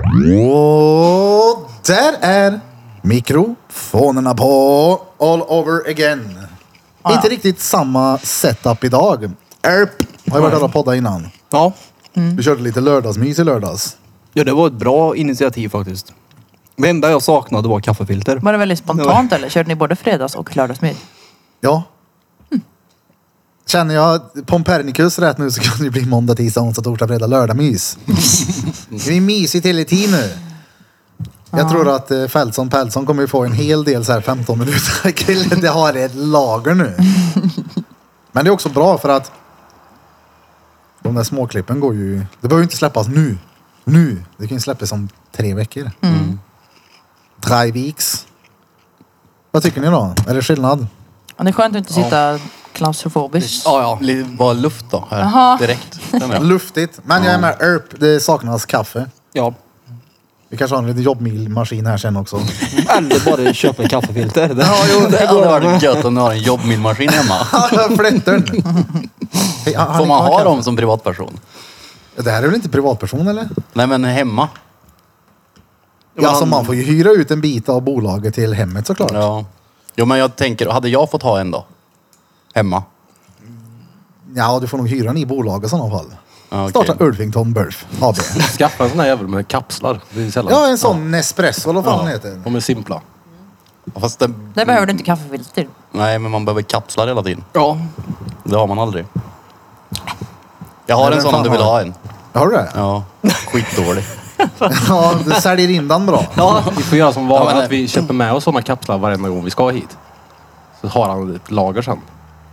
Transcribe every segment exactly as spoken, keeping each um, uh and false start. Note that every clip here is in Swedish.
Och där är mikrofonerna på all over again. Ah, Inte ja. riktigt samma setup idag. Erp. Har jag varit där och poddat innan? Ja. Mm. Vi körde lite lördagsmys i lördags. Ja, det var ett bra initiativ faktiskt. Det enda jag saknade var kaffefilter. Var det väldigt spontant eller? Körde ni både fredags och lördagsmys? Ja. Mm. Känner jag Pompernicus rätt nu så kan det bli måndag, tisdag, onsdag, torsdag, fredag, lördag mys. Det är mysigt hela tiden nu. Jag ja. tror att eh, Fältson Pälsson kommer ju få en hel del så här femton minuter. Killen, det har ett lager nu. Men det är också bra för att de där småklippen går ju... Det behöver inte släppas nu. Nu. Det kan ju släppas om tre veckor. Mm. Tre weeks. Vad tycker ni då? Är det skillnad? Ja, det är skönt att inte sitta ja. klaustrofobiskt. Ja, ja. Bara luft då. Här. Aha. Direkt. Luftigt. Men jag är med. Erp, det saknas kaffe. Ja. Vi kanske har en liten jobbmilmaskin här sen också. Eller bara köpa en kaffefilter. Ja, jo, det hade varit gött om du har en jobbmilmaskin hemma. Flättern. Hey, får man ha dem som privatperson? Det här är väl inte privatperson eller? Nej, men hemma. Ja, alltså man får ju hyra ut en bit av bolaget till hemmet såklart. Ja. Jo, men jag tänker, hade jag fått ha en då? Hemma? Ja, du får nog hyra den i bolaget i sådana fall. Okay. Starta Ulfington Burf A B. Skaffa en sån här jävel med kapslar. Det är sällan. Ja, en sån ja. Nespresso eller vad fan ja. heter. De är simpla. Fast det... det behöver du inte kaffefilter. Nej, men man behöver kapslar hela tiden. Ja. Det har man aldrig. Jag har Nej, en sån om du vill ha en. Har du det? Ja, skitdålig. Ja, du säljer in den bra. Ja, vi får göra som var ja, att vi köper med oss såna kapslar varenda gång vi ska hit. Så har han ett lager sen.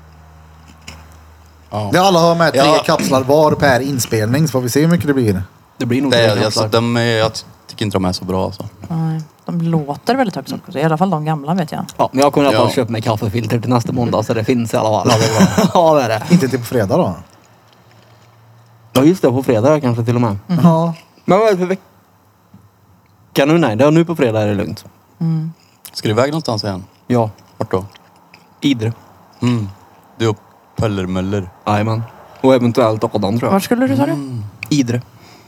Ja. Det alla har med tre ja. kapslar var per inspelning så får vi se hur mycket det blir. Det blir nog det tre är, kapslar. alltså, de är, jag tycker inte de är så bra alltså. Nej, de låter väldigt högt också. I alla fall de gamla vet jag. Ja, men jag kommer att ja. köpa mig kaffefilter till nästa måndag så det finns i alla fall. Ja, det är bra. Ja, det är det. Inte till på fredag då? Ja, just det. På fredag kanske till och med. Mm. Ja. Men vad är det för vecka nu? Nej, det är nu på fredag är det lugnt. Mm. Ska du iväg någonstans igen? Ja. Vart då? Idre. Mm. Du och Pöllermöller. Jajamän. Och eventuellt Adam tror jag. Var skulle du ta det? Mm. Idre.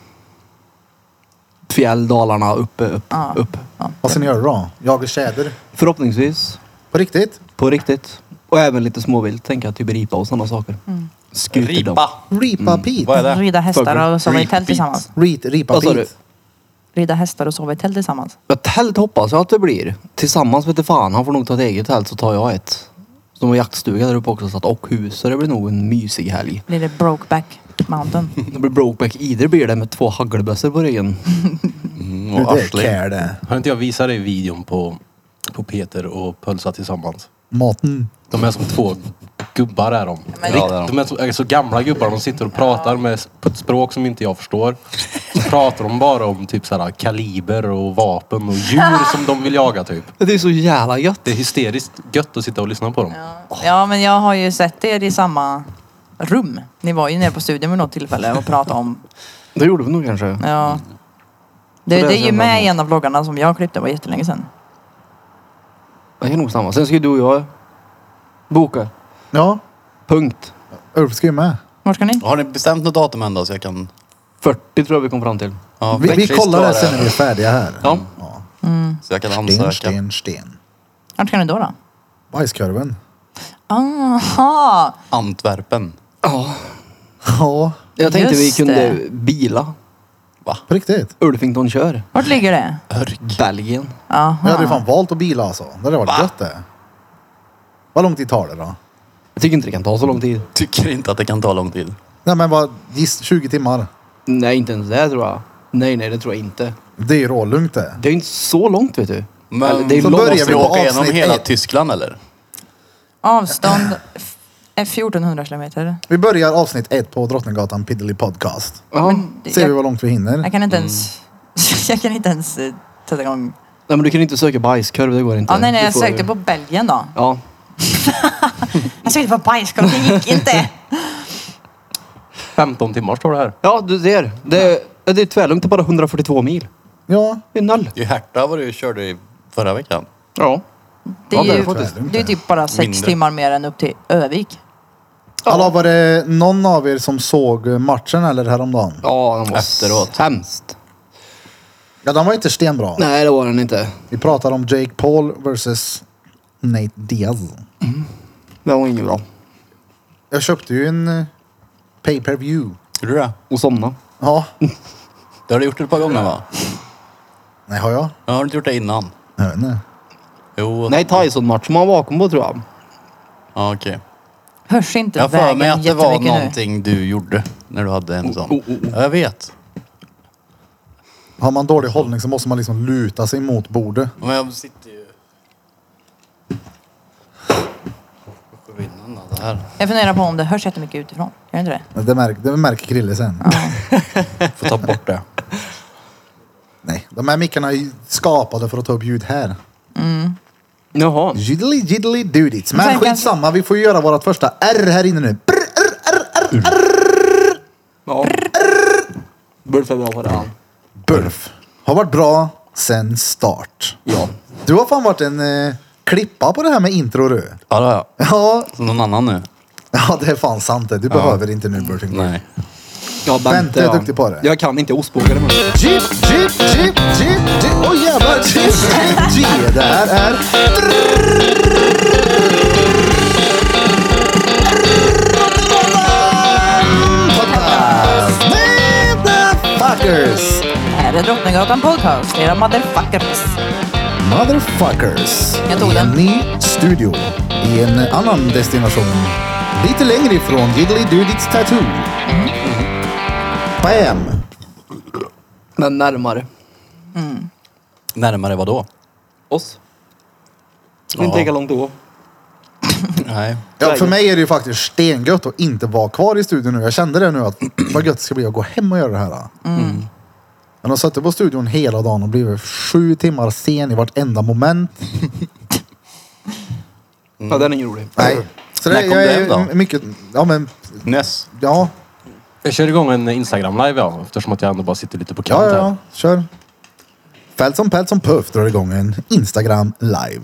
Fjälldalarna uppe, upp, ja. upp. Ja. Vad ska ni göra då? Jaga tjäder? Förhoppningsvis. På riktigt? På riktigt. Och även lite småvilt, tänker jag. Typ ripa och sådana saker. Mm. Ripa? Ripa mm. Pete? Vad är det? Rida hästar och sova i tält tillsammans. Rit, ripa Pete? Rida hästar och sova i tält tillsammans. Ja, tält hoppas jag att det blir. Tillsammans vet du fan. Han får nog ta ett eget tält så tar jag ett. Så de har jaktstuga där uppe också så att, och hus. Så det blir nog en mysig helg. Blir det Brokeback Mountain? Det blir Brokeback Idre blir det med två hagelbössor på ryggen. Mm, och det är det. Har inte jag visat dig videon på, på Peter och Pölsa tillsammans? Maten. De är som två gubbar är de. Men, Rikt, de är så, är så gamla gubbar. De sitter och pratar med, på ett språk som inte jag förstår. Så pratar de bara om typ såhär kaliber och vapen och djur som de vill jaga typ. Det är så jävla gött. Det är hysteriskt gött att sitta och lyssna på dem. Ja. ja, men jag har ju sett er i samma rum. Ni var ju nere på studion vid något tillfälle och pratade om... Det gjorde vi nog kanske. Ja. Det, det, det är ju med i en av vloggarna som jag klippte, var jättelänge sedan. Det är nog samma. Sen ska ju du och jag boka. Ja. Punkt. Ulf ska ju med. Var ska ni? Har ni bestämt något datum ändå så jag kan... fyrtio tror jag vi kom fram till. Ja, Vi, vi kollar det sen när vi är färdiga här. Ja. ja. Mm. Så jag kan Sten, ansöka. sten, sten. Vart ska ni då då? Bajskorven. Aha! Antwerpen. Ja. Ja. Jag tänkte Just vi kunde det. bila. Va? På riktigt? Ulfington kör. Vart ligger det? Örk. Belgien. Aha. Jag hade ju fan valt att bila alltså. Det hade varit Va? gött det. Vad lång tid tar det då? Jag tycker inte det kan ta så lång tid. Tycker inte att det kan ta lång tid. Nej men vad, giss tjugo timmar. Nej, inte ens det tror jag. Nej, nej, det tror jag inte. Det är ju rålugnt det. Det är inte så långt vet du. Men Eller, det är så långt. börjar Ska vi vi på åka igenom avsnitt hela ett. Tyskland eller? Avstånd är fjortonhundra kilometer. Vi börjar avsnitt ett på Drottninggatan Piddly Podcast. Ja. Men det- Ser vi jag, vad långt vi hinner. jag kan inte ens... jag kan inte ens eh, sätta igång... Nej, men du kan inte söka bajskorv, det går inte. Ja, nej, nej, Du jag får- sökte på Belgien då. Ja. Jag sökte på bajskorv, det gick inte. femton timmar står det här. Ja, du ser. Det är, det är tvärlugnt, det är bara hundrafyrtiotvå mil. Ja. Det är noll. Det är Herta vad du körde i förra veckan. Ja. Det är Ja, det är ju faktiskt. det är typ bara sex Mindre. timmar mer än upp till Övik. Alla, var det någon av er som såg matchen eller häromdagen? Ja, den var Efteråt. hemskt. Ja, den var inte stenbra. Nej, det var den inte. Vi pratar om Jake Paul versus Nate Diaz. Det var inget bra. Jag köpte ju en uh, pay-per-view. Gjorde du det? Och somna. Ja. Det har du gjort det ett par gånger va? Nej, har jag? Jag har inte gjort det innan. Jag vet inte. Jo. Nej, Tyson-match som han var bakom på tror jag. Ja, okej. Hörs inte Jag har för vägen mig att det var jättemycket nu. någonting du gjorde när du hade en sån. oh, oh. Ja, jag vet. Har man dålig hållning så måste man liksom luta sig mot bordet. Men jag sitter ju... Vinnarna där. Jag funderar på om det hörs jättemycket utifrån. Gör det inte det? Det märker, det märker Krille sen. Får ta bort det. Nej, de här mickarna är skapade för att ta upp ljud här. Jaha. Jiddly jiddly dudits. Men Men sen skitsamma, vi får ju göra vårt första R här inne nu. Brr, R, R, R, R. Ja. Burf är bra på det. Ja. Burf. Har varit bra sen start. Ja. Du har fan varit en eh, klippa på det här med intro du. Ja, det har jag. Ja, Som någon annan nu. ja, det är fan sant det. Du behöver inte nu Burfing. Nej. Ja, Bente är duktig på det. Jag kan inte ostbågare men... Jeep, jeep, jeep, jeep, jeep. Åh oh, jävlar, jeep, jeep, jeep. Det här är... Motherfuckers! Här är Drottninggatan podcast. Era motherfuckers. Motherfuckers. Jag tog I en den. ny studio. I en annan destination. Lite längre ifrån Jiddly Dudits Tattoo. Bam! Men närmare. Närmare vad då? Oss. Det inte lika långt då. Nej. Ja, för mig är det ju faktiskt stengött att inte vara kvar i studion nu. Jag kände det nu att vad gött det ska bli att gå hem och göra det här. Mm. Jag har suttit på studion hela dagen och blivit sju timmar sen i vartenda moment. Ja, den är ingen rolig. Nej. Så det, När kom jag du är hem då? mycket, ja men, Ness. ja. Jag kör igång en Instagram-live ja, eftersom att jag ändå bara sitter lite på kant Ja, ja, här. ja. Kör. Fält som pält som puff drar igång en Instagram live.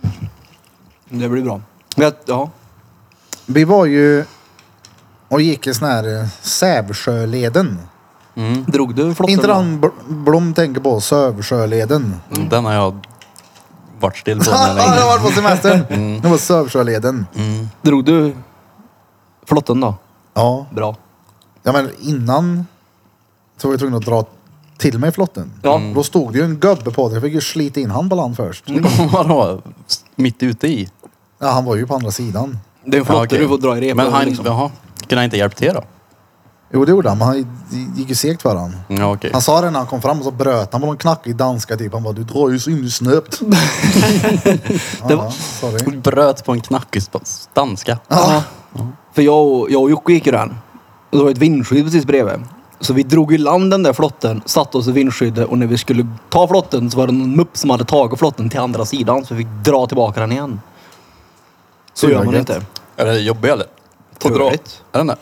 Det blir bra. Men jag- ja. Vi var ju och gick i sån här eh, Sävsjöleden. Drog du flotten? Inte då? den Bl- Blom tänker på, Sövsjöleden. Mm. Den har jag varit still på Ja, med jag har länge. varit på semestern. Det var Sövsjöleden. Drog du flotten då? Ja. Bra. Ja, men innan så var jag tvungen att dra till mig flotten. Ja. Då stod det ju en gubbe på det. Jag fick ju slita in han på land först. Vadå? Mitt ute i? Ja, han var ju på andra sidan. Det är en flotte Ja, okej. du får dra i repen. Men han, liksom. jaha. Kunde han inte hjälpt till då? Jo, det gjorde han, men han gick ju segt för han. Ja, okej. Han sa det när han kom fram och så bröt han på någon knackig danska typ. Han bara, du drar ju så in i snöpt. Ja, ja, sorry. Bröt på en knackig sp- danska. Ja. För jag och, jag och Jocke gick ju den. Och det var ett vindskydd precis bredvid. Så vi drog i land den där flotten, satte oss i vindskyddet och när vi skulle ta flotten så var det någon mupp som hade tagit flotten till andra sidan. Så vi fick dra tillbaka den igen. Så gör man gött. inte. Är det jobbigt eller? Att dra? Turligt. Är den det?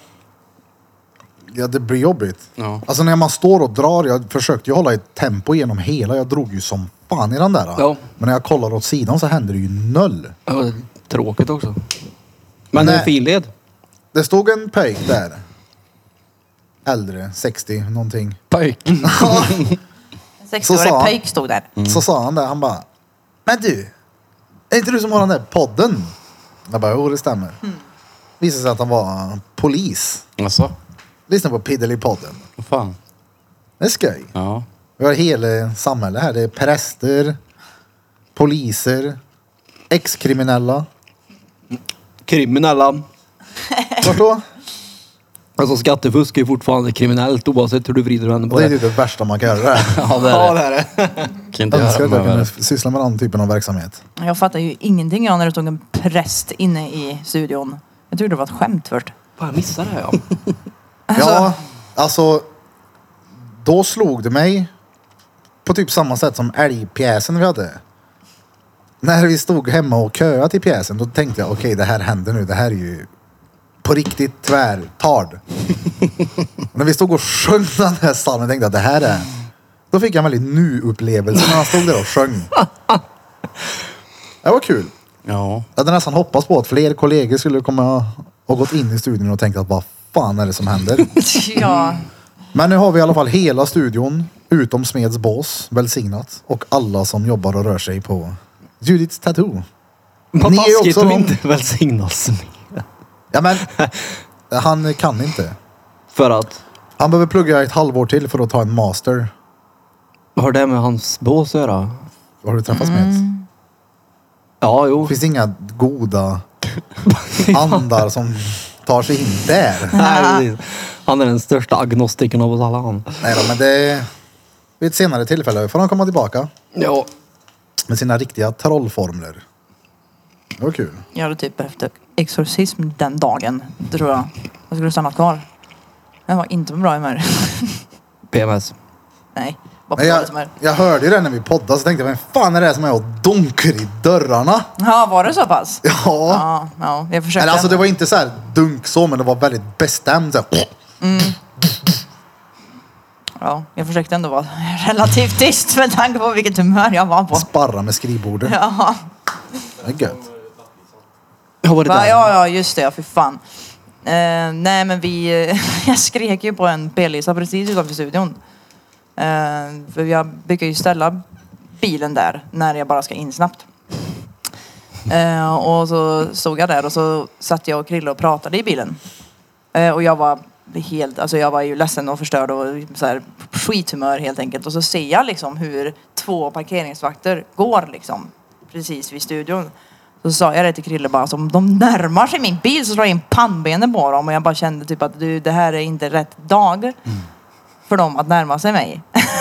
Ja, det blir jobbigt. Ja. Alltså när man står och drar, jag försökte ju hålla ett tempo genom hela. Jag drog ju som fan i den där. Ja. Men när jag kollar åt sidan så händer det ju noll. Det var tråkigt också. Men det är Nej. en fin led. Det stod en pöjk där. Äldre, sextio någonting. Pöjk. Så sa sextioårig han. pöjk stod där. Så sa han där, han bara, men du, är inte du som har den där podden? Jag bara, jo det stämmer. Visade sig att han var polis. Alltså, Lyssna på Piddly-podden. vad fan. Det är skoj. Ja. Vi har hela samhället här. Det är präster, poliser, ex-kriminella. Kriminella. Vart då? Alltså skattefusk är fortfarande kriminellt oavsett hur du vrider och vänder på Det är det. ju det värsta man kan göra. Det här. Ja, det är Ja, det. det är det. Kan inte Jag önskar göra att jag med kunde det. syssla med den typen av verksamhet. Jag fattar ju ingenting jag när det stod en präst inne i studion. Jag trodde det var ett skämt först. Fan, jag missade det här ja. Ja, alltså. Då slog det mig på typ samma sätt som älgpjäsen vi hade. När vi stod hemma och köade till pjäsen, då tänkte jag okej, det här händer nu. Det här är ju på riktigt tvärtard. När vi stod och sjöng den här psalmen tänkte jag att det här är... Då fick jag en väldigt nu-upplevelse när han stod där och sjöng. Det var kul. Ja. Jag hade nästan hoppats på att fler kollegor skulle komma och gått in i studion och tänkt att vad fan är det som händer? Ja. Men nu har vi i alla fall hela studion Utom Smedsbås, välsignat. Och alla som jobbar och rör sig på Judiths Tattoo. Vad Ni är ju taskigt också om någon- inte välsignas. Ja men, han kan inte. För att, Han behöver plugga ett halvår till för att ta en master. vad har det med hans bås att göra? Har du träffat Smeds? Ja, jo. Finns det inga goda andar som tar sig in där? Nej, precis. Han är den största agnostiken av oss alla. Han. Nej då, men det... Vid ett senare tillfälle får han komma tillbaka Ja. med sina riktiga trollformler. Det var kul. Jag hade typ efter exorcism den dagen, tror jag. Jag skulle stanna kvar. Jag var inte på bra humör. P M S. Nej, bara på Men jag, dåligt humör. jag hörde ju det när vi poddade så tänkte jag, vem fan är det som är och donkar i dörrarna? Ja, var det så pass? Ja. Ja, ja jag försökte. Eller alltså det var inte så här dunk så, men det var väldigt bestämt. Så här. Ja, jag försökte ändå vara relativt tyst med tanke på vilket humör jag var på. Sparra med skrivbordet. Ja, Det är gött. Jag har varit Va, där. ja, ja, just det, ja, för fan. Eh, nej, men vi... jag skrek ju på en B-lisa precis utanför studion. Eh, för jag brukar ju ställa bilen där när jag bara ska in snabbt. Eh, och så stod jag där och så satt jag och Krille och pratade i bilen. Eh, och jag var helt... Alltså jag var ju ledsen och förstörd och så här, skithumör helt enkelt. Och så ser jag liksom hur två parkeringsvakter går liksom precis vid studion. Så sa jag det till Krille bara, alltså, om de närmar sig min bil så slår jag in pannbenen på dem. Och jag bara kände typ att du, det här är inte rätt dag mm. för dem att närma sig mig.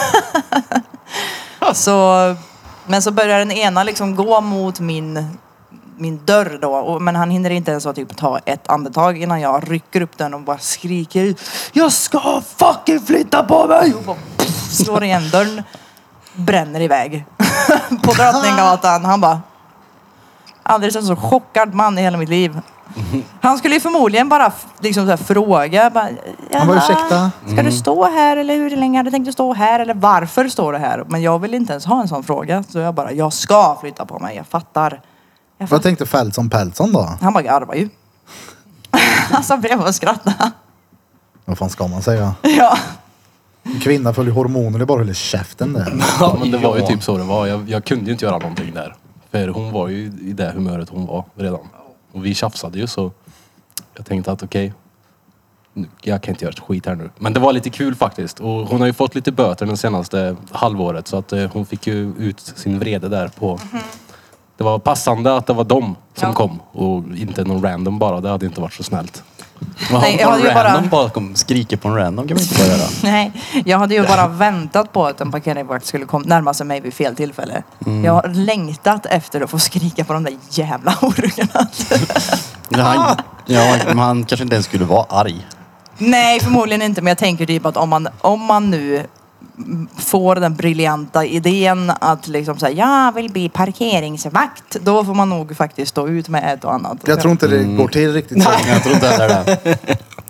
så, men så börjar den ena liksom gå mot min, min dörr då. Och, men han hinner inte ens att typ ta ett andetag innan jag rycker upp den och bara skriker ut: jag ska fucking flytta på mig! Och bara, pff, slår igen dörren. Bränner iväg. på Drottninggatan. Han bara... Aldrig sett en så chockad man i hela mitt liv. Han skulle ju förmodligen bara liksom så här fråga. Bara, Han bara, ursäkta. Ska du stå här eller hur länge hade du tänkt att stå här? Eller varför står du här? Men jag vill inte ens ha en sån fråga. Så jag bara, jag ska flytta på mig. Jag fattar. Jag Vad fattar. tänkte Fältson Peltson då? Han bara garvar ju. Han satt bredvid och skrattade. Vad fan ska man säga? Ja. En kvinna följer hormoner, det bara höll käften där. Ja, men det var ju typ så det var. Jag, jag kunde ju inte göra någonting där. För hon var ju i det humöret hon var redan. Och vi tjafsade ju så jag tänkte att okej, okay, jag kan inte göra ett skit här nu. Men det var lite kul faktiskt. Och hon har ju fått lite böter den senaste halvåret. Så att eh, hon fick ju ut sin vrede där på... Mm-hmm. Det var passande att det var de som Ja. kom. Och inte någon random bara. Det hade inte varit så snällt. Nej, jag hade ju bara... Random bara kom, skriker på en random kan man inte bara göra. Nej, jag hade ju bara väntat på att en parkeringsvakt skulle kom, närma sig mig vid fel tillfälle. Mm. Jag har längtat efter att få skrika på de där jävla horungarna. Ja, han, ja, men han kanske inte ens skulle vara arg. Nej, förmodligen inte. Men jag tänker typ att om man, om man nu får den briljanta idén att liksom säga jag vill bli parkeringsvakt, då får man nog faktiskt stå ut med ett och annat. Jag tror inte det går till riktigt så. Jag tror inte heller det.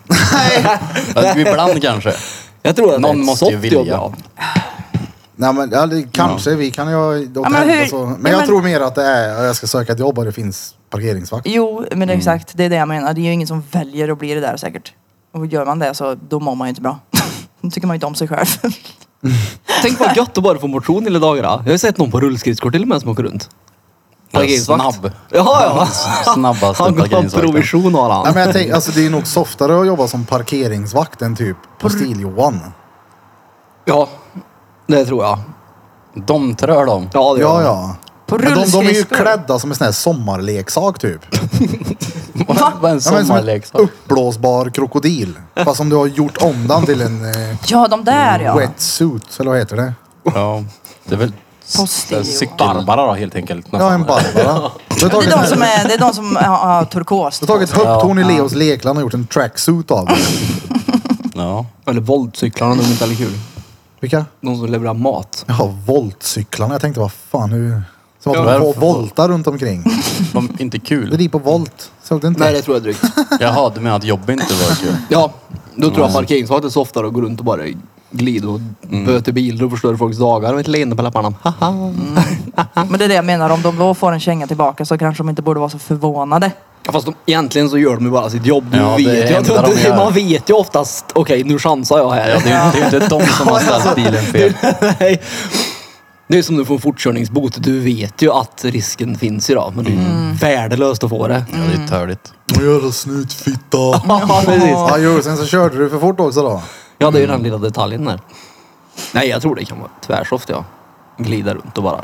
Nej. Ibland kanske. Jag tror att Någon det är ett måste ju soft vilja. jobb, ja. Nej men ja, det, kanske, vi kan ju ha åt Ja, men helvete hur- så. Men ja, jag men- tror mer att det är, jag ska söka ett jobb och det finns parkeringsvakt. Jo, men exakt. Det är det jag menar. Det är ju ingen som väljer att bli det där säkert. Och gör man det så då mår man ju inte bra. Då tycker man ju inte om sig själv. Tänk vad gött att bara få motion hela dagarna. Jag har ju sett någon på rullskridskor till och med som åker runt. Parkeringsvakt. Snabb. Ja, ja. Snabbaste Han går på parkeringsvakten. provision har han. Nej, men jag tänk, alltså, det är nog softare att jobba som parkeringsvakt än typ på Stil-Johan. Ja, det tror jag. De trör de. Ja, det gör Ja, han. ja. På Men de, de är ju rullskridskor. klädda som en sån här sommarleksak typ. Vad en Ja, men som en sommarleksak. uppblåsbar krokodil. Fast om du har gjort om den till en eh, Ja, de där ja. wetsuit, eller vad heter det? Ja. Det är väl Postil, cykel. Barbara då helt enkelt. Ja, en Barbara. Du har Det är tagit, de som, är, det är de som har, har turkos. du har tagit höpptorn i Leos lekland och gjort en tracksuit av det. Ja. Eller våldcyklarna, de är inte heller kul. Vilka? De som levererar mat. Ja, voltcyklarna. Jag tänkte, vad fan, hur... Som att Ja, de var varför? voltar runt omkring. De är inte Det kul. är på volt. Såg du inte? Nej, det tror jag drygt. Jaha, du menar att jobbet inte var kul? Ja, då tror jag parkeringsvakt är så ofta att gå runt och bara glider och böter bilar och förstör folks dagar med ett leende på läpparna. Haha. Men det är det jag menar. Om de då får en känga tillbaka så kanske de inte borde vara så förvånade. Fast de, egentligen så gör de ju bara sitt jobb. Du Ja, det vet är ju, det enda de gör. man vet ju oftast, okej nu chansar jag här. Ja, det är ju det är ju inte de som har ställt bilen fel. Nej. Det är som du får en fortkörningsbot. Du vet ju att risken finns idag. Men det är ju värdelöst att få det. Ja, det är törligt. Vad gör du snutfitta? Ja, precis. Ja, jo, sen så körde du för fort också då. Ja, det är ju den lilla detaljen där. Nej, jag tror det kan vara tvärsoft, ja. Glida runt och bara...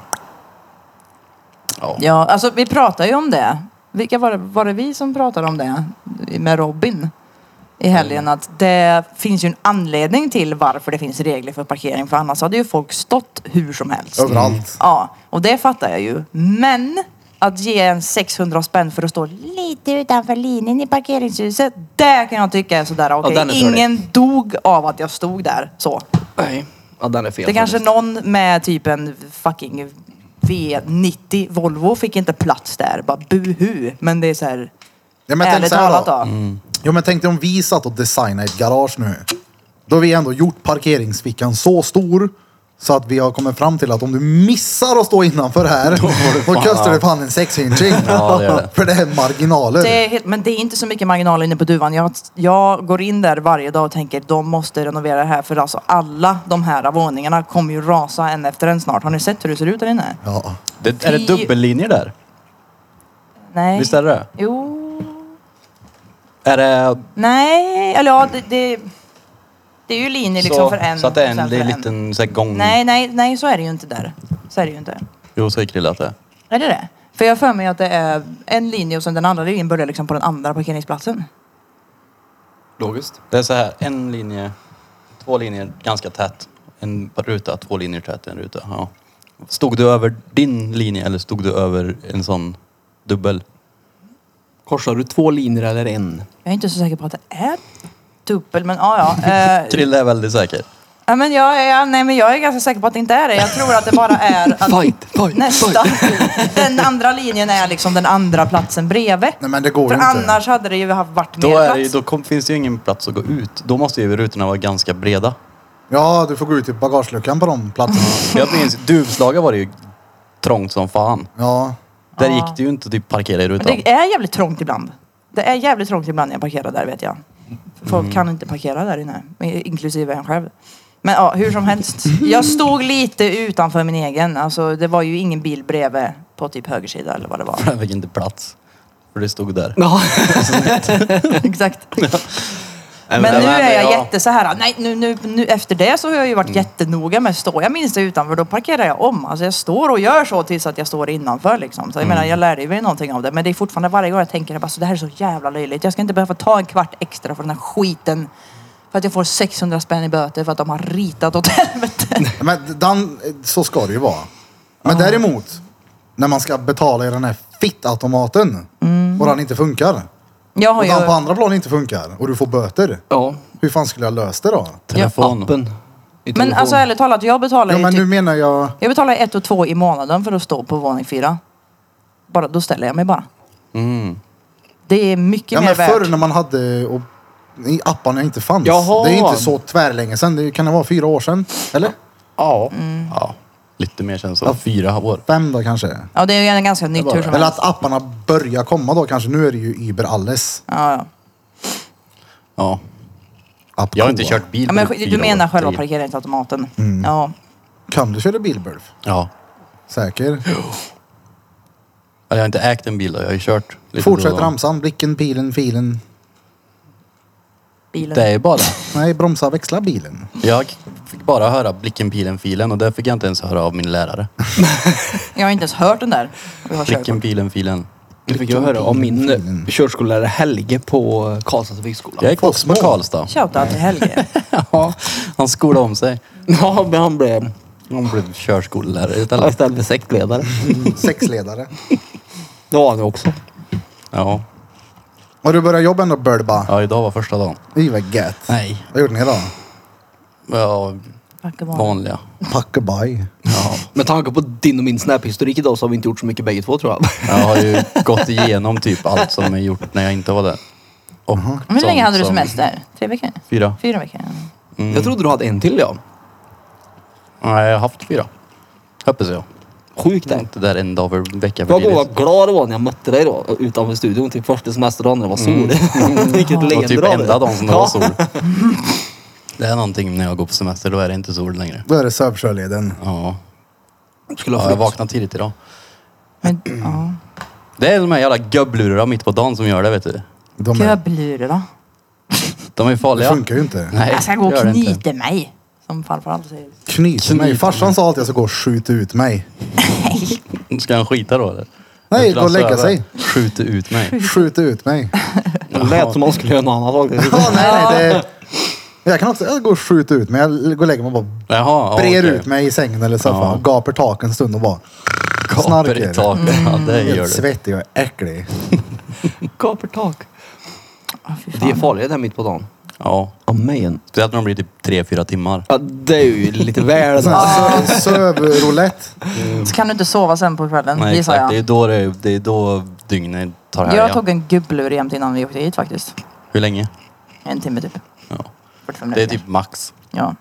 Ja. Ja, alltså vi pratar ju om det. Vilka var det, var det vi som pratade om det med Robin i helgen? Att det finns ju en anledning till varför det finns regler för parkering. För annars hade ju folk stått hur som helst. Överallt. Ja, och det fattar jag ju. Men att ge en sexhundra spänn för att stå lite utanför linjen i parkeringshuset. Det kan jag tycka är sådär okej. den är törlig. Ingen dog av att jag stod där så. Nej, ja, den är fel. Det är kanske faktiskt. någon med typ en fucking V nittio Volvo fick inte plats där. Bara buhu. Men det är så här, Ja, men tänk ärligt så här talat då. då. Jo, men tänk dig om vi satt och designade ett garage nu. Då har vi ändå gjort parkeringsfickan så stor så att vi har kommit fram till att om du missar att stå innanför här, då kostar det fan en sexinching. Ja, det gör det. För det är marginaler. Det är helt, men det är inte så mycket marginal inne på Duvan. Jag, jag går in där varje dag och tänker de måste renovera det här. För alltså alla de här våningarna kommer ju rasa en efter en snart. Har ni sett hur det ser ut där inne? Ja. Det, är det dubbellinjer där? Nej. Visst är det det? Jo. Är det Nej. Eller ja, det, det, det är ju linjer liksom så, för en. så att det är och en, sen det är för en liten så här, gång... Nej, nej, nej, så är det ju inte där. Så är det ju inte. Jo, säger Krille att det är. Är det det? För jag har för mig att det är en linje och sen den andra linjen börjar liksom på den andra parkeringsplatsen. Logiskt. Det är så här, en linje, två linjer ganska tätt. En ruta, två linjer tätt, en ruta. Ja. Stod du över din linje eller stod du över en sån dubbel? Korsar du två linjer eller en? Jag är inte så säker på att det är dubbel, men ja, ja. Eh, Krille är väldigt säker. ja, men jag, jag, nej, men jag är ganska säker på att det inte är det. Jag tror att det bara är att Fight, fight, nästa, den andra linjen är liksom den andra platsen bredvid. Nej, men det går För ju inte. annars hade det ju haft varit Då, mer är det, ju- plats. då kom, finns det ju ingen plats att gå ut. Då måste ju rutorna vara ganska breda. Ja, du får gå ut i bagageluckan på de platserna. Jag minns, Duvslaga var det ju trångt som fan. Ja. Där Ja. gick det ju inte att typ parkera i Men rutan. det är jävligt trångt ibland. Det är jävligt trångt ibland när jag parkerar där, vet jag. För folk kan inte parkera där inne. Inklusive en själv. Men ja, hur som helst. Jag stod lite utanför min egen. Alltså det var ju ingen bil bredvid på typ högersida eller vad det var. Jag fick inte plats. För det stod där. Ja. Exakt. Nej, Men det nu var- är jag ja. jätte så här. Nej, nu, nu, nu, efter det så har jag ju varit jättenoga med att stå. Jag minns det utanför, då parkerar jag om. Alltså jag står och gör så tills att jag står innanför liksom. Så jag menar, jag lärde mig någonting av det. Men det är fortfarande varje gång jag tänker, alltså, det här är så jävla löjligt. Jag ska inte behöva ta en kvart extra för den här skiten. För att jag får sexhundra spänn i böter för att de har ritat åt helvete. Men den, så ska det ju vara. Men däremot, när man ska betala i den här fittautomaten och den inte funkar. Jag har Och ju... den på andra plan inte funkar och du får böter. Ja. Hur fan skulle jag lösa det då? Telefon. Appen. I Men telefon. alltså ärligt talat, jag betalar Ja, ju men typ... nu menar jag... Jag betalar ett och två i månaden för att stå på våning fyra. Bara, då ställer jag mig bara. Mm. Det är mycket Ja, mer men värt. förr när man hade och i apparna inte fanns. Jaha. Det är inte så tvärlänge sedan. Det kan det vara fyra år sedan? Eller? Ja. ja. Lite mer känns så. Fyra år. Fem då kanske? Ja, det är ju en ganska nytt hur som Eller helst. att apparna börjar komma då kanske. Nu är det ju Uber alles. Ja, ja. Ja. App Jag har inte K. kört bil Ja, men på du fyra menar år. själva Tre. parkeringsautomaten? Mm. Ja. Kan du köra bilbulf? Ja. Säker? Jag har inte ägt en bil då. Jag har ju kört lite Fortsätt då och då. ramsan. Blicken, pilen, filen. Bilen. Det är bara. Nej, bromsa, växla bilen. Jag fick bara höra blicken, pilen, filen och det fick jag inte ens höra av min lärare. Jag har inte ens hört den där. Jag har Blicken, körkort. pilen, filen. Det fick jag höra av min eh, körskollärare Helge på Karlstad trafikskola. Jag gick också på Karlstad. Shoutout till Helge. Ja, han skolade om sig. Ja, men han blev... Han blev körskollärare Han istället. istället för sektledare. Sexledare. Det var han ju också. Ja. Och du började jobba ändå, Birdba? ja, idag var första dagen. Det var gött. Nej. Vad gjorde ni då? Ja, Vacker barn. vanliga. Packabaj. Ja. Med tanke på din och min snap-historik idag så har vi inte gjort så mycket bägge två tror jag. Jag har ju gått igenom typ allt som är gjort när jag inte var där. Och Men hur sånt länge hade du som- semester? Tre veckor? Fyra. Fyra veckor? Mm. Jag trodde du hade en till ja. Nej, jag har haft fyra. Hoppas jag. Sjukt det. Det där en dag per vecka för Jag går tidigt. vad glad det var när jag mötte dig då utanför studion till första semesterdagen när det var sol. Vilket Och leende typ av det. enda dagen som det Ja. var sol. Det är någonting när jag går på semester, då är det inte sol längre. Då är det Sövsjöleden. Ja. Skulle ha Ja, jag flytt. vaknade tidigt idag. Men, ja. Det är de här jävla gubblurar mitt på dagen som gör det, vet du. De är, Göblure då. De är det farliga. funkar ju inte. Nej, Jag ska gå gör och det inte. knyta mig. Som farfar alltid säger. Knyter mig. Farsan sa alltid att jag ska gå och skjuta ut mig. Ska han skita då eller? Nej, Skulle gå och han lägga söva? sig. Skjuta ut mig. Skjuta ut mig. Det lät som man skulle göra något annat faktiskt. Ja, nej, nej. Det, jag kan också jag går och skjuta ut mig. Jag går och lägger mig och bara Jaha, brer okej. ut mig i sängen eller soffan. Ja. Gaper tak en stund och bara Gaper snarker. i taket. Ja, det gör Helt det. svettig och äcklig. Gapertak. Oh, fy Det är fan. farligt där mitt på dagen. Ja. Amen. Speciellt när de blir typ tre, fyra timmar. Ja, det är ju lite väl. Sån här sö- Sövrolett. Så kan du inte sova sen på kvällen, Nej, gissar exakt. Det är jag. då, det, det är då dygnet tar här. Jag Ja. tog en gubblur jämt innan vi åkte hit faktiskt. Hur länge? En timme typ. Ja. fyrtiofem Det är minuter. typ max. Ja.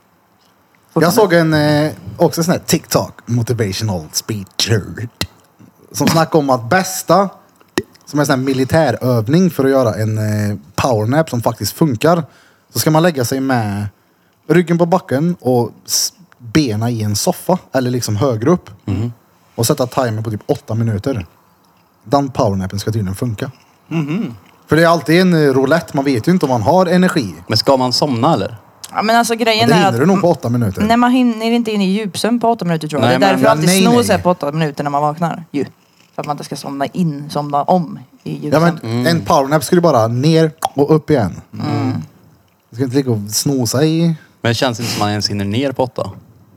Jag såg en, eh, också en sån här TikTok motivational speaker. Som snackade om att bästa, som är en sån här militärövning för att göra en eh, powernap som faktiskt funkar. Så ska man lägga sig med ryggen på backen och s- bena i en soffa. Eller liksom högre upp. Och sätta timer på typ åtta minuter. Den powernappen ska tydligen funka. För det är alltid en eh, roulette. Man vet ju inte om man har energi. Men ska man somna eller? Ja, men alltså grejen Det är hinner du att nog på åtta minuter. nej, man hinner inte in i djupsömn på åtta minuter tror jag. Nej, det är men- därför ja, jag alltid nej, snor nej. sig på åtta minuter när man vaknar. Ju. För att man inte ska somna in, somna om i Ja, djupsömn. men en powernap skulle bara ner och upp igen. Du ska inte ligga och snosa i, Men det känns inte som man ens hinner ner på åtta.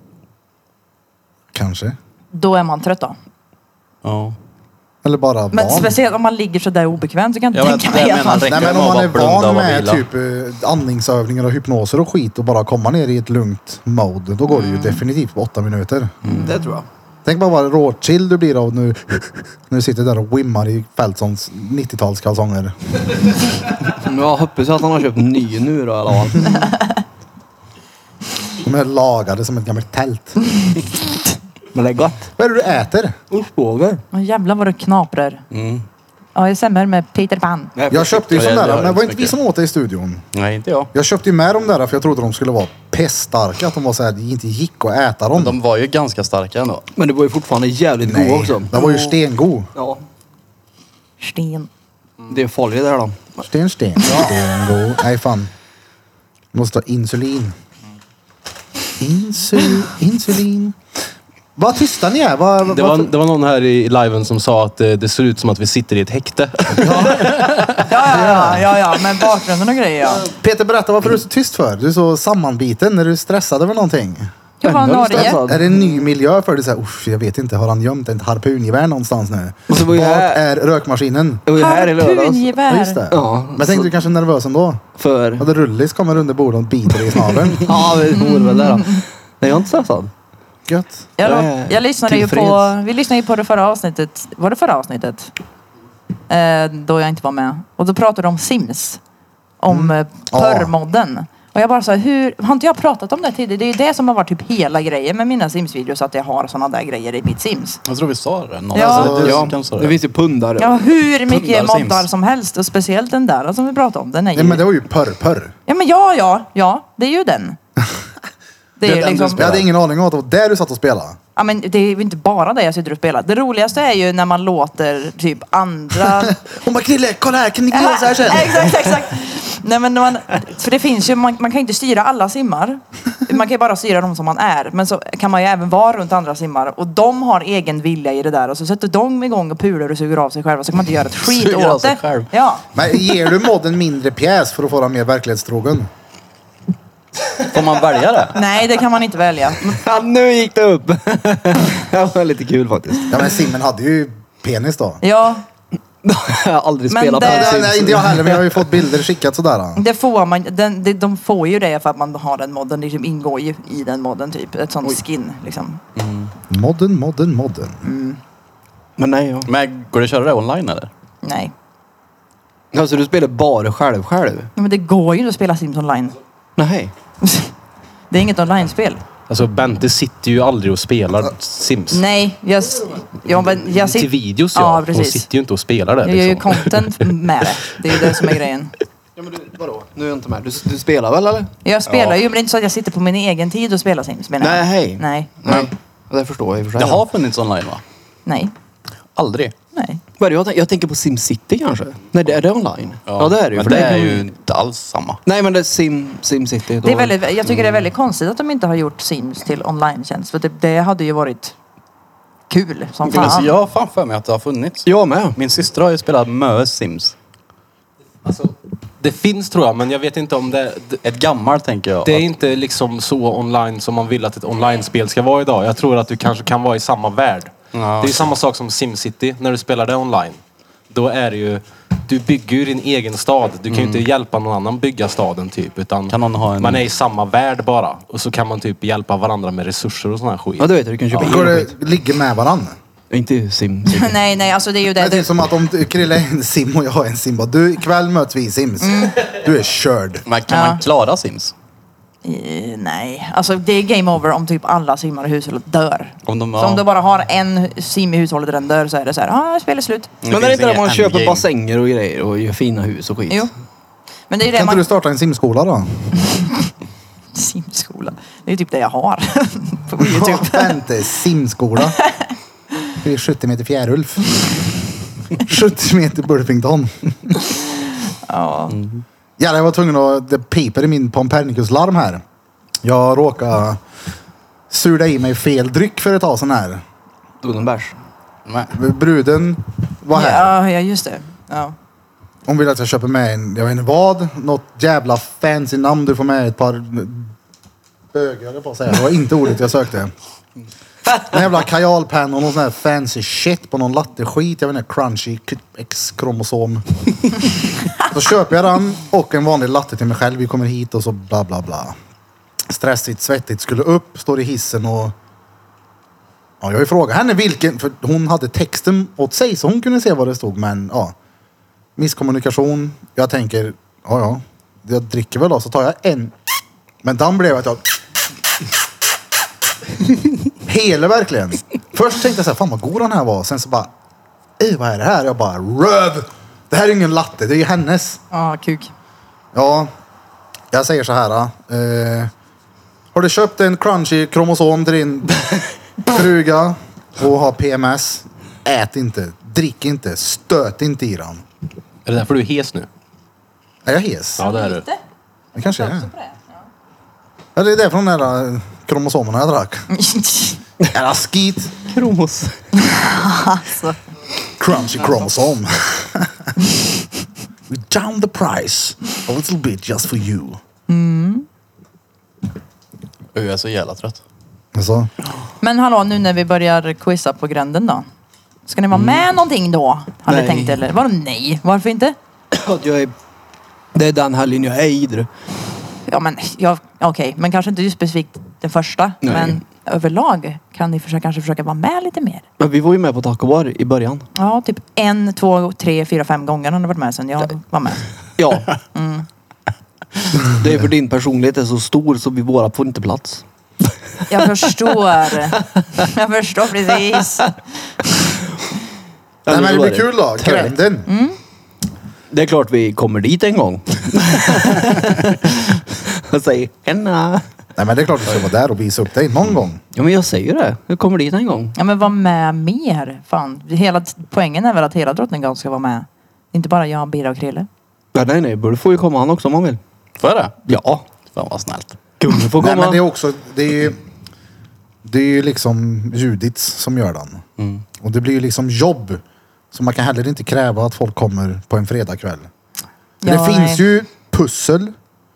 kanske. Då är man trött då. Ja. Eller bara Men van. speciellt om man ligger sådär obekvämt så kan jag Ja, inte men tänka det mig jag att menar, man... det- Nej, räcker men om med man att är bara blunda van och med vila. typ eh, andningsövningar och hypnoser och skit och bara komma ner i ett lugnt mode. Då går det ju definitivt på åtta minuter. Det tror jag. Tänk bara vad råchill du blir av nu när du sitter där och wimmar i Feltsons nittiotalskalsonger. Men jag hoppas att han har köpt ny nu då i alla fall. De är lagade som ett gammalt tält. Men det är gott. Vad är det du äter? Ostbågar. Åh, jävlar vad du knaprar. Mm. A S M R med Peter Pan. Jag köpte ju Ja, sån det- det där, har men det jag var inte inte vi mycket. som åt det i studion. Nej, inte jag. Jag köpte ju med dem där för jag trodde de skulle vara peststarka. Att de var så här, det inte gick att äta dem. De var ju ganska starka ändå. Men det var ju fortfarande jävligt god Nej, också. den var ju stengod. Ja. Sten. Det är farligt det här då. Sten, sten. Stengod. Nej, fan. Måste ha insulin. Insul, insulin. Vad tysta ni är. Vad, vad, Det var, det var någon här i liven som sa att det, det ser ut som att vi sitter i ett häkte. Ja, ja, ja, ja, ja, men bakgrunden och grejer ja. Peter, berätta varför du är så tyst för. Du är så sammanbiten när du är stressad över någonting. Jag var Ändå är du Norge. stressad. Är det en ny miljö för dig? Så här, usch, jag vet inte. Har han gömt ett harpungevär någonstans nu? Och så var ju Vart här- är rökmaskinen? Jag var ju här i lördags. Ja, Harpungevär. just det. Ja, Men jag tänkte du kanske är nervös ändå? För... Hade Rullis kommer under bordet och biter dig i snabeln. Ja, det vore väl det då. Nej, jag är inte stressad. Gött. Jag, Jag lå- är jag lyssnade ju på, tillfreds. vi lyssnade ju på det förra avsnittet. Var det förra avsnittet? Eh, då jag inte var med. Och då pratade de om Sims. Om mm. Ja. porrmodden. Och jag bara sa, hur, har inte jag pratat om det tidigare? Det är ju det som har varit typ hela grejen med mina Sims-videos. Att jag har sådana där grejer i mitt Sims. Jag tror vi sa det. Någon Ja. alltså, du Ja, kanske sa det det. finns ju pundare. Jag har hur mycket Pundar moddar Sims. som helst. Och speciellt den där som vi pratade om. Den är ju... Nej, men det var ju pörr-pörr. Ja men ja, ja, ja. Det är ju den. Det Det är är den liksom... du spelar. Jag hade ingen aning om att det var där du satt och spelade. Ja men det är ju inte bara det jag sitter och spelar. Det roligaste är ju när man låter typ andra... Hon bara, Krille, kolla här, kan ni göra så här sen? Exakt, exakt. Nej, men när man, för det finns ju, man, man kan inte styra alla simmar. Man kan ju bara styra dem som man är. Men så kan man ju även vara runt andra simmar. Och de har egen vilja i det där. Och så sätter de igång och pular och suger av sig själva. Så kan man inte göra ett skit Suger av åt sig det. själv. Ja. Men ger du modden mindre pjäs för att få den mer verklighetstrogen? Får man välja det? Nej, det kan man inte välja. Ja, nu gick det upp. Det var lite kul faktiskt. Ja, men Simmen hade ju penis då. Ja, Jag har aldrig Men spelat det- på Nej, det. nej, inte jag heller, men jag har ju fått bilder skickat sådär. det får man. Den, det, de får ju det för att man har den modden. Det liksom ingår ju i den modden typ. Ett sånt skin liksom. Modden, modden, modden. Men nej, ja. Men går det att köra det online eller? Nej. Alltså du spelar bara själv själv? Ja, men det går ju inte att spela Sims online. Nej. Det är inget online-spel. Alltså Bente sitter ju aldrig och spelar Sims. Nej, jag, jag, jag, jag Till sitter... videos ja. Ja, Hon precis. sitter ju inte och spelar där Jag gör ju liksom. content med det. Det är ju det som är grejen. Ja, men du, vadå? Nu är jag inte med. Du, du spelar väl eller? Jag spelar ju, men det är inte så att jag sitter på min egen tid och spelar Sims, menar jag. Nej, hej. Nej. Nej. Det förstår jag i och för Det sig. har funnits online va? Nej. Aldrig. Nej. Vad är det? Jag, tänk- jag tänker på SimCity kanske. Nej, det är det online. Ja, det är det ju. Men för det kan är man- ju inte alls samma. Nej, men det är Sim, SimCity. Det är väldigt, jag tycker det är väldigt konstigt att de inte har gjort Sims till online-tjänst. För det, det hade ju varit kul som fan. Alltså, jag har fan för mig att det har funnits. Jag med. Min syster har ju spelat Mös Sims. Alltså, det finns tror jag, men jag vet inte om det... det Ett gammalt tänker jag. Det är inte liksom så online som man vill att ett online-spel ska vara idag. Jag tror att du kanske kan vara i samma värld. Ja. Det är ju samma sak som SimCity, när du spelar det online. Då är det ju... Du bygger ju din egen stad. Du kan ju inte hjälpa någon annan bygga staden typ. Utan Kan någon ha en- man är i samma värld bara. Och så kan man typ hjälpa varandra med resurser och sån här skit. Ja, du vet. Du kan köpa Går ja. det ligger med varandra? Inte SimCity. Nej, nej, alltså det är ju det. Det är som att om Krille är en sim och jag är en sim. Bara, du, ikväll möts vi i Sims. Du är körd. Men kan Ja. man klara Sims? Eh, nej, alltså det är game over om typ alla simmar i hushållet dör. Om de, Så om du bara har en sim i hushållet och den dör så är det så här, ja, ah, spelet är slut. Det Men är det finns inte där ingen man köper endgame. bassänger och grejer och gör fina hus och skit? Jo. Men det är ju det Kan inte man... du starta en simskola då? Simskola. Det är ju typ det jag har på Ja, YouTube. Bente, simskola. Det är sjuttio meter fjärulf. sjuttio meter Burfington. Ja. Ja, jag var tvungen att... Det piper i min Pompernicus-larm här. Jag råkade surda i mig fel dryck för ett tag sån här. Tog en bärs. Nej. Bruden var här. Ja, ja, just det. Ja. Hon vill att jag köper med en, jag vet inte vad, något jävla fancy namn. Du får med ett par bögar, jag på att säga. Det var inte ordet jag sökte. En jävla kajalpenna och någon sån här fancy shit på någon latte-skit. Jag vet inte, crunchy X-kromosom. Så köper jag den och en vanlig latte till mig själv. Vi kommer hit och så bla bla bla. Stressigt, svettigt, skulle upp, står i hissen och... Ja, jag har ju frågat henne vilken, för hon hade texten åt sig så hon kunde se vad det stod, men ja. Misskommunikation. Jag tänker, ja ja, jag dricker väl då, så tar jag en. Men den blev att jag... Hela verkligen. Först tänkte jag så här, fan vad god den här var. Sen så bara, ej vad är det här? Jag bara, röv! Det här är ingen latte, det är ju hennes. Ja, kuk. Ja, jag säger så här. Eh, har du köpt en crunchy kromosom till din fruga och har P M S? Ät inte, drick inte, stöt inte i den. Är det därför du är hes nu? Är jag hes? Ja, det är du. Lite. Det kanske är. Också på det. Ja, det är det från de där kromosomerna jag drack. Jävla skit. Kromos. Alltså. Crunchy kromosom. We down the price a little bit just for you. Jag är så jävla trött. Alltså, Men hallå, nu när vi börjar quizza på gränden då. Ska ni vara med någonting då? Har ni Nej. tänkt eller? Vadå nej? Varför inte? Att jag är... Det är den helgen jag är i Idre. Ja men, ja, okej. Men kanske inte just specifikt den första. Nej. Men överlag kan ni försöka, kanske försöka vara med lite mer. Men vi var ju med på Taco Bar i början. Ja, typ en, två, tre, fyra, fem gånger har ni varit med sen jag var med. Ja. Det är för din personlighet är så stor så vi båda får inte plats. Jag förstår. Jag förstår precis. nej, men det så är blir kul då. Gränden. Det är klart vi kommer dit en gång. Jag säger henna. Nej, men det är klart du ska vara där och visa upp dig någon gång. Ja men jag säger det. Jag kommer dit en gång. Ja men var med mer. Fan. Hela, poängen är väl att hela Drottninggatan ska vara med. Inte bara jag, Bira och Krille. Ja, nej nej, Bull får ju komma han också om han vill. Får jag det? Ja. Fan vad snällt. Kungen får komma. Nej, men det är också, det är ju, det är ju liksom Judits som gör den. Mm. Och det blir ju liksom jobb. Så man kan heller inte kräva att folk kommer på en fredagkväll. Ja, det finns nej. ju pussel.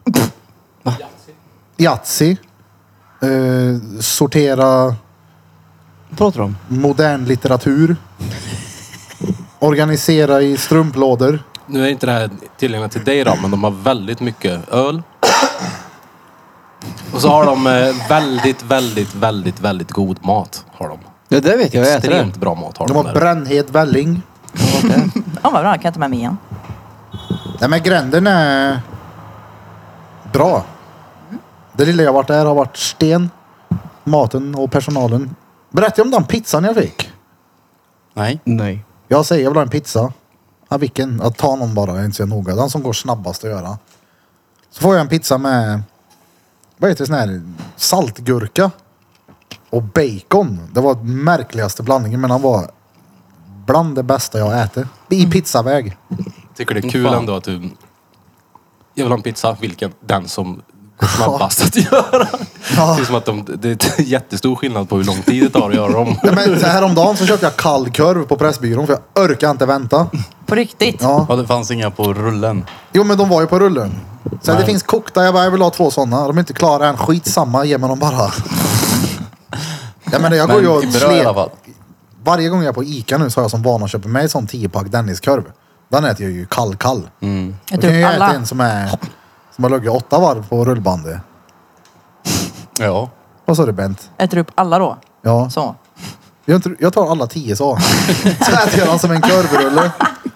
Yatzy. Eh, sortera Vad pratar du om? modern litteratur. Organisera i strumplådor. Nu är inte det här tillgängligt till dig då, men de har väldigt mycket öl. Och så har de eh, väldigt, väldigt, väldigt, väldigt god mat. Har de. Ja det vet jag, jag äter Extremt det. bra mat har De de, har där. brännhet välling. Ja vad bra, kan jag ta med mig igen. Nej, men gränden är bra. Det lilla jag varit där har varit sten. maten och personalen. Berätta om den pizzan jag fick. Nej. Nej. Jag säger jag vill ha en pizza. Ja, vilken? Att ta någon bara, jag är inte så noga. Den som går snabbast att göra. Så får jag en pizza med, vad heter det, sån här saltgurka och bacon. Det var den märkligaste blandningen, men han var bland det bästa jag ätit. I pizzaväg. Tycker det är kul Fan. ändå att du... Jag vill ha en pizza, vilken? Den som går snabbast att göra. Ja. Det är som att de, det är jättestor skillnad på hur lång tid det tar att göra dem. Nej, men så häromdagen så köpte jag kall korv på Pressbyrån för jag orkar inte vänta. På riktigt? Ja. Ja, det fanns inga på rullen. Jo, men de var ju på rullen. Så Nej. det finns kokta, jag bara, jag vill ha två sådana. De är inte klara än, skitsamma, ge mig dem bara. Ja, men jag går ju Men och i bröd i alla slet. fall. Varje gång jag är på Ica nu så har jag som vana att köpa mig en sån tio-pack Denniskorv. Den äter jag ju kall, kall. Mm. Då Jag kan tror jag äta alla. en som är som har legat åtta varv på rullbandet. Ja. Vad sa du, Bent? Äter du upp alla då? Ja. Så. Jag, inte- jag tar alla tio så. Så äter jag den som en korvrulle.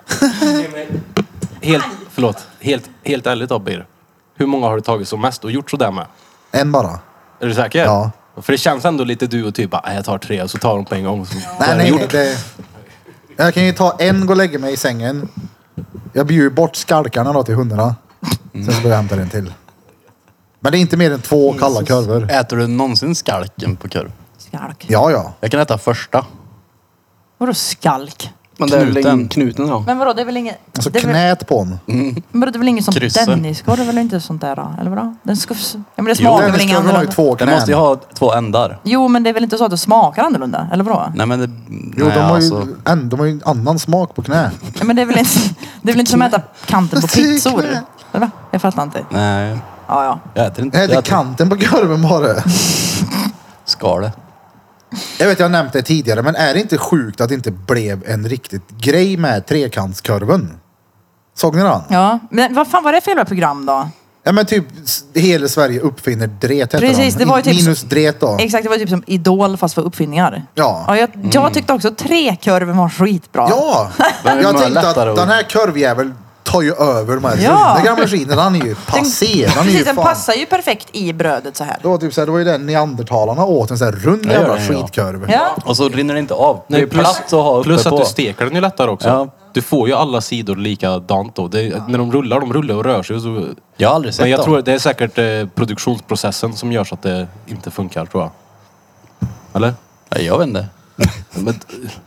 Helt, förlåt. Helt, helt ärligt Abir. Hur många har du tagit som mest och gjort sådär med? En bara. Är du säker? Ja. För det känns ändå lite du och typ bara, "Nej, jag tar tre och så tar de på en gång. Så Nej, är det nej, gjort. nej. Det... Jag kan ju ta en, gå och lägga mig i sängen. Jag bjuder bort skalkarna då till hundra. Sen så går jag hämta en till. Men det är inte mer än två kalla korvar. Äter du någonsin skalken på korv? Skalk. Ja, ja. Jag kan äta första. Vadå skalk? Men det är väl Knuten. ingen- knuten ja. Men vadå, det är väl inget... Alltså det är väl, knät på en. men vadå, det är väl inget sånt Krysser. Denniskorv? Det är väl inte sånt där då? Eller vadå? Den ska... Ja, men det Jo, smakar väl inget Denniskorven har ju annorlunda? två Den knän. måste ju ha två ändar. Jo, men det är väl inte så att det smakar annorlunda? Eller vadå? Nej men det... Jo, nej, de har, ju, alltså, en, de har ju en annan smak på knä. Ja, men det är väl inte, det är väl inte som att äta kanten på pizzor? Eller va? Jag fattar inte. Nej, Ja, ja. jag äter inte. Nej, det är jag äter kanten på korven bara. skalet. Jag vet, jag har nämnt det tidigare, men är det inte sjukt att det inte blev en riktigt grej med trekantskorven? Såg ni den? Ja, men vad fan var det för jävla program då? Ja, men typ s- hela Sverige uppfinner dret heter Precis, de. det var ju typ Minus dret då. Exakt, det var typ som Idol fast för uppfinningar. Ja. Ja, jag, jag tyckte också trekorven var skitbra. Ja! Den är Jag bara tänkte lättare att att- den här korvjäveln tar ju över de här Ja. runda gamla maskinen. Han är ju passé. Den, är ju Precis, den fan... passar ju perfekt i brödet så här. Det var typ så här, det var ju den neandertalarna åt, en sån här rund Jag gör jävla det, ja. skitkorv. Ja. Och så rinner det inte av. Det är Nej, ju plus, platt att ha uppe plus att på. du steker den ju lättare också. Ja. Du får ju alla sidor likadant då. Det, när de rullar, de rullar och rör sig. Och så, Jag har aldrig sett men jag dem. tror det är säkert eh, produktionsprocessen som gör så att det inte funkar, tror jag. Eller? Nej, jag vet inte. Men,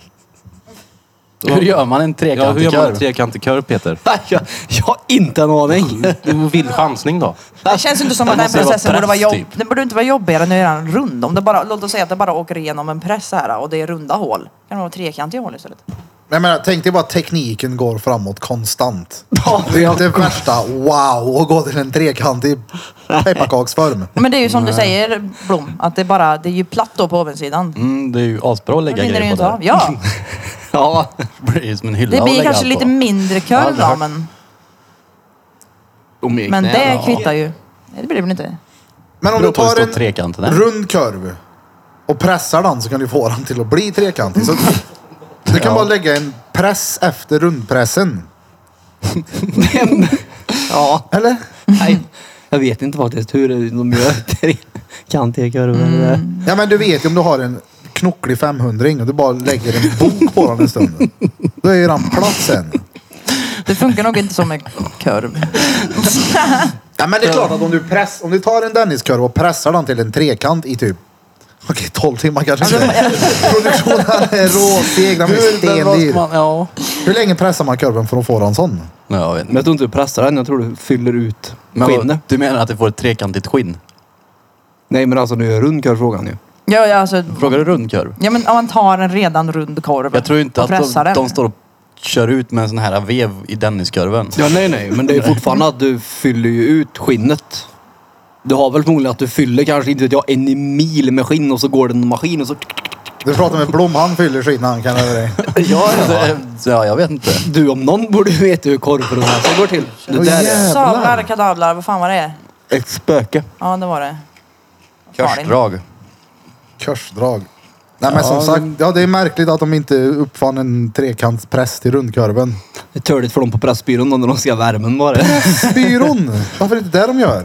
Hur gör man en ja, hur trekantig gör man en korv? trekantig korv, Peter? Nej, jag, jag har inte en aning. Det var vild chansning då. Det känns inte som att Det den måste ju vara processen borde vara press, jobb. typ. Den borde inte vara jobbigare än att göra en rund. Om det bara, låt oss säga att det bara åker igenom en press här och det är runda hål. Kan det vara trekantiga hål istället? Men jag menar, tänk dig bara att tekniken går framåt konstant. Ja, Det är inte värsta wow och gå till en trekantig pepparkaksform. Men det är ju som du säger Blom, att det är bara, det är ju platt då på ovensidan. Mm, det är ju asbra att Då lägga rinner det ju grejer inte på av. där. Ja, Ja, det blir ju som en hylla det att blir lägga kanske allt lite på. mindre korv Aldrig då, hört. men, Och med men knä, det ja. kvittar ju. Nej, det blir det väl inte. Men om Beror du på hur tar stor en trekanten är. rund korv och pressar den så kan du få den till att bli trekantig. Så du kan bara lägga en press efter rundpressen. Ja, Eller? nej. Jag vet inte faktiskt hur de gör trekantiga korvar. Ja, men du vet ju om du har en knocklig femhundring och du bara lägger en bok på den en stund. Då är ju den platt sen. Det funkar nog inte som en korv. Ja, men det är klart att om du, press, om du tar en Denniskorv och pressar den till en trekant i typ okej, tolv timmar kanske inte. Produktionen är råseg, den är stendyr. Ja. Hur länge pressar man korven för att få den sån? Nej, jag vet Men inte. jag tror inte du pressar den, jag tror du fyller ut Men vad- skinnet. du menar att du får ett trekantigt skinn? Nej men alltså nu är rund korv frågan ju. Ja, ja, alltså, Frågar du rundkorv? ja, men om man tar en redan rund korv Jag tror inte och att de, pressar den. de står och kör ut med en sån här vev i Denniskorven. Ja nej nej, men det är fortfarande att du fyller ju ut skinnet. Du har väl förmodligen att du fyller kanske inte vet jag, en mil med skinn och så går det en maskin och så... Du pratar med Blom, han fyller skinn han kan över dig. Ja, ja. Ja, jag vet inte. Du om någon borde veta hur korvprocessen går till. Det Åh, där är jävlar. Sablar, kadavlar, vad fan var det? ett spöke. Ja, det var det. Malin. Körsdrag. Kursdrag. Nej, men Ja, som sagt, men- ja, det är märkligt att de inte uppfann en trekantspress till rundkorven. Det är törligt för dem på Pressbyrån när de ska ha värmen bara. Byrån! Varför är det det de gör?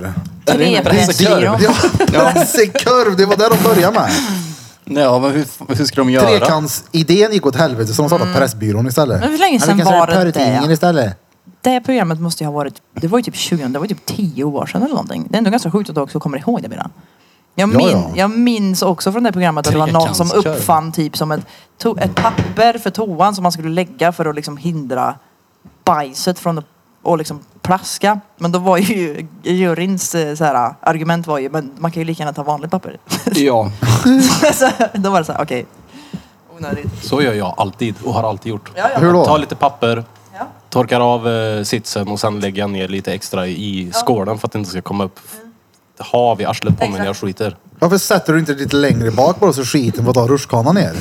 Trepressgyron. Ja, pressekurv, det var där de började med. Ja, men hur, hur ska de göra? Trekantsidén gick åt helvete så de startade Pressbyrån istället. Men hur länge sedan vi kan var säga det Porrtidningen det? istället. Det programmet måste ju ha varit, det var ju typ tjugo, det var ju typ tio år sedan eller någonting. Det är ändå ganska sjukt att du också kommer ihåg det bara. Jag, min, Ja, ja. jag minns också från det programmet att det var någon som Trekantskör. uppfann typ som ett, to, ett papper för toan som man skulle lägga för att liksom hindra bajset från att och liksom plaska. Men då var ju juryns eh, så här, argument var ju, men man kan ju lika gärna ta vanligt papper. Ja. Så, då var det så här, okej. Onödigt. Så gör jag alltid och har alltid gjort. Ja, ja. Hur då? Ta lite papper, Ja. torkar av eh, sitsen och sen lägger jag ner lite extra i skålen för att det inte ska komma upp hav i arslet på mig när jag skiter. Varför sätter du inte lite längre bak bara så skiten får ta rutschkanan ner?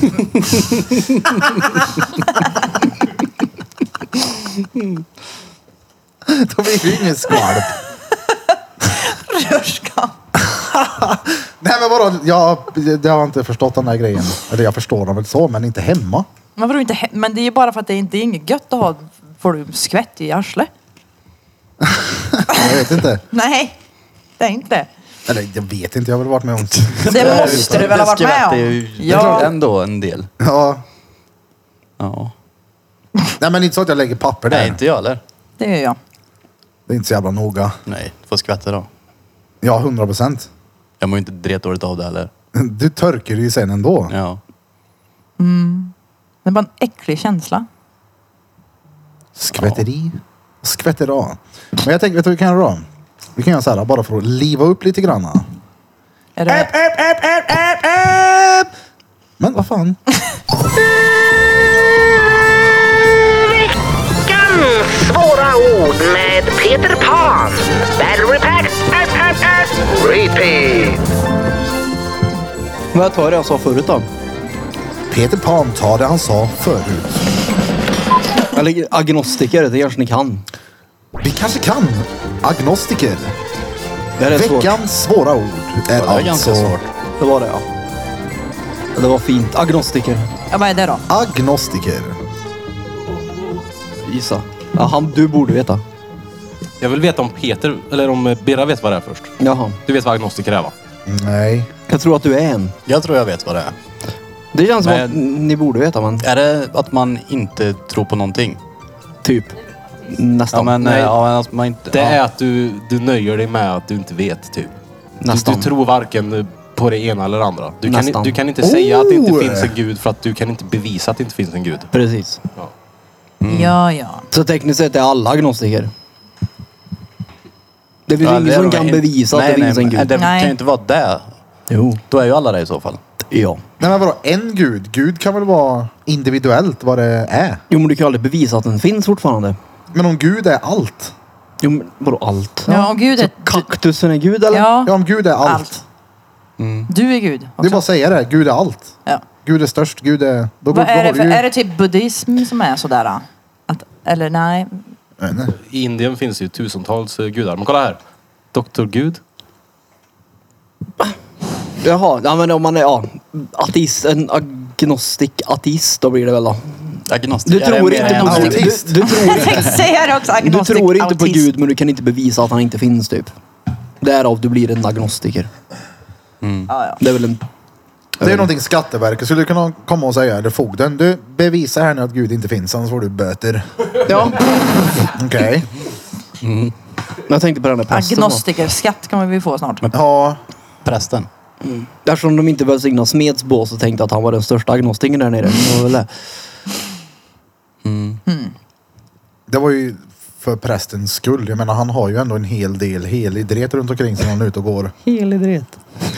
Då blir det ju ingen skvalp. Rörskan. Nej men vadå, jag, jag har inte förstått den där grejen. Eller jag förstår den väl så, men inte hemma. Man får inte, he- men det är ju bara för att det inte är inget gött att ha, får du skvätt i arslet? Jag vet inte. Nej, det är inte det. Eller jag vet inte, jag har väl varit med om... Det måste du väl ha varit med skvätt om? är ju Ja. ändå en del. Ja. Ja. Nej men inte så att jag lägger papper där. Nej, inte jag heller. Det gör jag. Det är inte så jävla noga. Nej, får skvätta då. Ja, hundra procent. Jag mår ju inte dretdåligt av det heller. Du törker ju sen ändå. Ja. Det är bara en äcklig känsla. Skvätteri. Skvättera. Men jag tänker, vet du vad vi kan göra då? Vi kan göra så här bara för att liva upp lite grann. Är det... Men vad fan? Veckans svåra ord med Peter Pan. Battery pack. Repeat. Men jag tar det jag sa förut då. Peter Pan tar det han sa förut. Eller agnostiker, det kanske ni kan. Vi kanske kan. Agnostiker. Det här är svårt. Veckans svåra ord är, Det är alltså ganska svårt. Det var det ja. Det var fint. Agnostiker. Ja, vad är det då? agnostiker. Gissa. Ja, han, du borde veta. Jag vill veta om Peter, eller om Birra vet vad det är först. Jaha. Du vet vad agnostiker är va? Nej. Jag tror att du är en. Jag tror jag vet vad det är. Det känns som Men- att ni borde veta, men Är det att man inte tror på någonting? typ. Nästan. Ja, men, Nej. ja, men att man inte... Det ja. är att du, du nöjer dig med att du inte vet typ. Du, Nästan. du tror varken på det ena eller det andra. Du kan, Nästan. du kan inte säga att det inte Oh! finns en gud för att du kan inte bevisa att det inte finns en gud. Precis. Ja, ja. Så tekniskt sett är alla agnostiker. Det finns Ja, ingen det är som de kan inte- bevisa att nej, det finns nej, en men gud. Det Nej. kan ju inte vara det. Jo. Då är ju alla det i så fall. Ja. Nej men vadå, en gud? Gud kan väl vara individuellt vad det är. Jo, men du kan aldrig bevisa att den finns fortfarande. Men om Gud är allt. Jo, men vadå allt? Ja, och Gud Så är... kaktusen är gud eller? Ja, Ja, om Gud är allt. allt. Du är Gud Det är också. bara att säga det. Gud är allt. Ja. Gud är störst. Gud är... Då, Vad då är det har för, du ju... är det typ buddhism som är sådär? Att, eller nej? Nej, nej. I Indien finns ju tusentals eh, gudar. Men kolla här. doktor Gud. Jaha, ja, men om man är ja, ateist, en agnostik ateist, då blir det väl då. Agnostiker. Du tror inte på en Gud. autist. Du, du tror, Jag tänkte säga det också. du Agnostic, tror inte på autist. Gud, men du kan inte bevisa att han inte finns typ. Därav du blir en agnostiker. Ja, ja. Det är väl en... Det är någonting Skatteverket skulle kunna komma och säga, eller fogden. Du bevisar här nu att Gud inte finns, annars får du böter. Ja. Okej. Men jag tänkte på den där prästen. va? Agnostikerskatt kommer vi få snart. Ja. Prästen. Eftersom de inte välsignade Smedsbås så tänkte jag att han var den största agnostikern där nere. Det var väl det. Det var ju för prästens skull. Jag menar, han har ju ändå en hel del helig dret runt omkring sig när han är ute och går. Helig dret.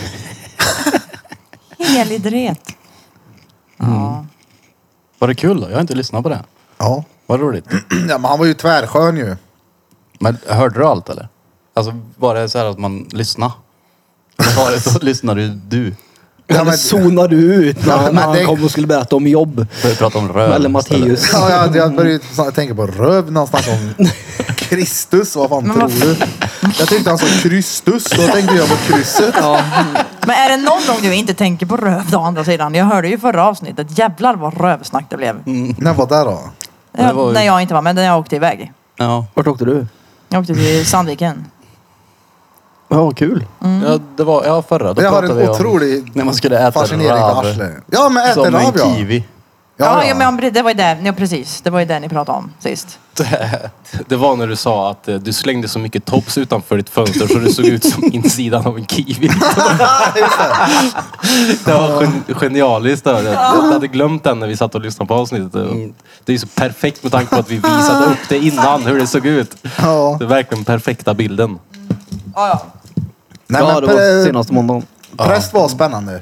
Helig dret. Ja. Var det kul då? Jag har inte lyssnat på det. Ja. Var det roligt? Ja, men han var ju tvärskön ju. Men hörde du allt eller? Alltså var det så här att man lyssnade? Eller var det så lyssnade du? du? Eller Ja, men- zonar du ut när, Ja, men när han det- kom och skulle berätta om jobb? Började prata om röv. Eller istället. Matteus. Ja, jag, jag började ju tänka på röv när han snackade om Kristus. Vad fan Men tror vad du? Jag tyckte han sa Kristus. Då tänkte jag på krysset. Men är det någon gång du inte tänker på röv då, å andra sidan? Jag hörde ju förra avsnittet. Jävlar vad rövsnack det blev. När var det då? Ja, Det var ju- När jag inte var med, när jag åkte iväg. Ja. Vart åkte du? Jag åkte till Sandviken. Ja, kul. Ja, det var, ja förra. Då Jag har pratade en vi om- otrolig När man skulle äta fascinering på rav. arslet. Ja, men äta Som en rav ja. kiwi. Ja, ja, men det var ju det, ja, precis. Det var ju det ni pratade om sist. Det var när du sa att eh, du slängde så mycket tops utanför ditt fönster så det såg ut som insidan av en kiwi. Det var gen genialiskt. Där. Jag hade glömt den när vi satt och lyssnade på avsnittet. Mm. Det är så perfekt med tanke på att vi visade upp det innan, hur det såg ut. Ja. Det är verkligen perfekta bilden. Ja, ja. Nej, Ja, men det var pre- senaste måndagen. präst var spännande.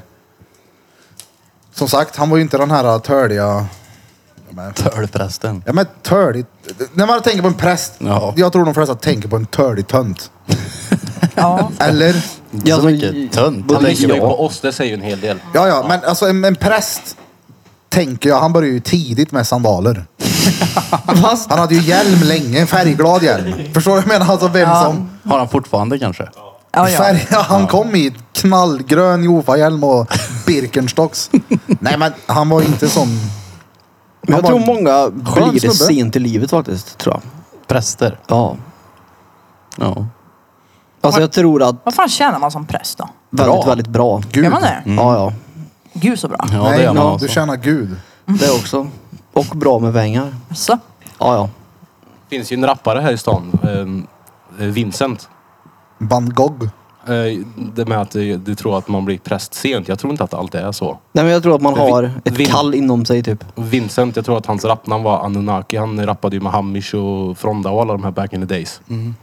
Som sagt, han var ju inte den här tördiga... Tölprästen. Ja men tördigt. När man tänker på en präst, Ja. jag tror de flesta tänker på en tördig tönt. Ja. Eller? Inte så mycket tönt. Han Både tänker ju ja. på oss, det säger ju en hel del. Ja, ja, men alltså en, en präst tänker jag, han började ju tidigt med sandaler. Han hade ju hjälm länge, en färgglad hjälm. Förstår du vad jag menar? Alltså vem Ja. som... Har han fortfarande kanske? Ja, ja. Färg, ja, han kom i knallgrön Jofa-hjälm och Birkenstocks. Nej men han var inte sån... Men jag var tror en många skön blir det snubbe. sent i livet faktiskt, tror jag. Präster? Ja. Ja. Alltså jag tror att Vad fan tjänar man som präst då? väldigt, Bra. väldigt bra. Gud. Gör man det? Ja, ja. Gud så bra. Ja, Nej, det gör man ja, också. du tjänar Gud. Det också. Och bra med pengar. Så. Ja, ja. Det finns ju en rappare här i stan, eh, Vincent. Van Gogh. Eh, Det med att du, du tror att man blir präst sent. Jag tror inte att det alltid är så. Nej, men jag tror att man Men vi- har ett vi- kall inom sig typ. Vincent, jag tror att hans rapnamn var Anunnaki. Han rappade ju med Hamish och Fronda och alla de här back in the days.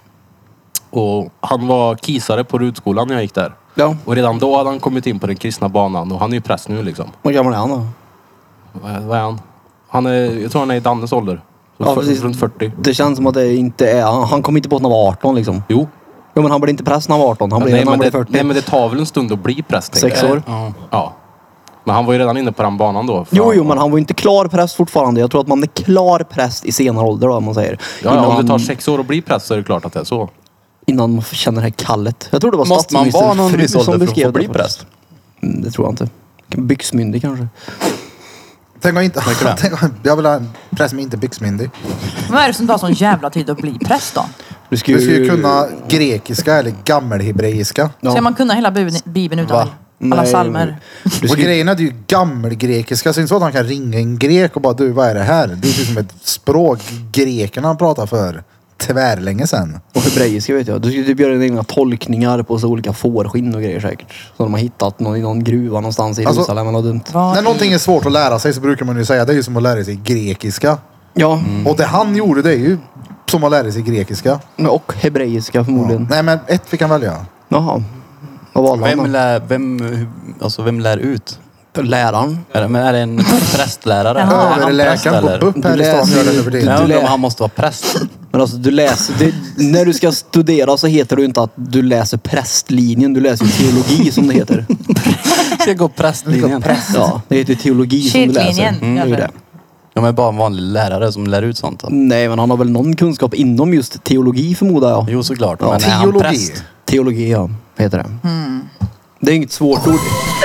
Och han var kisare på Rudskolan när jag gick där. Ja. Och redan då hade han kommit in på den kristna banan. Och han är ju präst nu liksom. Vad gammal är han då? Vad är, vad är han? Han är, jag tror han är i Dannes ålder. Ja, Runt, precis. runt fyrtio. Det känns som att det inte är... Han, han kom inte på att han var arton liksom. Jo. Jo, men han blev inte präst när han var arton. Han blev nej, när han men blev det, fyrtio. nej men det tar väl en stund att bli präst. tänker Sex jag. år. Ja. Ja. Men han var ju redan inne på den banan då. Jo, jo, men han var ju inte klar präst fortfarande. Jag tror att man är klar präst i senare ålder då, om man säger. Ja, innan, om det tar man, sex år att bli präst så är det klart att det är så. innan man känner det här kallet. Jag tror det var Måste man statsminister vara någon fru viss som ålder för att beskrev få bli det. präst? Mm, det tror jag inte. Byxmyndig kanske. Tänk om inte... Verkar det? Tänk om, jag vill ha en präst som inte är byxmyndig. Vad är det som tar sån jävla tid att bli präst då? Du ska Du ska ju kunna grekiska eller gammelhebreiska. Ja. Ska man kunna hela bu- bibeln utan Va? alla Nej, psalmer? Du Och ska, grejen är det är ju gammelgrekiska, så det är inte så att han kan ringa en grek och bara du, vad är det här? Det är ju som ett språk grekerna pratar för tvärlänge sedan. och hebreiska vet jag. Du ska typ göra dina egna tolkningar på så olika fårskinn och grejer säkert. Så de har hittat någon i någon gruva någonstans i Alltså- Jerusalem eller något dumt. Vad När i- någonting är svårt att lära sig så brukar man ju säga det är ju som att lära sig grekiska. Ja, Och det han gjorde det är ju som att lära sig grekiska. och hebreiska förmodligen. Nej men ett fick han välja. Jaha. Vad valde han Vem då? lär, vem, alltså vem lär ut? Läraren. Är det, men är det en prästlärare? Jaha. Är han präst, Överläkaren eller? på B U P här Du i stan läser gör det ju- nu för du- tiden. Jag undrar lä- om han måste vara präst. Men alltså du läser, det, när du ska studera så heter det ju inte att du läser prästlinjen, du läser ju teologi som det heter. Ska gå prästlinjen. Ja, det heter ju teologi som du läser. Kyrklinjen, Mm, det är ju eller? det. Ja, men bara en vanlig lärare som lär ut sånt. Då. Nej, men han har väl någon kunskap inom just teologi förmodar jag. Jo, såklart. Ja. Men är han Teologi. präst? Teologi, ja. Heter det. Mm. Det är inget svårt ord.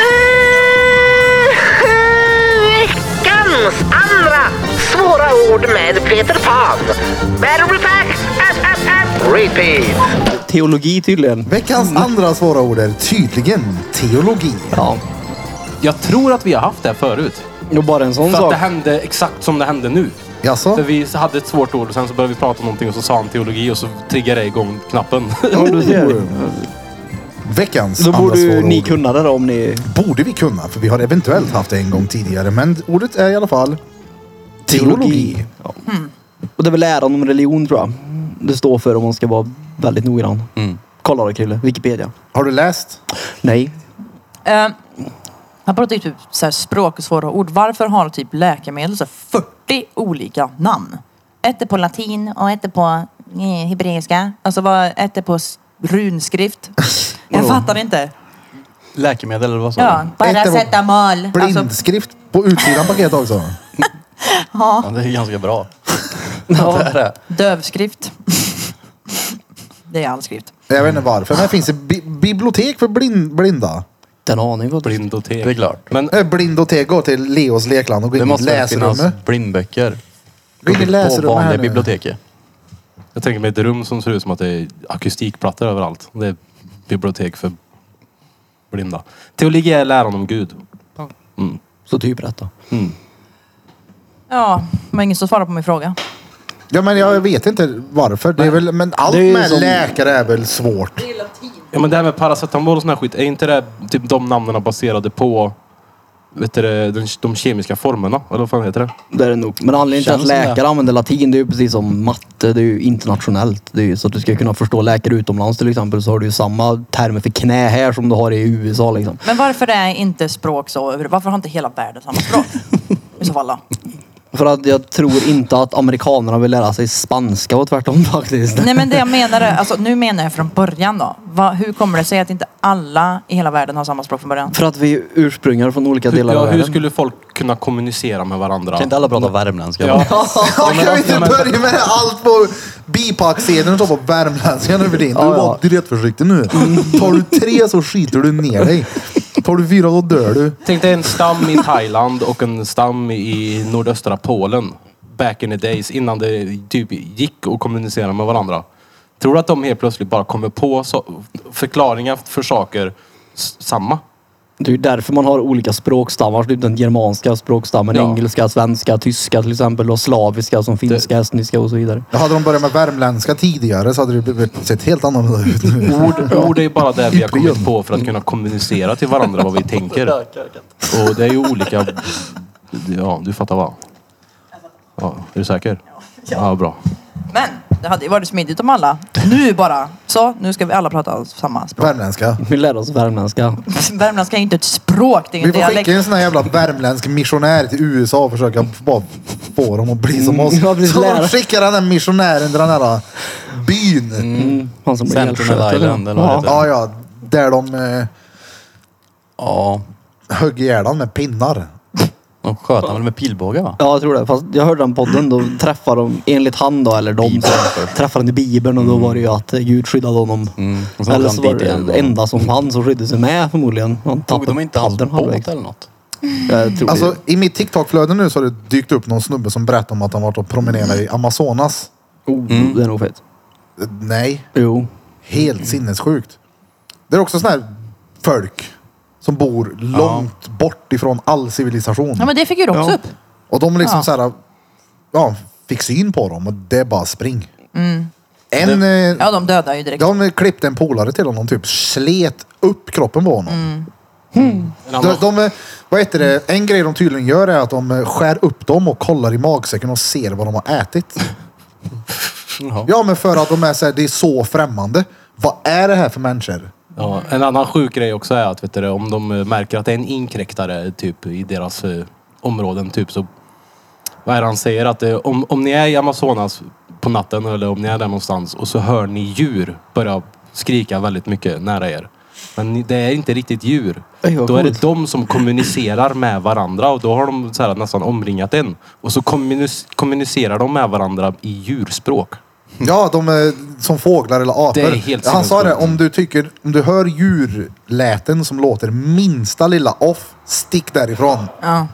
Veckans andra svåra ord med Peter Pan. Battery pack, app, app, app, repeat. Teologi tydligen. Veckans andra svåra ord är tydligen teologi. Ja. Jag tror att vi har haft det förut. Och bara en sån För att sak. det hände exakt som det hände nu. Jaså? För vi hade ett svårt ord och sen så började vi prata om någonting och så sa han teologi och så triggade det igång knappen. Ja, du ser. Veckans Då andra borde ju svåra ni ord. kunna det då om ni... Borde vi kunna, för vi har eventuellt haft det en gång tidigare. Men ordet är i alla fall teologi. Ja. Och det är väl läran om religion tror jag. Det står för om man ska vara väldigt noggrann. Mm. Kolla då Krille, Wikipedia. Har du läst? Nej. Eh, Han pratar ju typ så här språk och svåra ord. Varför har typ läkemedel så här fyrtio olika namn? Ett är på latin och ett är på eh, hebreiska. Alltså vad, ett är på s- runskrift. Jag fattar inte. Läkemedel eller vad sa Ja, du? paracetamol. Alltså, Blindskrift på utsidan paket också. Ja, det är ganska bra. Ja. Det är det. dövskrift. Det är all skrift. Jag vet inte varför, men det finns ett bi bibliotek för blind blinda. Den aning vad Blindotek. Det är klart. Men Äh, Blindotek, gå till Leos lekland och gå Det in i måste väl finnas läsrummet. blindböcker. Gå in i På läsrummet här vanliga nu. biblioteket. jag tänker mig ett rum som ser ut som att det är akustikplattor överallt. Det är bibliotek för blinda. Teologi är läran om Gud. Mm. Så typ rätt då. Mm. Ja, men ingen som svarar på min fråga. Ja, men jag vet inte varför. Det är väl, men allt det är ju med som- läkare är väl svårt. Ja, men det här med paracetamol och sån här skit, är inte det typ de namnen baserade på vet du, det, de, de kemiska formerna? Eller vad fan heter det? Det är det nog. Men anledningen till att Känns som det. läkare använder latin, det är ju precis som matte. Det är ju internationellt. Det är ju så att du ska kunna förstå läkare utomlands till exempel, så har du ju samma termer för knä här som du har i U S A liksom. Men varför är inte språk så över? Varför har inte hela världen samma språk? I så fall då. För att jag tror inte att amerikanerna vill lära sig spanska och tvärtom faktiskt. Nej, men det jag menar är, alltså nu menar jag från början då. Va, hur kommer det sig att inte alla i hela världen har samma språk från början? För att vi är ursprungliga från olika Hur, delar ja, av hur världen. skulle folk kunna kommunicera med varandra? Kan inte alla prata värmländska? Ja. Ja, kan vi inte börja med allt på bipacksedeln och så på värmländska nu för din? Du Ja, var ja. direkt försiktig nu. Tar du tre så skiter du ner dig. Tar du fyra då dör du. Tänk dig en stam i Thailand och en stam i nordöstra Polen. Back in the days, innan det typ gick att kommunicera med varandra. Tror du att de helt plötsligt bara kommer på så, förklaringar för saker s- samma? Det är ju därför man har olika språkstammar. Typ den germanska språkstammen, Ja. engelska, svenska, tyska till exempel. Och slaviska som finska, estniska och så vidare. Ja, hade de börjat med värmländska tidigare så hade det blivit- sett helt annorlunda ut nu. Ord, ord är ju bara det vi har Hyperion. kommit på för att kunna kommunicera till varandra vad vi tänker. Och det är ju olika... Ja, du fattar vad? Ja, är du säker? Ja, bra. Men det hade ju varit smidigt om alla nu bara. Så, nu ska vi alla prata samma språk. Värmländska. Vi lär oss värmländska. Värmländska är inte ett språk, det är Vi en får dialekt. skicka en sån här jävla värmländsk missionär till U S A och försöka bara få dem att bli som oss. Ja, precis, Så de lära. skickar den här missionären till den här byn. Mm. Han som blir Sentinel hjälpsköt, Island, eller vad ja. heter det? Ja, ja. Där de eh, Ja. högg ihjäl den med pinnar. De sköt han väl med pilbåge va? Ja, jag tror det. Fast jag hörde den podden. Då träffade de, enligt han då, eller de, Bibeln först. träffade han i Bibeln och då var det ju att Gud skyddade honom. Mm. Och sen Eller åkte så han var dit det igen. det enda som fanns som skydde sig med förmodligen. Han Tog tappade de inte hans paddeln halvvägs. båt eller något? Jag tror Alltså det. i mitt TikTok-flöde nu så har det dykt upp någon snubbe som berättar om att han varit och promenerat i Amazonas. Oh, det är nog fett. Eh, Nej, Jo. helt sinnessjukt. Det är också sån här folk som bor långt bort ifrån all civilisation. Ja, men det fick ju du också Ja. upp. Och de liksom Ja. så här, ja, fick syn på dem och det är bara spring. En, eh, Ja, de dödar ju direkt. de klippte en polare till honom, typ slet upp kroppen på honom. En De, annan, de, eh, vad heter det? En grej de tydligen gör är att de eh, skär upp dem och kollar i magsäcken och ser vad de har ätit. Jaha. Ja, men för att de är så här, det är så främmande. Vad är det här för människor? ja, en annan sjuk grej också är att vet du, om de eh, märker att det är en inkräktare typ, i deras eh, områden typ så... Vad är det han säger? Att eh, om, om ni är i Amazonas på natten eller om ni är där någonstans och så hör ni djur börja skrika väldigt mycket nära er. Men ni- det är inte riktigt djur. Oj, vad Då är det coolt. de som kommunicerar med varandra och då har de så här nästan omringat en. Och så kommunic- kommunicerar de med varandra i djurspråk. Ja, de är som fåglar eller apor. Det är helt Han sa det, sinnessjukt. om du tycker, om du hör djurläten som låter minsta lilla off, stick därifrån. Ja.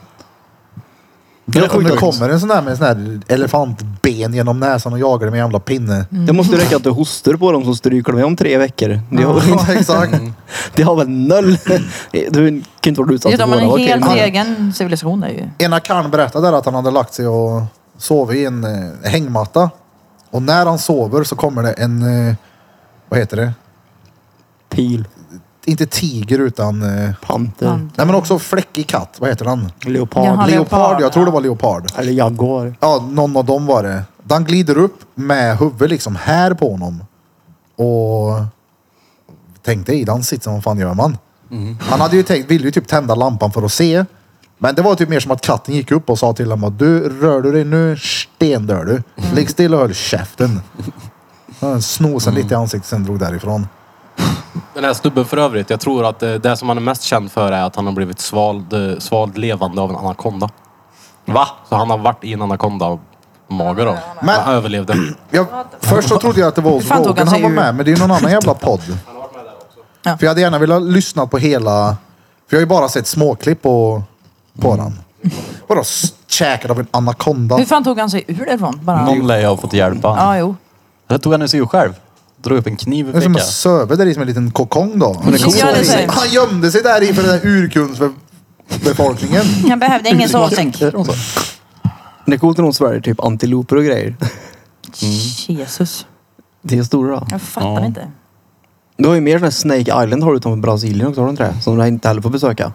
Det är Om sjukt det att- kommer en sån där med sån här elefantben genom näsan och jagar det med en jävla pinne. Det måste ju räcka att du hostar på dem så stryker de med om tre veckor. Det har, Ja, exakt. det har väl noll. Du kan inte vara utsatt Just för det, man våra är helt okej. egen civilisation är ju. Ena karln berättade där att han hade lagt sig och sovit i en eh, hängmatta. Och när han sover så kommer det en, eh, vad heter det? Pil, Inte tiger utan, eh, panter, Pan- nej men också fläckig katt. Vad heter han? leopard Jaha. Leopard, leopard, jag tror det ja. var leopard. eller jaguar. Ja, någon av dem var det. Den glider upp med huvudet liksom här på honom. Och tänk dig, den sitsen, vad fan gör man? Han hade ju tänkt, ville ju typ tända lampan för att se. Men det var typ mer som att katten gick upp och sa till honom att du, rör du dig nu, stendör du. Ligg still och håll käften. Han snosade lite i ansiktet, sen drog därifrån. Den här snubben för övrigt, jag tror att eh, det som han är mest känd för är att han har blivit svald, eh, svald levande av en anakonda. Va? Så han har varit i en anakonda-mage då. Men- Han överlevde. Jag, först så trodde jag att det var hos fan tog Rogan han han sig var ur? med, men det är någon annan jävla podd. Ja. För jag hade gärna velat lyssna på hela, för jag har ju bara sett småklipp på, på den. Vadå, s- käkad av en anakonda? Hur fan tog han sig ur därifrån? Bara... Någon lär ju ha fått hjälpa Ja, han. jo. Det tog han sig ur själv. Dra upp en kniv i Det är som en fickan. söve där i som en liten kokong då. Men det är Ja, det är så. Han gömde sig där i för den där urkundsbefolkningen. Jag behövde ingen sovsäck. Det är coolt när de svärjer typ antiloper och grejer. Jesus. Det är stora då. Jag fattar Ja. inte. Du har ju mer sån här Snake Island har du utanför Brasilien också, har du inte det? Som du inte heller får besöka.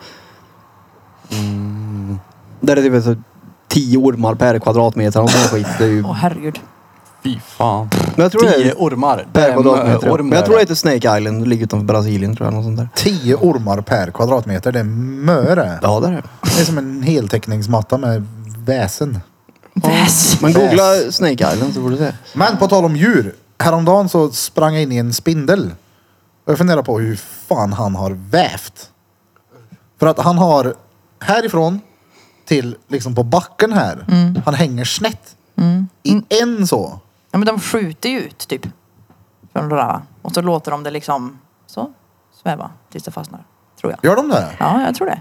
Mm. Där är det typ så tio ormar per kvadratmeter och sån här skit. Det är ju... Åh herregud. Fy fan. Men jag tror det Tio är ormar. per kvadratmeter. orm Men jag där. tror det heter Snake Island. Det ligger utanför Brasilien tror jag. Något sånt där. Tio ormar per kvadratmeter. Det är möre. Ja, det är det. Det är som en heltäckningsmatta med väsen. Väs. Men googla Snake Island så får du se. Men på tal om djur. Häromdagen så sprang jag in i en spindel. Och jag funderar på hur fan han har vävt. För att han har härifrån till liksom på backen här. Han hänger snett. I en så. Ja, men de skjuter ju ut typ. Från det där. Och så låter de det liksom så sväva tills det fastnar. Tror jag. Gör de det? Ja, jag tror det.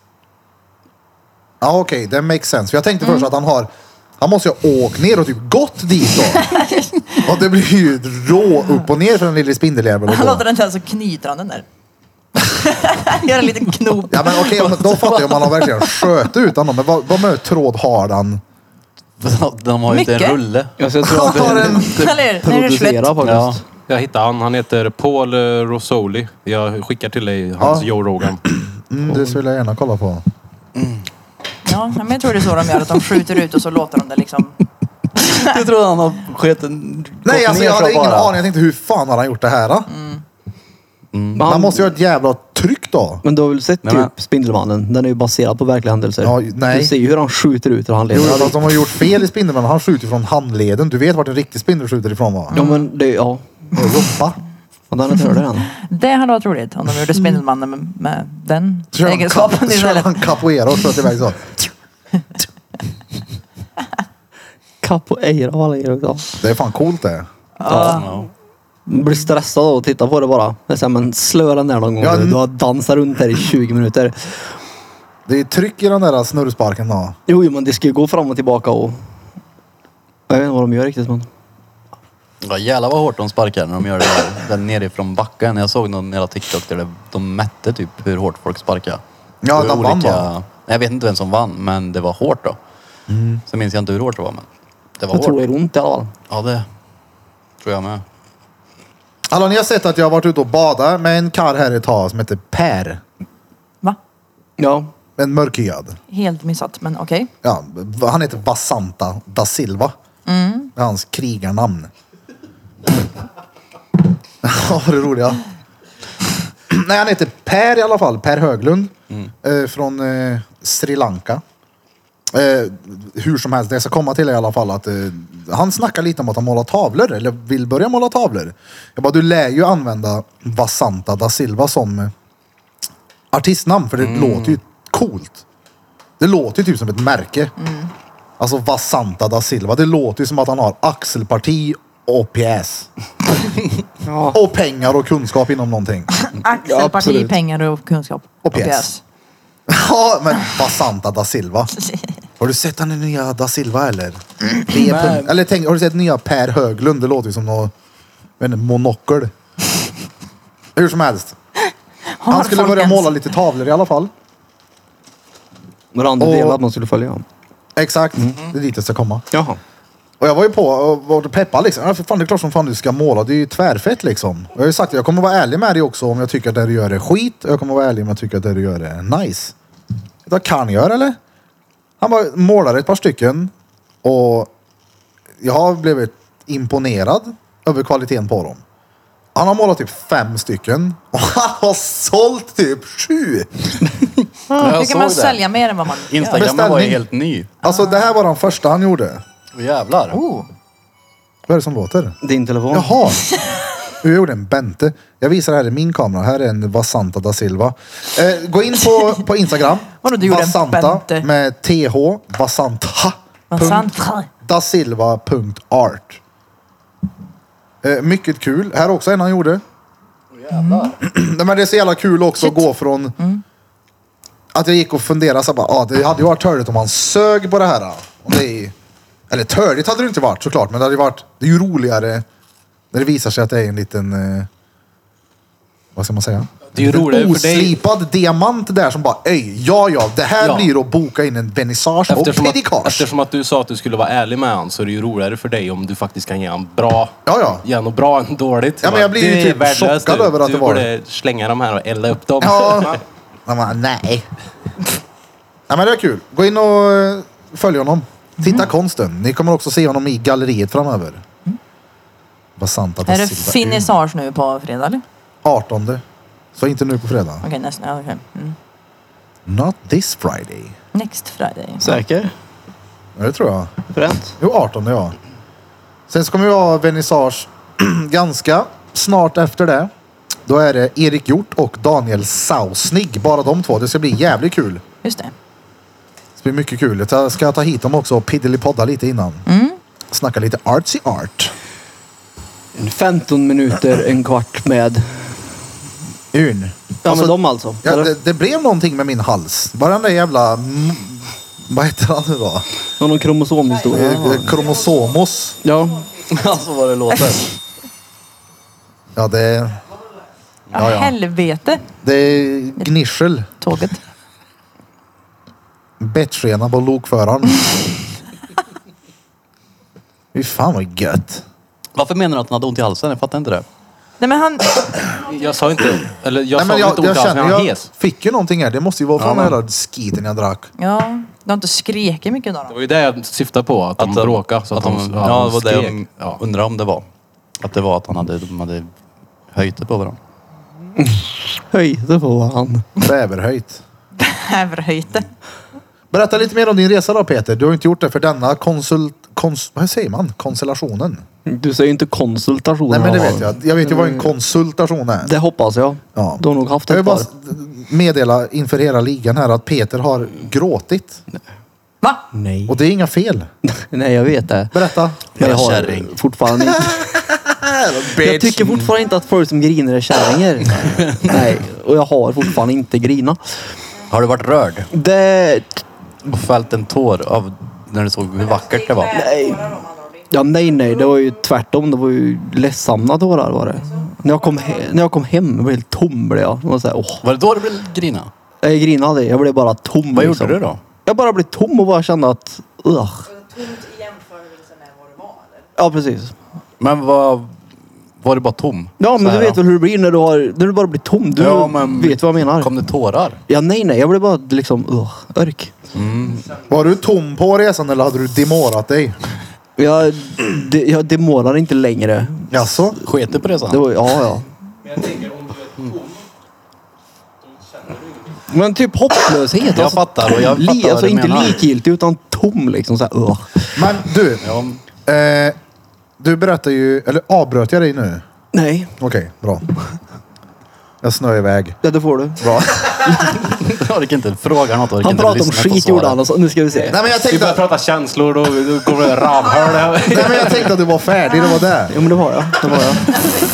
Ja okej, det makes sense. För jag tänkte först att han har... Han måste ju ha åkt ner och typ gått dit då. Och det blir ju rå upp och ner för en liten spindeljävel. Han låter den där så knyter han den där. Gör en liten knop. Ja men okej, men då fattar jag om man har verkligen sköt ut honom. Men vad, vad med tråd har han? De har ju inte en Mycket. rulle. Alltså, jag tror att Har det en... Eller, nu är det slut. producerar faktiskt. Ja. Jag hittade han. Han heter Paul eh, Rosoli. Jag skickar till dig hans Ja. Joe Rogan. Mm, det skulle jag gärna kolla på. Ja, men jag tror det är så de gör. Att de skjuter ut och så låter de det liksom. Jag tror han har sketen... Nej gått alltså ner jag så hade ingen bara. aning. Jag tänkte hur fan har han gjort det här då? Men Man han- måste ju ha ett jävla tryck då. Men du har väl sett Nej, typ men- Spindelmannen? Den är ju baserad på verkliga händelser. Ja, nej. Du ser ju hur han skjuter ut ur Jo, handleden. alltså, de har gjort fel i Spindelmannen. Han skjuter från handleden. Du vet vart en riktig spindel skjuter ifrån va? Ja men det, ja. Rumpa. Och den är törlig den. Det hade varit roligt om de gjorde Spindelmannen med, med den Så kör han egenskapen kap- kör istället. han capoeira och sköt iväg så. Capoeira av alla grejer också. Det är fan coolt det. Ja. Blir stressad av att titta på det bara. Det är så här, men slö den där någon gång. Ja, Du har dansat runt här i tjugo minuter. Det är tryck i den där snurrsparken då. Jo, jo, men det ska ju gå fram och tillbaka och... Jag vet inte vad de gör riktigt men... Ja, jävlar vad hårt de sparkar när de gör det där, där nerifrån backen. Jag såg någon jävla TikTok där det- de mätte typ hur hårt folk sparkar. Ja, Och de vann va? Jag vet inte vem som vann, men det var hårt då. Så minns jag inte hur hårt det var, men det var Jag tror hårt. det är ont i alla fall. Ja, det tror jag med. Alla ni har sett att jag har varit ute och badat med en karl här ett tag som heter Per. Va? Ja. En mörkhyad. Helt missat, men okej. Ja, han heter Vasanta da Silva. Mm. Det är hans krigarnamn. Ja, det är roliga. Nej, han heter Per i alla fall. Per Höglund. Eh, från eh, Sri Lanka. Eh, hur som helst, det jag ska komma till är i alla fall att eh, han snackar lite om att han målar tavlor. Eller vill börja måla tavlor. Jag bara, du lär ju använda Vasanta da Silva som eh, artistnamn. För det låter ju coolt. Det låter ju typ som ett märke. Alltså Vasanta da Silva. Det låter ju som att han har axelparti och pjäs. Ja. Och pengar och kunskap inom någonting. Axelparti, absolut. pengar och kunskap. Och pjäs. Ja, men Vasanta da Silva. Har du sett den nya da Silva eller? V. punkt- Eller tänk, har du sett nya Per Höglund? Det låter ju som något, jag vet inte, monokel. Hur som helst. Han skulle folk börja ens- måla lite tavlor i alla fall. Men andra Och- delen att man skulle följa. Exakt, det är dit jag ska komma. Jaha. Och jag var ju på och var peppad liksom. Ja, för fan, det är klart som fan du ska måla. Det är ju tvärfett liksom. Och jag har ju sagt att jag kommer vara ärlig med dig också om jag tycker att det du gör är skit. Och jag kommer vara ärlig om jag tycker att det du gör är nice. Vet du vad kan göra eller? Han bara målar ett par stycken. Och jag har blivit imponerad över kvaliteten på dem. Han har målat typ fem stycken. Och han har sålt typ sju. Ja, jag Hur kan man såg det. sälja mer än vad man gör? Instagrammen var ju Beställning. helt ny. Alltså det här var den första han gjorde. Åh, jävlar. Oh. Vad är det som låter? Din telefon. Jaha. Jag gjorde en Bente. Jag visar här i min kamera. Här är en Vasanta da Silva. Eh, gå in på, på Instagram. Vadå, du gjorde en Vasanta Bente? med th. Vasanta. Vasanta. Da Silva punkt art. Eh, mycket kul. Här också en han gjorde. Jävlar. Nej, men det är så jävla kul också att gå från att jag gick och funderade så bara, ah, det hade ju varit törligt om han sög på det här. Och det är, eller törligt hade det inte varit såklart, men det hade ju varit, det är ju roligare När det visar sig att det är en liten... Eh, vad ska man säga? Det är ju en roligare för dig. oslipad diamant där som bara, öj, ja ja, det här Ja. blir att boka in en vernissage och Eftersom att, pedikage. eftersom att du sa att du skulle vara ärlig med han så är det ju roligare för dig om du faktiskt kan ge han bra. Ja, ja. Ge han bra än dåligt. Ja, men jag blir ju Det är typ värdelöst chockad nu. över att du det var borde slänga dem här och elda upp dem. Ja. Ja, men, nej. Ja, men det är kul. Gå in och eh, följ honom. Titta Mm. konsten. Ni kommer också se honom i galleriet framöver. Vad sant att Är det Silva finissage nu på fredag eller? artonde. Så inte nu på fredag. Okej, nästan. Ja, okej. Mm. Not this Friday. Next Friday. Säker? Ja, det tror jag. Fränt? Jo, artonde ja. Sen så kommer vi ha vernissage ganska snart efter det. Då är det Erik Hjort och Daniel Sausnig. Bara de två. Det ska bli jävligt kul. Just det. Det blir mycket kul. Jag ska ta hit dem också och piddelipodda lite innan. Mm. Snacka lite artsy art. En femton minuter, en kvart med... Un. Ja, Alltså, men de alltså. Ja, Eller? det, det blev någonting med min hals. Bara den där jävla... mm, vad heter han nu då? Någon Eh, kromosomhistoria. eh, Kromosomos. Ja. Alltså vad det låter. Ja, det, Ja, Ja, ja. helvete. det är gnissel. Tåget. Bettskena på lokföraren. Fy fan vad gött. Varför menar du att han hade ont i halsen? Jag fattar inte det. Nej men han... Jag sa inte... Eller jag Nej, sa men jag, inte jag ont alls, men känner, han jag hes. fick ju någonting här. Det måste ju vara från Ja, den men- hela skiten jag drack. Ja, du har inte skrikit mycket då? Det då? var ju det jag syftade på. Att de Att de- bråkade. Så att, att de, de, ja, det var det skrek. jag Ja. undrade om det var. Att det var att han hade, de hade höjt det på varandra. Höj, det var han. Bäverhöjt. Överhöjte. Berätta lite mer om din resa då Peter. Du har inte gjort det för denna konsult... Kons, vad säger man? Konstellationen? Du säger ju inte konsultation. Nej men det vet jag. Jag vet ju vad en konsultation är. Det hoppas jag. Ja. Du har nog haft Jag ett vill par. bara meddela inför hela ligan här att Peter har gråtit. Va? Nej. Och det är inga fel. Nej, jag vet det. Berätta. Men jag har Kärring. fortfarande inte... Jag tycker fortfarande inte att folk som griner är kärringar. Nej, och jag har fortfarande inte grina. Har du varit rörd Det... och fällt en tår av när du såg hur vackert det var? Nej. Ja, nej, nej. Det var ju tvärtom. Det var ju ledsamma tårar var det. När jag kom, he- när jag kom hem, jag var helt tom blev jag. Jag var så här, åh. Var det då du blev grina? Jag grinade. Jag blev bara tom. Vad liksom. gjorde du då? Jag bara blev tom och bara kände att... Ugh. Tomt i jämförelse med vad det var eller? Ja, precis. Men vad... Var det bara tom? Ja, men Så du här, vet väl hur det blir när du, har, när du bara blir tom. Du Ja, men- vet vad jag menar. Kom det tårar? Ja, nej, nej. Jag blev bara liksom... Ugh, örk. Var du tom på resan eller hade du demorat dig? Jag, de, jag demorar inte längre. Jaså? Sket du på det Det sen? var, ja, ja. Men typ hopplöshet. Jag fattar och jag fattar li, vad alltså du inte menar. likgiltig utan tom liksom. Så här, ugh. Men du. Ja, Eh, du berättar ju... Eller avbröt jag dig nu? Nej, Okej, bra. Jag snöar iväg. det, det får du. Bra. jag orkar inte fråga något. Jag orkar Han inte pratade om lyssna på skit gjorde svaret. han och så, nu ska vi se. Nej men jag Vi tänkte börjar att, prata känslor, då, då kommer det ramhörd här. nej, men jag tänkte att du var färdig, det var det. Ja men det var jag. Det var jag.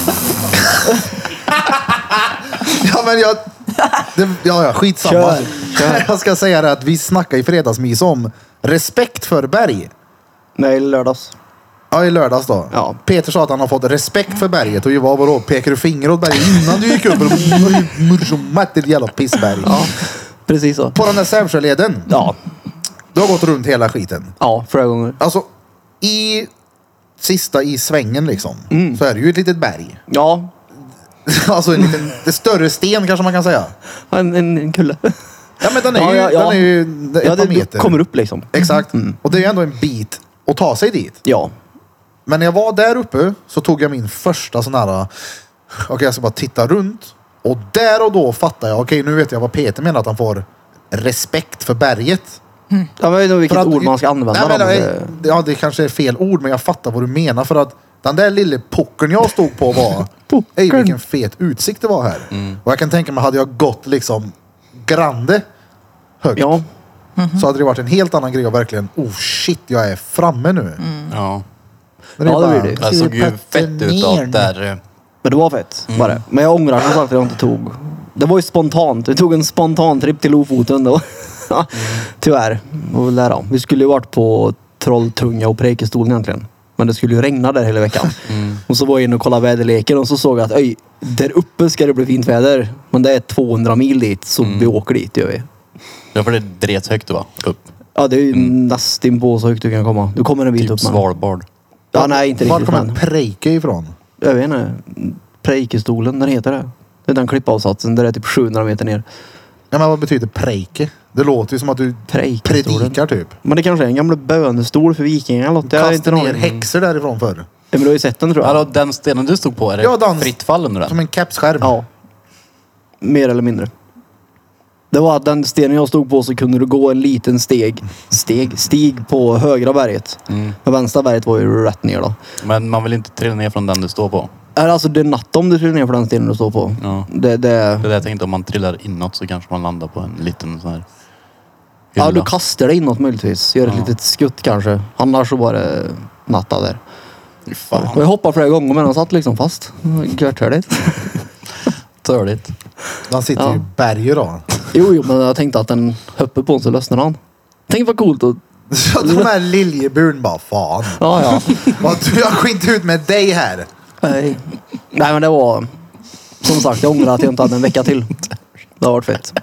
Ja men jag... Det, ja ja, skitsamma. Kör, kör. Jag ska säga det att vi snackade i fredagsmys om respekt för berg. Nej, lördags. Ja, i lördags då. Ja. Peter sa att han har fått respekt för berget och ju var vadå? Pekar du finger åt berget innan du gick upp? Ett jävla pissberg. Ja, precis så. På den där Sävsjöleden. Ja, Du har gått runt hela skiten. ja, flera gånger. Alltså, i sista i svängen liksom. Mm. Så är det ju ett litet berg. Ja, Alltså en liten, det större sten kanske man kan säga. en, en, en kulle. Ja men den är Ja, ju, ja, ja. Den är ju ett Ja, par det meter. kommer upp liksom. Exakt. Och det är ju ändå en bit att ta sig dit. Ja. Men när jag var där uppe så tog jag min första sån här... Okej, jag ska bara titta runt. Och där och då fattar jag, okej nu vet jag vad Peter menar, att han får respekt för berget. Jag vet inte vilket För att- ord man ska använda. Nej, men, då, men nej, det- ja, det kanske är fel ord, men jag fattar vad du menar. För att den där lille pucken jag stod på var... Pucken. Ej, vilken fet utsikt det var här. Och jag kan tänka mig, hade jag gått liksom grande högt, Ja, så hade det varit en helt annan grej och verkligen, oh shit, jag är framme nu. Ja. Men Ja, det bara, blir det. Det såg ju Petter fett ut ner. då, där. eh, men det var fett. Var det. Men jag ångrar som sagt att jag inte tog. Det var ju spontant. Vi tog en spontan tripp till Lofoten då. Tyvärr. Och väl där då. Vi skulle ju varit på Trolltunga och Prekestolen egentligen. Men det skulle ju regna där hela veckan. Mm. Och så var jag inne och kollade väderleken och så såg jag att öj, där uppe ska det bli fint väder. Men det är tvåhundra mil dit, så Mm. vi åker dit, gör vi. Ja, för det är drethögt va? Upp. Ja, det är ju nästan på så högt du kan komma. Du kommer en bit Typ upp. Men... Svalbard. Ja, nej, inte Var riktigt. kommer Men... Preike ifrån? Jag vet inte. Preikestolen, den heter det. Det är den klippavsatsen, där det är typ sjuhundra meter ner. Ja, men vad betyder preike? Det låter ju som att du Preikestolen. predikar typ. Men det kanske är en gammal bönestol för vikingar eller något. Jag har inte Kasta någon ner aning. häxor därifrån förr. Ja, men du har ju sett den tror jag. Alltså den stenen du stod på, är det Ja, den- fritt fall under den? Som en kepsskärm. Ja. Mer eller mindre. Det var att den stenen jag stod på så kunde du gå en liten steg. Steg? Stig på högra berget. Mm. Men vänstra berget var ju rätt ner då. Men man vill inte trilla ner från den du står på. Är alltså det är natt om du trillar ner för den stenen du står på. Ja. Det, det... Det är det jag tänkte, om man trillar inåt så kanske man landar på en liten sån här hylla. Ja, du kastar dig inåt möjligtvis. Gör ett Ja. litet skutt kanske. Annars så var det natta där. Fy fan. Och jag hoppade flera gånger men han satt liksom fast. Görtörligt. Törligt. Den sitter ju Ja. i berget då. Jo, jo, men jag tänkte att den höppe på en så lösnade han. Tänk vad coolt att... Så de här liljeburen bara, fan. Ja, ja. Vad du, jag går inte ut med dig här. Nej. Nej, men det var... Som sagt, jag ångrar att jag inte hade en vecka till. Det har varit fett.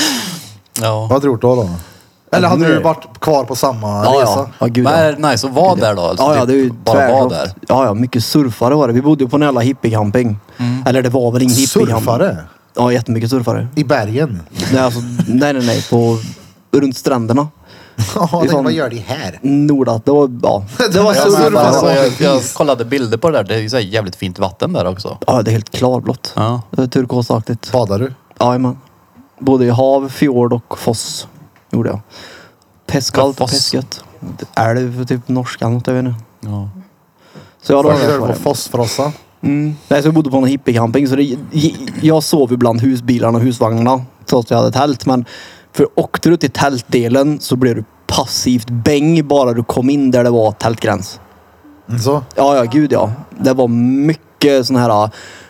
Ja. Vad hade du gjort då då? Eller hade Nej. du varit kvar på samma Ja, resa? ja. Ja, gud, Men ja. är det nice att vara där då? Alltså, Ja, ja, det är ju typ bara vara tvärstopp. där. Ja, ja, mycket surfare var det. Vi bodde ju på en jävla hippiecamping. Eller det var väl ingen hippiecamping. Surfare? Ja, jättemycket surfare. I bergen? Nej, alltså, nej, nej, nej. På, runt stränderna. Ja, Det är tänk, fan- vad gör de här? Nordat. Det var, ja. Det var Ja, Ja, surfare. men, surfare. alltså, jag, jag Vanligtvis. kollade bilder på det där. Det är ju så här jävligt fint vatten där också. Ja, det är helt klarblått. Ja. Det är turkosaktigt. Badar du? Jajamän. Både i hav, fjord och foss gjorde jag. Pestkallt Ja, och foss. pestgött. Älv för typ norska eller något, jag vet inte. Ja. Så jag Vad var gör där du på på det. Fossfrossa? Mm. Nej, så jag bodde på en hippiecamping så det, jag sov ibland husbilarna och husvagnarna trots att jag hade tält. Men för åkte du till tältdelen så blev du passivt bäng bara du kom in där det var tältgräns. Så? Ja, ja, gud ja. Det var mycket sån här uh,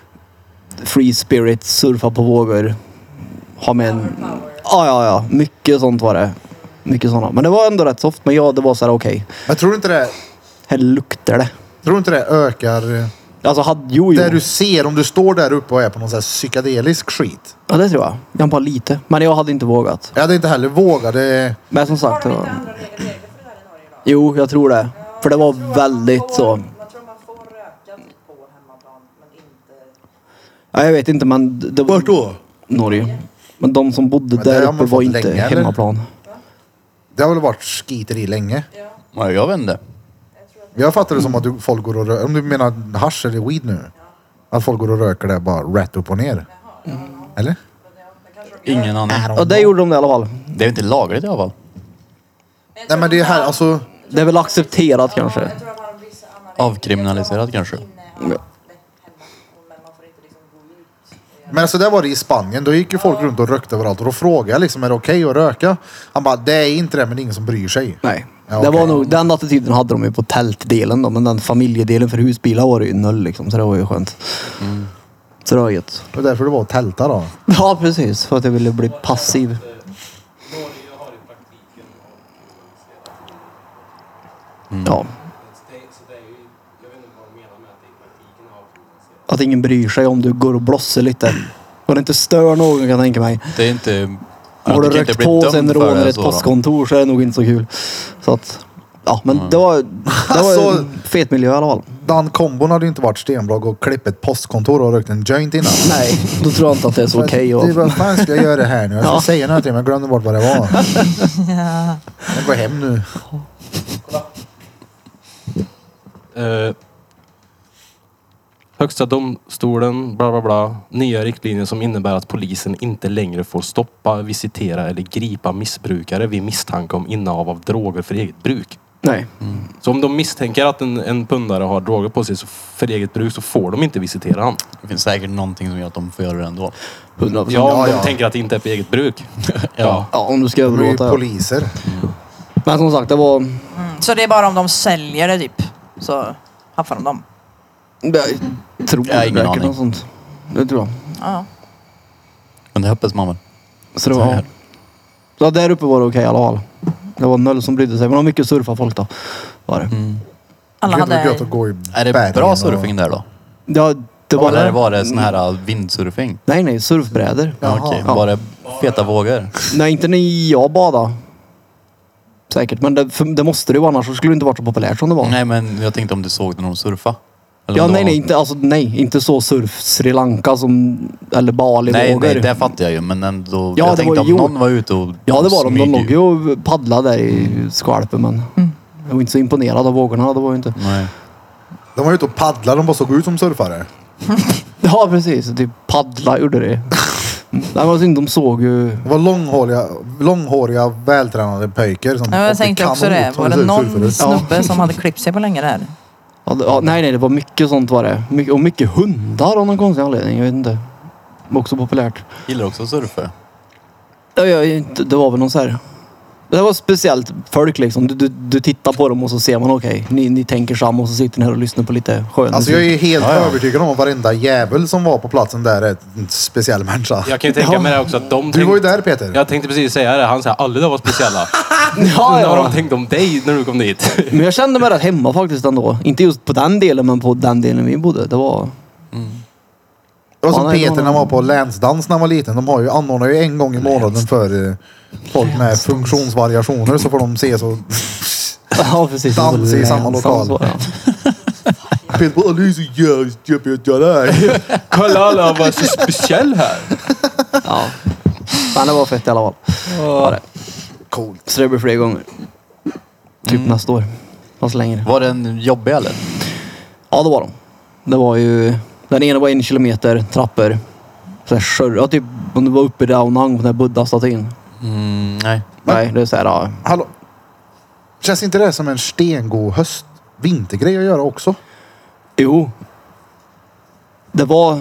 free spirit, surfa på vågor. Ha med en... Ja, ja, ja. Mycket sånt var det. Mycket sådana. Men det var ändå rätt soft. Men ja, det var så här okej. Men tror du inte det, Här luktar det. tror du inte det ökar... eh, Alltså, hade, jo, jo. Det du ser om du står där uppe och är på någon sån här psykedelisk skit. Ja, det tror jag. Jag bara lite. Men jag hade inte vågat. Jag hade inte heller vågat. Det... Men som sagt, det Har de var... inte andra regler för det här i Norge då? Jo, jag tror det. För det var väldigt så... Jag tror man får röka typ på hemmaplan, men inte... Ja, jag vet inte, men... Det var... Vart då? Norge. Men de som bodde Men det där har uppe man var fått inte länge, eller? hemmaplan. Det har väl varit skiteri länge. Ja, jag vet inte. Jag fattar det som att du, folk går och röker. Om du menar hasch eller weed nu. Att folk går och röker där bara rätt upp och ner. Eller? Ingen aning. Ja, det gjorde de det i alla fall. Det är inte lagligt i alla fall. Nej men det är här alltså. Det är väl accepterat kanske. Jag tror att man har vissa andra Avkriminaliserat kanske. innehav hemma, men man får inte liksom gå ut. Men alltså där var det i Spanien. Då gick ju folk runt och rökte överallt. Och då frågade jag liksom, är det okej att röka? Han bara, det är inte det, men det är ingen som bryr sig. Nej. Ja, Det okej. var nog, den attityden hade de ju på tältdelen då, men den familjedelen för husbilar var det ju noll liksom, så det var ju skönt. Så det var gött. Det var därför det var att tälta då. Ja, precis. För att jag ville bli passiv. Ja. Att ingen bryr sig om du går och blossar lite. Och det inte stör någon kan jag tänka mig. Det är inte... Har du kan inte rökt bli på dömd sen för rånar det ett så då. postkontor så är det nog inte så kul. Så att, ja men det var, det var Alltså- en fet miljö i alla fall. Den kombon hade ju inte varit stenbra och klippa ett postkontor och rökt en joint innan. Nej, då tror jag inte att det är så okej. Det Okay vad fan ska jag göra här nu? Jag ska Ja. säga någonting men jag glömde bort vad det var. Jag går hem nu. Eh, Högsta domstolen, bla bla bla. Nya riktlinjer som innebär att polisen inte längre får stoppa, visitera eller gripa missbrukare vid misstanke om innehav av droger för eget bruk. Nej. Så om de misstänker att en, en pundare har droger på sig så för eget bruk så får de inte visitera han. Det finns säkert någonting som gör att de får göra det ändå. hundra procent. Ja, om Ja, de ja. tänker att det inte är för eget bruk. Ja. Ja, om du ska De är ju överlåta. Ja. poliser. Men som sagt, det var... Mm. Så det är bara om de säljer det typ, så haffar de dem. Jag tror Jag har ingen det räcker aning. något sånt. Det tror jag. Ja. Men det hoppas man väl. Så det Så var... här. Så där uppe var det okej i alla fall. Det var noll som brydde sig. Men det var mycket surfa folk då. Var det. Mm. Alla Det är hade... gött att gå i Är det bergen bra och- surfing där då? Ja, det var Eller det. var det sån här vindsurfing? Nej, nej, surfbrädor. Ja, okej. Ja. Var det feta vågor? Nej, inte när jag badade. Säkert, men det, för, det måste det ju, annars så skulle det inte varit så populärt som det var. Nej, men jag tänkte om du såg när de surfa. Eller Ja, om det nej, var- nej, inte, alltså, nej, inte så surf Sri Lanka som, eller Bali Nej, vågor. nej, det fattar jag ju. Men ändå, Ja, jag det tänkte var om ju- någon var ute och Ja, det var de. De smyg- låg ju och paddlade där i skvalpen, men jag var inte så imponerad av vågorna. Det var ju inte. Nej. De var ute och paddlade, de bara såg ut som surfare. Ja, precis. Typ paddla gjorde det. Mm. Det var synd, de såg ju... Det var långhåriga, långhåriga vältränade pojkar som Ja, jag åkte tänkte också kanot det. som Var det sur- någon surfare. snubbe som hade klippt sig på länge där? Ja, det- ja, nej, nej, det var mycket sånt var det. My, och mycket hundar av någon konstig anledning. Jag vet inte. Också populärt. Gillar också att surfa. Ja, jag, inte- det var väl någon så här... Det var speciellt folk liksom. Du, du, du tittar på dem och så ser man okej, ni, ni tänker samma och så sitter ni här och lyssnar på lite skön Alltså jag är helt Ja, ja. övertygad om att varenda jävel som var på platsen där är en speciell människa. Jag kan ju tänka mig det också att de Du var ju tänkte... där Peter. Jag tänkte precis säga det. Han säger alla där var speciella. Ja, När ja. de tänkte om dig när du kom dit. Men jag kände mig rätt hemma faktiskt ändå. Inte just på den delen, men på den delen vi bodde. Det var... Det var som Ja, nej, Peter det var- när han var på länsdans när han var liten. De har ju, anordnar ju en gång i månaden för eh, folk med funktionsvariationer så får de se så. Ja, precis. Dans i samma lokal. Så, ja. Peter bara, du är så jävla jobbigt jag är. Kolla alla var så speciell här. Ja. Men det var fett i alla fall. Var det. Coolt. Så det blir fler gånger. Typ nästa år. Fast längre. Var den jobbig eller? Ja, det var de. Det var ju... Den ena var en kilometer trappor. Så här, skör- ja, typ om du var uppe i Downhang på den här Buddha-statyn. Mm, nej. Nej, det är så här... Ja. Hallå. Känns inte det som en stengod höst vintergrej att göra också? Jo. Det var...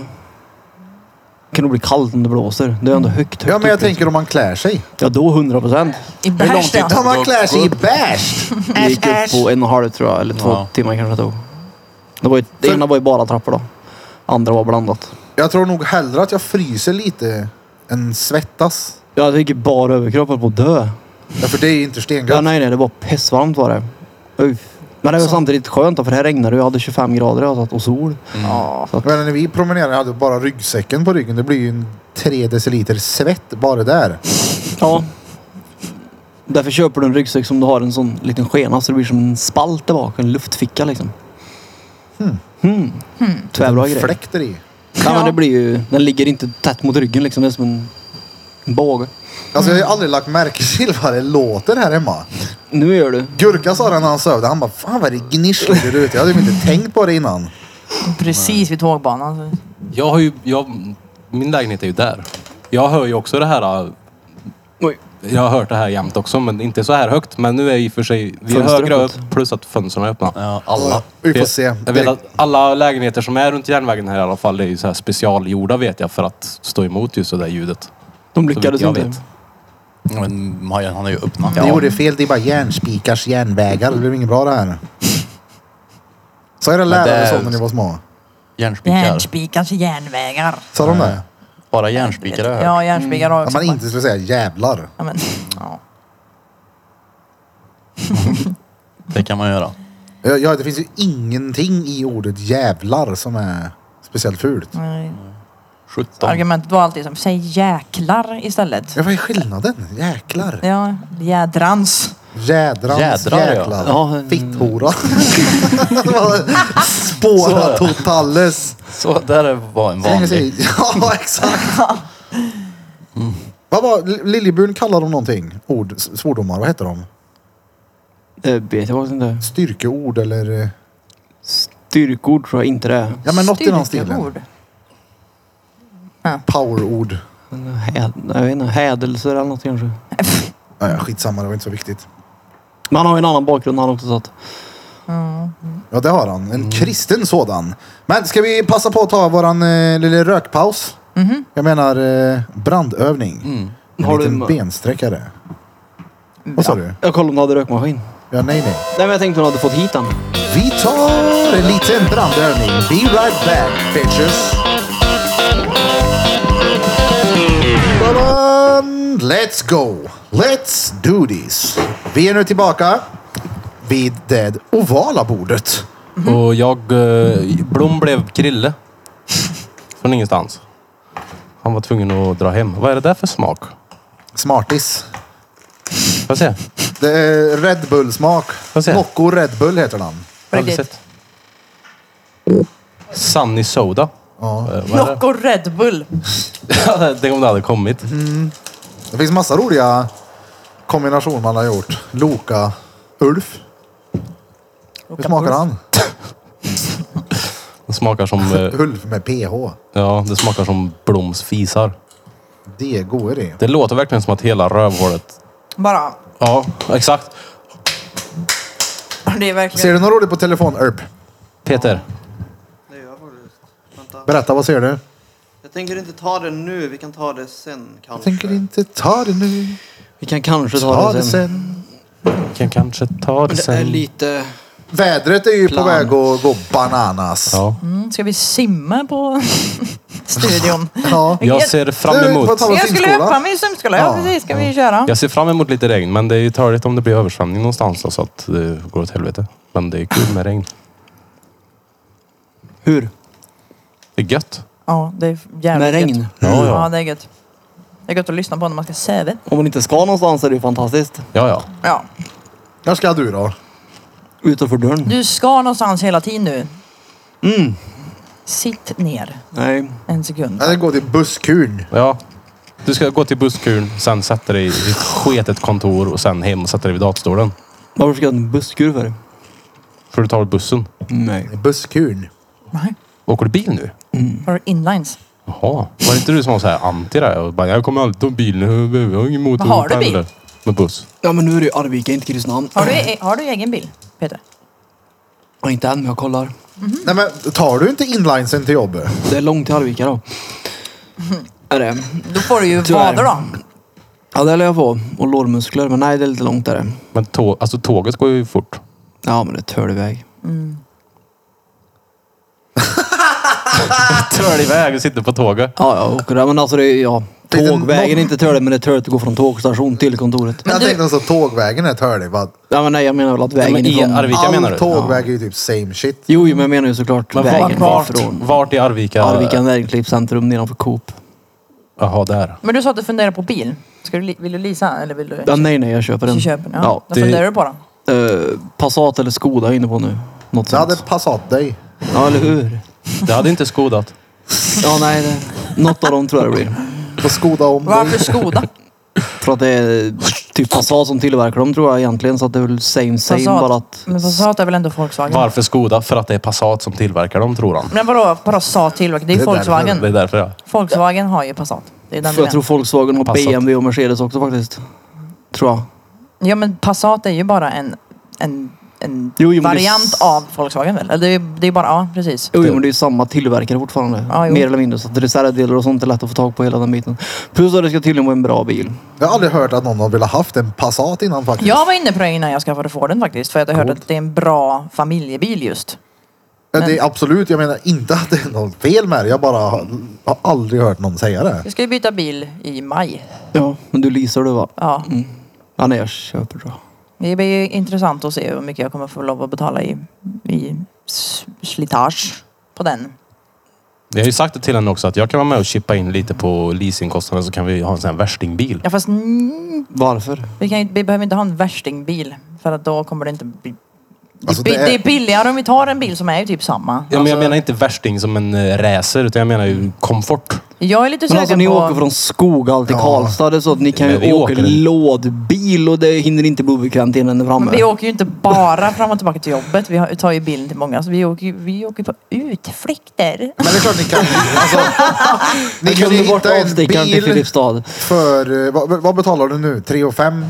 Kan nog bli kallt om det blåser. Det är ändå högt, högt Ja men jag upp, tänker om man klär sig. Ja, då hundra procent. I bärs ja. Om man klär sig i beige. Det gick upp på en och en halv tror jag. Eller två Ja. timmar kanske det tog. Det, var ju, det För- ena var ju bara trappor då. Andra var blandat. Jag tror nog hellre att jag fryser lite än svettas. Jag fick ju bara överkroppen på att dö. Ja, för det är ju inte Ja, stengött. nej, nej, det var pissvarmt var det. Uff. Men det var samtidigt skönt då, för här regnade det. Jag hade tjugofem grader jag satt och sol. Ja. Men när vi promenerade hade jag bara ryggsäcken på ryggen. Det blir ju en tre deciliter svett bara där. Ja. Därför köper du en ryggsäck som du har en sån liten skena så det blir som en spalt där bak. En luftficka liksom. Hmm. Tvärbra grej. Fläkt där i. Ja, men det blir ju... Den ligger inte tätt mot ryggen liksom. Det är som en, en båge. Alltså jag har ju aldrig lagt märke till vad det låter här hemma. Nu gör du. Gurka sa det när han sövde. Han bara, fan vad det gnisslar där ute. Jag hade ju inte tänkt på det innan. Precis vid tågbanan. Jag har ju... Jag, min lägenhet är ju där. Jag hör ju också det här... Oj. Jag har hört det här jämt också, men inte så här högt. Men nu är i och för sig... Vi är Fönster högre öppet. upp, plus att fönstren är öppna. Ja, alla. Vi får se. Jag vet att alla lägenheter som är runt järnvägen här i alla fall är ju så här specialgjorda vet jag för att stå emot just det där ljudet. De Så lyckades vitt jag inte. vet. Men Maja, han är ju öppnat. Ni gjorde fel. Det är bara järnspikars järnvägar. Det blev inget bra det här. Så är det lärare det- så när ni var små. Järnspikar. Järnspikars järnvägar. Sa de det? Bara järnspikar har jag hört. Ja, järnspikar har Att också. man inte skulle säga jävlar. Ja, men, ja. Det kan man göra. Ja, ja, det finns ju ingenting i ordet jävlar som är speciellt fult. Nej. sjutton. Argumentet var alltid som, säg jäklar istället. Ja, vad är skillnaden? Jäklar. Ja, jädrans. Jädrans Jädrar, ja. jäklar. Ja. Fitthora. Det var Spåra totales. Så där var en Länge vanlig. sedan. Ja, exakt. Vad var Liljeburn kallade de någonting? Ord, svordomar, vad heter de? Det vet jag faktiskt inte. Styrkeord eller... eh, Styrkord tror jag inte det är. Ja men något i den stilen. Styrkeord. Powerord. Häd, jag vet inte, hädelser eller något kanske. Ja, ja, skitsamma, det var inte så viktigt. Men han har ju en annan bakgrund han också så att... Ja, det har han. En kristen sådan. Men ska vi passa på att ta våran eh, lilla rökpaus? Jag menar eh, brandövning. Mm. En Har du liten ma- bensträckare. Vad sa du? Jag kollade om du hade rökmaskin. Ja, nej, nej. Nej men jag tänkte om du hade fått hit den. Vi tar en liten brandövning. Be right back, bitches. Ba-bam. Let's go. Let's do this. Vi är nu tillbaka. vid det ovala bordet. Och jag... eh, Blom blev Krille. Från ingenstans. Han var tvungen att dra hem. Vad är det där för smak? Smartis. Får jag se? Det är Red Bull-smak. Får se. Nocco Red Bull heter den. Aldrig sett. Sunny Soda. Ja. Eh, vad är det? Nocco Red Bull. Tänk om det hade kommit. Det finns massa roliga kombinationer man har gjort. Loka Ulf. Hur smakar han? Det smakar som... eh, Ulf med P H. Ja, det smakar som Bloms fisar. Det är god idé. Det låter verkligen som att hela rövhålet... Bara. Ja, exakt. Det är verkligen... Ser du något roligt på telefon, Urp? Peter. Det gör jag faktiskt. Vänta. Berätta, vad ser du? Jag tänker inte ta det nu. Vi kan ta det sen kanske. Jag tänker inte ta det nu. Vi kan kanske ta, Ta det det sen. sen. Kan kanske ta det Det är sen. lite... Vädret är ju Plan. på väg att gå bananas. Ja. Mm, ska vi simma på studion? Ja. Jag ser fram Du, emot... vad tar- Jag skulle simskola? öppna min simskola. Ja, Ja. precis. Ska vi köra? Jag ser fram emot lite regn, men det är ju törligt om det blir översvämning någonstans då, så att det går åt helvete. Men det är kul med regn. Hur? Det är gött. Ja, det är jävligt Med regn? gött. Ja, ja. Ja, det är gött. Det är gött att lyssna på när man ska sova. Om man inte ska någonstans är det ju fantastiskt. Ja, ja. Ja. När ska du då? Utanför dörren. Du ska någonstans hela tiden nu. Mm. Sitt ner Nej. en sekund. Jag ska gå till busskuren. Ja. Du ska gå till busskuren, sen sätta dig i ett sketet kontor och sen hem och sätta dig vid datorstolen. Varför ska jag ha en busskur för? För du tar bussen. Nej. Busskuren. Nej. Åker du bil nu? Har du inlines? Jaha. Var det inte du som var så här anti där? Och bara, jag kommer alltid ta bilen. Jag har ingen emot Men har att du bil? pendla med buss. Ja men nu är det ju Arvika, inte Kristinehamn. Har du, e- har du egen bil, Peter? Ja, inte än men jag kollar. Nej men tar du inte inlinesen till jobbet? Det är långt till Arvika då. Är det? Då får du ju Tyvärr. vader då. Ja det lär jag få. Och lårmuskler. Men nej det är lite långt där. Men tå- alltså, tåget går ju fort. Ja men det är törlig väg. Törlig väg och sitter på tåget. Ja jag åker där. Men alltså det är, ja. Finns det Tågvägen någon- är inte törlig men det är törligt att gå från tågstation till kontoret. Jag du- tänkte så att tågvägen är törlig. Bara, Ja men nej jag menar väl att Ja, vägen men i ifrån... Arvika menar all du? tågväg är ju typ same shit. Jo jo, men jag menar ju såklart Men vägen vart, vart, ifrån. vart i Arvika? Arvika näringslivscentrum nedanför Coop. Jaha, där. Men du sa att du funderar på bil. Ska du, li- vill du leasa eller vill du Ja nej nej jag köper den. du köper den? Ja. Ja, Vad det- funderar du på då? Eh, Passat eller Skoda är jag inne på nu. Något Så hade sånt. passat dig. Ja eller hur? Det hade inte skodat. Ja nej det... Något av dem tror jag det blir. På Skoda om dig. Varför Skoda? För att det är typ Passat som tillverkar dem tror jag egentligen. Så att det är väl same same bara Passat. att... Men Passat är väl ändå Volkswagen? Varför Skoda? För att det är Passat som tillverkar dem, tror han. Men vadå Passat tillverkar? Det är ju Det är därför. Volkswagen. Det är därför jag... Volkswagen har ju Passat. Det är den För jag tror bilen. Volkswagen har Passat. B M W och Mercedes också faktiskt. Tror jag. Ja men Passat är ju bara en, en, en Jo, jo, men det- variant av Volkswagen väl? Eller det är, det är bara, ja precis. Jo, jo men det är ju samma tillverkare fortfarande. Ja, jo. Mer eller mindre. Så att reservdelar och sånt är lätt att få tag på hela den biten. Plus att det ska tydligen vara en bra bil. Jag har aldrig hört att någon har velat haft en Passat innan faktiskt. Jag var inne på det innan jag skaffade Forden faktiskt. För att jag hörde att det är en bra familjebil just. Ja, det är absolut, jag menar inte att det är något fel med det. Jag bara har, har aldrig hört någon säga det. Vi ska ju byta bil i maj. Ja, men du leasar du va? Ja. Mm. Ja, nej jag köper då. Det blir ju intressant att se hur mycket jag kommer få lov att betala i, i s- slitage på den. Jag har ju sagt det till henne också att jag kan vara med och chippa in lite på leasingkostnaden, så kan vi ha en sån här värstingbil. Ja fast mm, Varför? vi, kan, ju- vi behöver inte ha en värstingbil. För att då kommer det inte bli... Alltså, det, det är... är- det är billigare om vi tar en bil som är ju typ samma. Ja, men jag menar inte värsting som en uh, racer, utan jag menar ju komfort. Jag är lite Men sugen alltså ni på... åker från Skoghall till Ja. Karlstad. Det är så att ni kan Men vi ju åka åker- lådbil och det hinner inte bo bekvämt innan den är framme. Men vi åker ju inte bara fram och tillbaka till jobbet. Vi har, tar ju bilen till många. Så vi åker, ju- vi åker på utflykter. Men det är klart ni kan. Alltså, ni kan ju Underbart hitta en avstickaren till bil Filipstad. för, eh, vad, vad betalar du nu? tre och fem?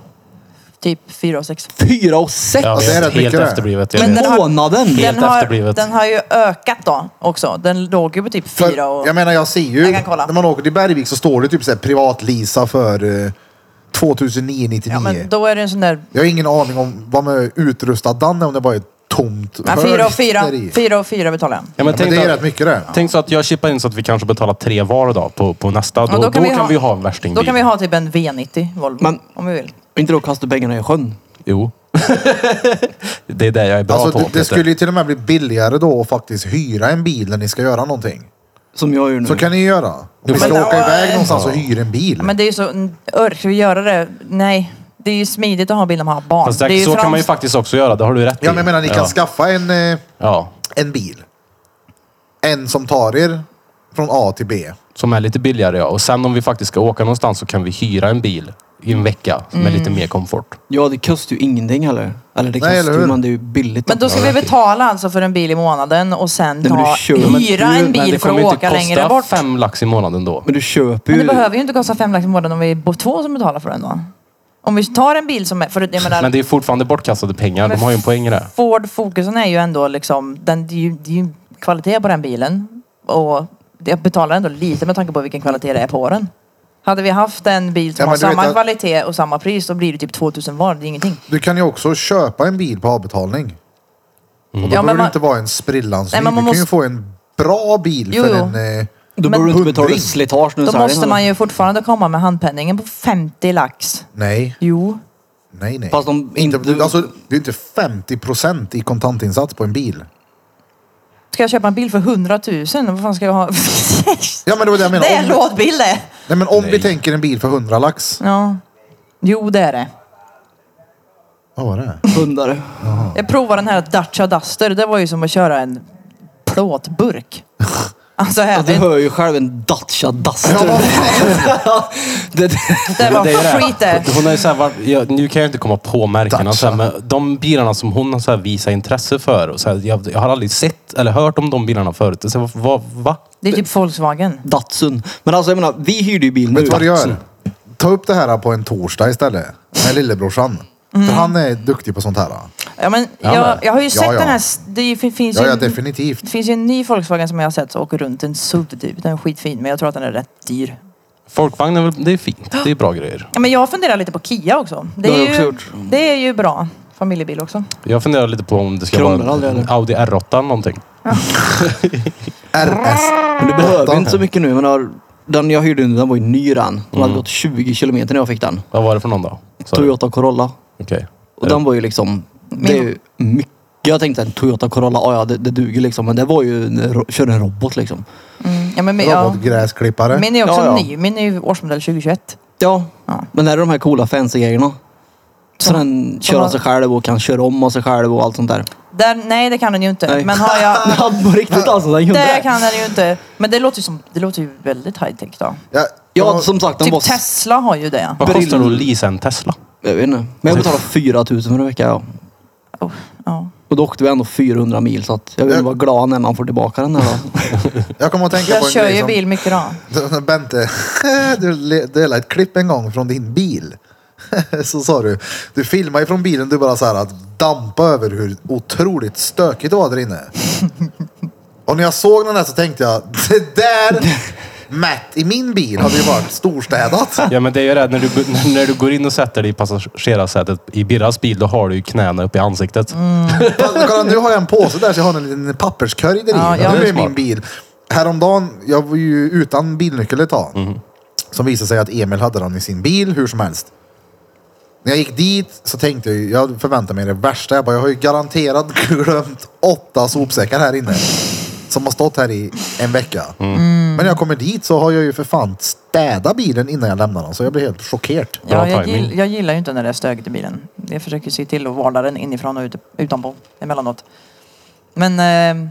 Typ fyra och sex. Fyra och sex! Ja, det är rätt helt mycket det. efterblivet. Jag Men vet. den har- Månaden! Helt Den har, efterblivet. den har ju ökat då också. Den låg ju på typ För, fyra och... jag menar jag ser ju, Jag kan kolla. när man åker till Bergvik så står det typ såhär privatlisa för eh, tvåtusen niohundranittionio. Ja men då är det en sån där... Jag har ingen aning om vad med utrustad den är, om det bara är tomt Ja, fyra och fyra. där i. Fyra och fyra betalar jag. Ja, men Men tänk, det är att, rätt mycket det. tänk så att jag chippar in så att vi kanske betalar tre var då på, på nästa. Då, Ja, då kan, vi, ha, en värstingbil. Då kan vi ha typ en V nittio Volvo. Men- om vi vill. Inte då kasta pengarna i sjön. Jo. Nej Det är det jag är bra Alltså på. det, det Peter. skulle ju till och med bli billigare då att faktiskt hyra en bil när ni ska göra någonting. Som jag gör nu. Så kan ni göra. Om vi ska Men- åka iväg någonstans och hyra en bil. Men det är ju så, ör, ska vi göra det? Nej. Det är ju smidigt att ha bil när man har barn. Fast det är det, ju så kan man ju frans- faktiskt också göra, det har du rätt i. Ja men jag menar ni kan ja. skaffa en, eh, Ja, en bil. En som tar er från A till B. som är lite billigare ja. Och sen om vi faktiskt ska åka någonstans så kan vi hyra en bil i en vecka som är Mm. lite mer komfort. Ja, det kostar ju ingenting heller. Eller det Nej, kostar eller ju, hur? men det är ju billigt. Men då ska Ja, vi okej. betala alltså för en bil i månaden och sen Nej, men du ta, kör- men hyra du- en Men bil det för kommer att inte åka längre kosta bort. fem lax i månaden då. Men du köper Men ju... det behöver ju inte kosta fem lax i månaden om vi är två som betalar för den då. Om vi tar en bil som är... För jag menar, Men det är fortfarande bortkastade pengar, de har ju en poäng i det. Ford Focusen är ju ändå liksom... Den, det, är ju, det är ju kvalitet på den bilen. Och jag betalar ändå lite med tanke på vilken kvalitet det är på den. Hade vi haft en bil som Ja, men har du vet samma att- kvalitet och samma pris så blir det typ tvåtusen var. Det är ingenting. Du kan ju också köpa en bil på avbetalning. Och då Ja, men behöver det man- inte vara en sprillans Nej, ny. men Du man kan ju måste- få en bra bil Jo, för jo. en... Eh, Då Men- behöver du inte betala Hundring. slitage nu. Då så här, måste eller? man ju fortfarande komma med handpenningen på femtio lax. nej, Jo. nej, nej. Fast de inte, inte... alltså, det är inte femtio procent i kontantinsats på en bil. Ska jag köpa en bil för hundratusen? Vad fan ska jag ha? Ja men det var det jag menade. Det är en Om, lådbil det. nej men om vi Nej. tänker en bil för hundra lax. Ja. Jo, det är det. Vad var det? Hundare. Jag provade den här Dacia Duster. Det var ju som att köra en plåtburk. Alltså Ja, här, du det, hör ju själv en Dacia Duster. det, det, det var Det är det. skit det. Hon har ju så här, varit- jag, nu kan jag inte komma på märkena, Dacia. så här, men de bilarna som hon har så här visat intresse för. Och så här, jag, jag har aldrig sett eller hört om de bilarna förut. Så, här, vad, va? Det är typ Volkswagen. Datsun. Men alltså jag menar, vi hyrde ju bil nu. Vet du vad du gör? Ta upp det här på en torsdag istället. Med lillebrorsan. Mm. För han är duktig på sånt här. Ja, men Ja, jag, men- jag har ju sett Ja, ja. den här. Det är ju- finns Ja, ju ja en- definitivt. Det finns ju en ny Volkswagen som jag har sett som åker runt. En S U V typ. Den är skitfin men jag tror att den är rätt dyr. Folkvagn är väl, det är fint. Det är bra grejer. Ja, men jag funderar lite på Kia också. Det Det har är, jag också ju, gjort. det är ju bra. Familjebil också. Jag funderar lite på om det ska Krånglar vara aldrig, en eller? Audi R åtta eller någonting. R S. Men du behöver inte så mycket nu. Men har, den jag hyrde nu, den var ju ny den. Den hade gått tjugo kilometer när jag fick den. Vad var det för någon då? Sa du? Toyota Corolla. Okej. Och den var ju liksom... Det är ju mycket. Jag tänkte en Toyota Corolla, ja ja det, det duger liksom. Men det var ju, en ro- kör en robot liksom. Mm. Ja, men, ja, Robotgräsklippare. min är också Ja, ja. ny. Min är ju årsmodell tjugohundratjugoett. Ja, Ja. men det är de här coola fancy grejerna. Så Som- den kör som av sig har- själv och kan köra om av sig själv och allt sånt där. Där, nej, det kan den ju inte. Nej. Men har jag... Ja, på riktigt alltså. Den gjorde Det det. kan den ju inte. Men det låter ju, som, det låter ju väldigt high tech då. Ja, Ja, som sagt, den Typ var... Tesla har ju det. Vad kostar det Brill- att leasa en Tesla? Jag vet inte. Men jag betalade fyra tusen för en vecka, ja. Oh, ja. Och då åkte vi ändå fyrahundra mil så att jag vill Ja. vara glad när man får tillbaka den här då. jag kommer att tänka på Jag en kör grej ju som... bil mycket då. Bente, du le- delade ett klipp en gång från din bil. Så sa du, du filmar ju från bilen, du bara så här att dampa över hur otroligt stökigt det var där inne. Och när jag såg den här så tänkte jag, det där Matt i min bil hade ju varit storstädat. Ja men det är ju det, när du, går- när du går in och sätter dig i passagerarsätet i Birras bil, då har du ju knäna upp i ansiktet. Kolla, nu har jag en påse där så jag har en liten papperskorg där i. Ja, ja. Nu Det är är min smart. bil. Häromdagen, jag var ju utan bilnyckel ett tag. Mhm. Som visade sig att Emil hade den i sin bil hur som helst. När jag gick dit så tänkte jag, ju- jag förväntade mig det värsta. Jag bara, jag har ju garanterat glömt åtta sopsäckar här inne. Som har stått här i en vecka. Mm. Men när jag kommer dit så har jag ju för fan städat bilen innan jag lämnar den. Så jag blir helt chockerad. Bra Ja, jag, timing. gill, jag gillar ju inte när det är stökigt i bilen. Jag försöker se till att vara den inifrån och ut, utanpå emellanåt. Men... Eh,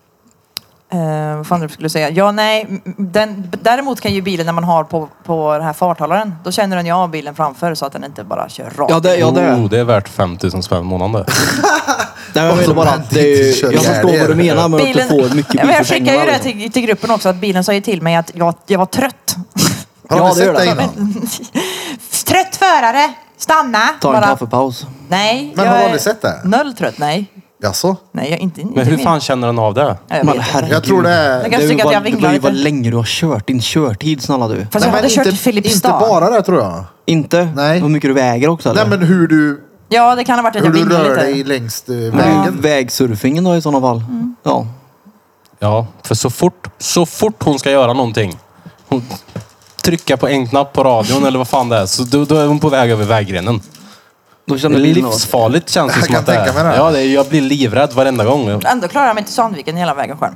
eh, vad fan det skulle jag säga? Ja, nej. m- Den, däremot kan ju bilen när man har på, på den här farthållaren. Då känner den ju av bilen framför så att den inte bara kör rakt. Ja, det, ja, det. Oh, det är värt fem tusen spänn i månaden. Nej, jag menar bara att det är, Kör jag förstår vad du menar med att du får mycket ja, men jag skickade ju bilförsäljningar, det liksom. till, till gruppen också att bilen sa ju till mig att jag, jag var trött. Har Ja, du det gör sett det det. innan? Trött förare! Stanna! Ta en Bara- kaffepaus. Nej. Men jag har du är aldrig sett det? Noll trött, nej. Jaså? Nej, jag inte, inte Men hur min. fan känner den av det? Ja, jag Men vet herregud. inte. Jag tror det är... Jag Det kan är ju tycka att vad- jag det vinglar var ju vad lite. länge du har kört. Din körtid snälla du. Fast jag hade kört till Filipstad. inte bara det tror jag. Inte? Nej. Hur mycket du väger också eller? Nej men hur du, Ja, det kan ha varit att hur jag du vinglade rör lite. dig längs eh, Men vägen. vägsurfingen då i sådana fall. Mm. Ja. Ja, för så fort, så fort hon ska göra någonting, hon trycker på en knapp på radion eller vad fan det är, så då, då är hon på väg över vägrenen. Då Det känner är bilen av. livsfarligt känns det Jag som kan att det tänka mig är. det. Ja, det är, jag blir livrädd varenda gång. Ändå klarar jag mig till Sandviken hela vägen själv.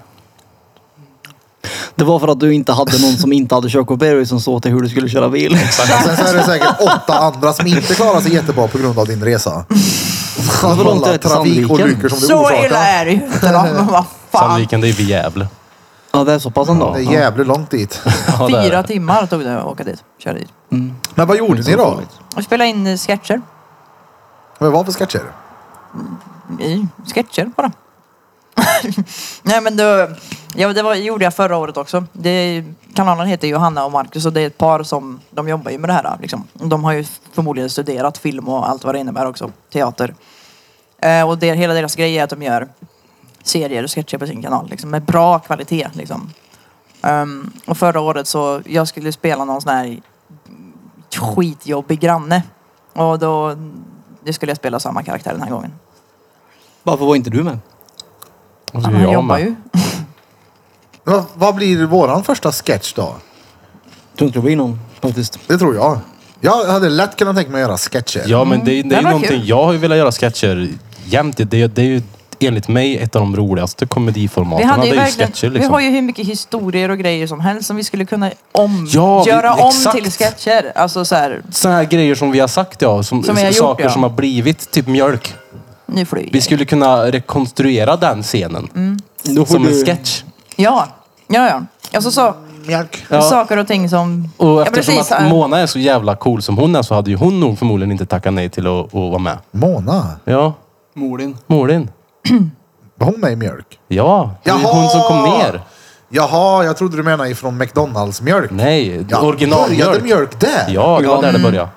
Det var för att du inte hade någon som inte hade körkort på dig som såg till hur du skulle köra bil. Och sen så är det säkert åtta andra som inte klarar sig jättebra på grund av din resa. Hur långt är det till Trafikolyckor som du Så illa orsakar. är det ju inte då. Men vad fan. Sandviken, det är vid Gävle. Ja, det är så pass ändå. Det är jävligt långt dit. Ja, det är Fyra det. timmar tog det att åka dit. Köra dit. Men vad gjorde ni då? Och spela in eh, sketcher. Vad var det för sketcher? I sketcher bara. Nej men då, ja, det var, gjorde jag förra året också. Det, kanalen heter Johanna och Marcus och det är ett par som, de jobbar ju med det här liksom. De har ju förmodligen studerat film och allt vad det innebär också. Teater. Eh, och det, hela deras grej är att de gör serier och sketcher på sin kanal liksom, med bra kvalitet liksom. Um, och förra året så, jag skulle spela någon sån här skitjobbig granne. Och då, det skulle jag spela samma karaktär den här gången. Varför var inte du med? Och så Han är jag jobbar med. ju. Vad, vad blir våran första sketch då? Tror inte det blir någon faktiskt. Det tror jag. Jag hade lätt kunnat tänka mig att göra sketcher. Ja, men det, det Det är var någonting. kul. Jag har ju velat göra sketcher jämt. Det, det är ju enligt mig ett av de roligaste komediformaterna. Vi, hade Det ju är ju verkligen, sketcher vi liksom. har ju hur mycket historier och grejer som helst som vi skulle kunna om, Ja, vi- göra om exakt. till sketcher. Alltså så här, Såna här grejer som vi har sagt, ja. Som, Som vi har gjort, saker ja. som har blivit typ mjölk. nu flyger Vi skulle kunna rekonstruera den scenen. Då får Som du... en sketch. Ja, ja, ja. Alltså så, Mjölk. Ja. saker och ting som... Och Ja, eftersom precis, att ja. Mona är så jävla cool som hon är så hade ju hon nog förmodligen inte tackat nej till att, att vara med. Mona. Ja, Morin. Molin. Var hon med i mjölk? Ja, det var ju Jaha! hon som kom ner. Jaha, jag trodde du menade ifrån McDonalds mjölk. Nej, Ja, började originalmjölk. mjölk där? Ja, det var där det började.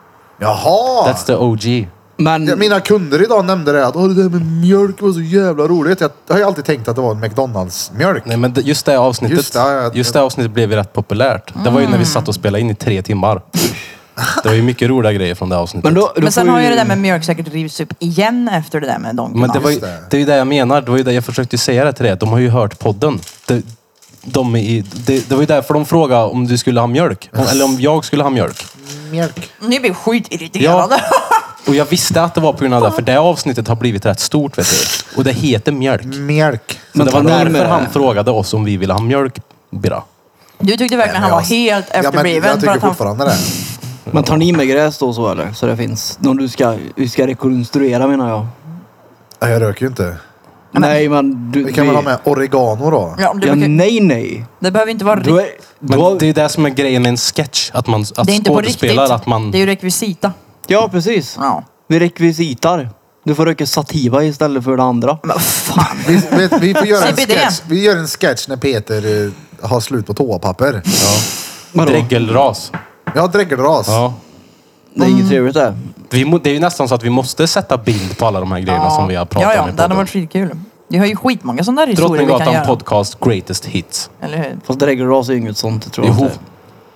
Jaha. That's the O G. Men Ja, mina kunder idag nämnde det att Åh, det där med mjölk var så jävla roligt. Jag har ju alltid tänkt att det var en McDonalds mjölk. Nej, men det- just det avsnittet, Just just det, det, ja, ja. det avsnittet blev ju rätt populärt. Det var ju när vi satt och spelade in i tre timmar. Det var ju mycket roliga grejer från det avsnittet. Men, då, då Men sen får har ju ju det där med mjölk säkert rivits upp igen efter det där med Donkey Men det var ju Just det. det är ju det jag menar. Det var ju det jag försökte säga det till dig. De har ju hört podden. De, de är i, det, det var ju därför de frågade om du skulle ha mjölk. Om, eller om jag skulle ha mjölk. Mjölk. Ni blir skitirriterade. Och jag visste att det var på grund av det. För det avsnittet har blivit rätt stort, vet du. Och det heter mjölk. Mjölk. Så Men det var ta därför med- han frågade oss om vi ville ha mjölk. Bra. Du tyckte verkligen han var helt Ja, men efterbliven. jag för tycker att han... fortfarande det. Men tar ni med gräs då så eller? Så det finns? Någon du ska, du ska rekonstruera menar jag. Ja, jag röker ju inte. Nej men du... Vi kan väl ha med oregano då? Ja, det, Ja, brukar- nej nej. det behöver inte vara Du riktigt. är, du Men har, det är det som är grejen med en sketch. Att, man, att Det är inte på riktigt. skådespelar, att man... Det är ju rekvisita. ja precis. Ja. Vi rekvisitar. Du får röka sativa istället för det andra. Men fan. Vi, vet, vi får göra en C B D. sketch. Vi gör en sketch när Peter eh, har slut på toapapper. Vadå? Dräggelras. Ja, dräggelras. Ja. Det är inget trevligt det. Vi, må- det är ju nästan så att vi måste sätta bild på alla de här grejerna som vi har pratat ja, ja, om i det hade podden. varit skitkul. Vi har ju skitmånga sådana där historier vi kan Drottninggatan göra. podcast Greatest Hits. Eller hur? Fast dräggelras är ju inget sånt tror jag Jo. inte.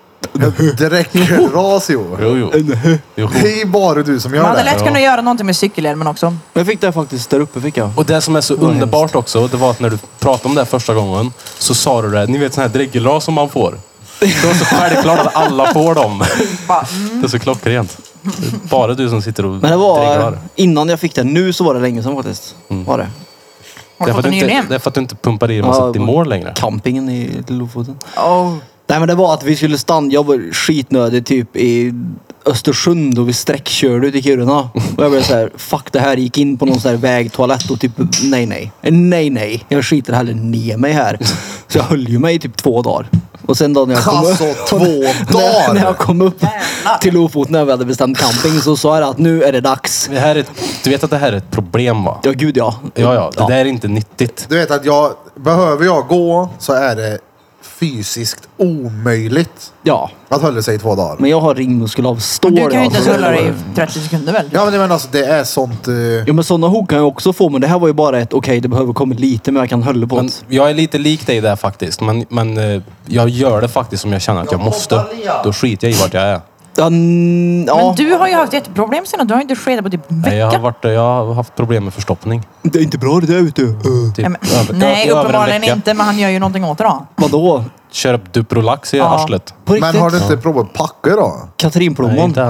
Dräggelras jo. Jo, jo. jo. Det är bara du som Man gör hade det. lätt kunnat göra någonting med cykelhjälmen också. Men jag fick det faktiskt där uppe fick jag. Och det som är så var underbart också, det var att när du pratade om det första gången så sa du det, ni vet sån här dräggelras som man får. Det var så självklart att alla får dem. Bara, Det är så klockrent. Det är bara du som sitter och Men det var drägglar. innan jag fick det. Nu så var det länge sedan faktiskt. Var det. har Det du är, för fått att en du nyligen? inte, det är för att du inte pumpar i dem och Ja, sätter i mål längre. Campingen i Lofoten. Oh. Nej men det var att vi skulle stanna, jag var skitnödig typ i Östersund och vi sträckkörde ut i Kiruna. Och jag blev så här, fuck det här, gick in på någon sån här vägtoalett och typ nej nej. Nej nej, jag skiter hellre ner mig här. Så jag höll ju mig i typ två dagar. Och sen då när jag kom Alltså upp, två när, när dagar! jag kom upp till Lofoten när vi hade bestämt camping så sa jag att nu är det dags. Det här är ett, du vet att det här är ett problem va? Ja gud ja. Ja, ja. Det där är inte nyttigt. Du vet att jag, behöver jag gå så är det fysiskt omöjligt Ja, att hålla sig i två dagar. men jag har ringmuskel av stål. Du kan ju ja. inte ens hålla dig i trettio sekunder väl? Ja men det, men alltså, det är sånt... eh, Ja men sådana hugg kan jag också få men det här var ju bara ett okej det behöver komma lite men jag kan hålla på Men det. jag är lite lik dig där faktiskt. Men, men eh, jag gör det faktiskt som jag känner att jag måste. Då skiter jag i vart jag är. Ja, n- ja. Men du har ju haft jätteproblem sen. Du har ju inte skedat på typ en Nej, jag, har vecka. varit, jag har haft problem med förstoppning. Det är inte bra det där ute. Typ Nej, men, över, nej ö- över en uppenbarligen vecka. inte. Men han gör ju någonting åt det då. Vadå? Kör upp Duprolax i Ja. arslet. På riktigt? Men har du inte provat packa då? Nej, Katrinplommon? inte än.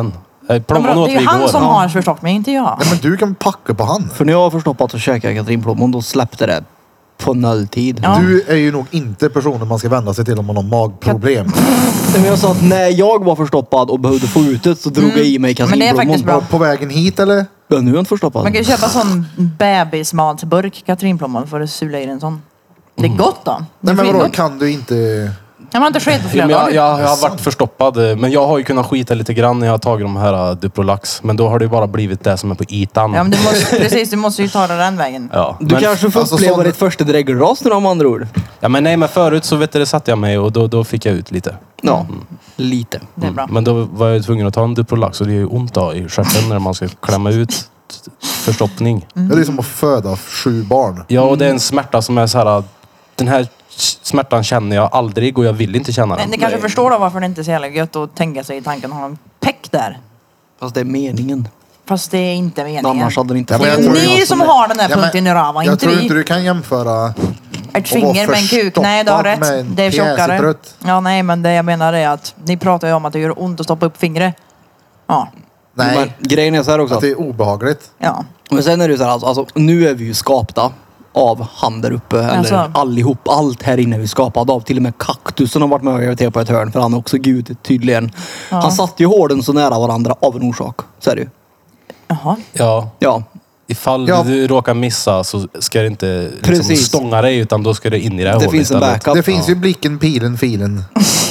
Nej, Men bro, plommon åt det är vi ju han igår. som Ja. har förstoppning, inte jag. Ja, men du kan packa på han. För när jag har förstoppat och käkat katrinplommon, då släppte det på nolltid. Ja. Du är ju nog inte personen man ska vända sig till om man har magproblem. Men jag sa att när jag var förstoppad och behövde få ut det så drog jag i mig Men det är faktiskt katrinplommon. bra. På vägen hit eller? Ja, nu är jag inte förstoppad. Man kan ju köpa sån bebismatsburk katrinplommon för att sula i en sån. Det är gott då. Det Nej är men vadå, skitgott. kan du inte... Kan man inte skita på Ja, flera men jag, dagar? jag, jag har varit förstoppad, eh, men jag har ju kunnat skita lite grann när jag har tagit de här uh, Duprolax. Men då har det ju bara blivit det som är på ytan. Ja men du måste, precis, du måste ju ta det den vägen. Ja. Du Men, kanske får alltså, uppleva sån- ditt första dräggelras nu om andra ord. ja, men nej, men förut så vet du, det satte jag mig och då, då fick jag ut lite. Ja, lite. Det är bra. Men då var jag tvungen att ta en Duprolax och det är ju ont då i stjärten när man ska klämma ut förstoppning. Mm. Ja, det är som att föda sju barn. Ja, och det är en smärta som är så här. Den här smärtan känner jag aldrig och jag vill inte känna den. Men ni kanske förstår då varför det inte är så jävla gött att tänka sig i tanken att ha en peck där. Fast det är meningen. Fast det är inte meningen. Annars hade det inte Ja, men Det jag är tror ni jag- som har den där Ja, men punkten i rava, Jag inte tror vi. inte du kan jämföra... Ett och vara finger med en kuk. Nej, du har förstoppad med rätt. en Det är tjockare. pjäsiprutt. Ja, nej, men det jag menar är att ni pratar ju om att det gör ont att stoppa upp fingret. Ja, Nej, Men grejen är så här också. att det är obehagligt. ja. Men sen är det ju så här, alltså, alltså, nu är vi ju skapta av han där uppe. Eller Alltså. allihop. Allt här inne är vi skapade av. Till och med kaktusen har varit med och hjälpt på ett hörn. För han är också gud tydligen. Han satt ju hården så nära varandra av en orsak. Så är det ju. Jaha. Ja, Ja. ifall Ja. du råkar missa så ska det inte liksom Precis. stånga dig utan då ska det in i det här Det hålet finns en istället. backup. Det finns ju blicken, pilen, filen.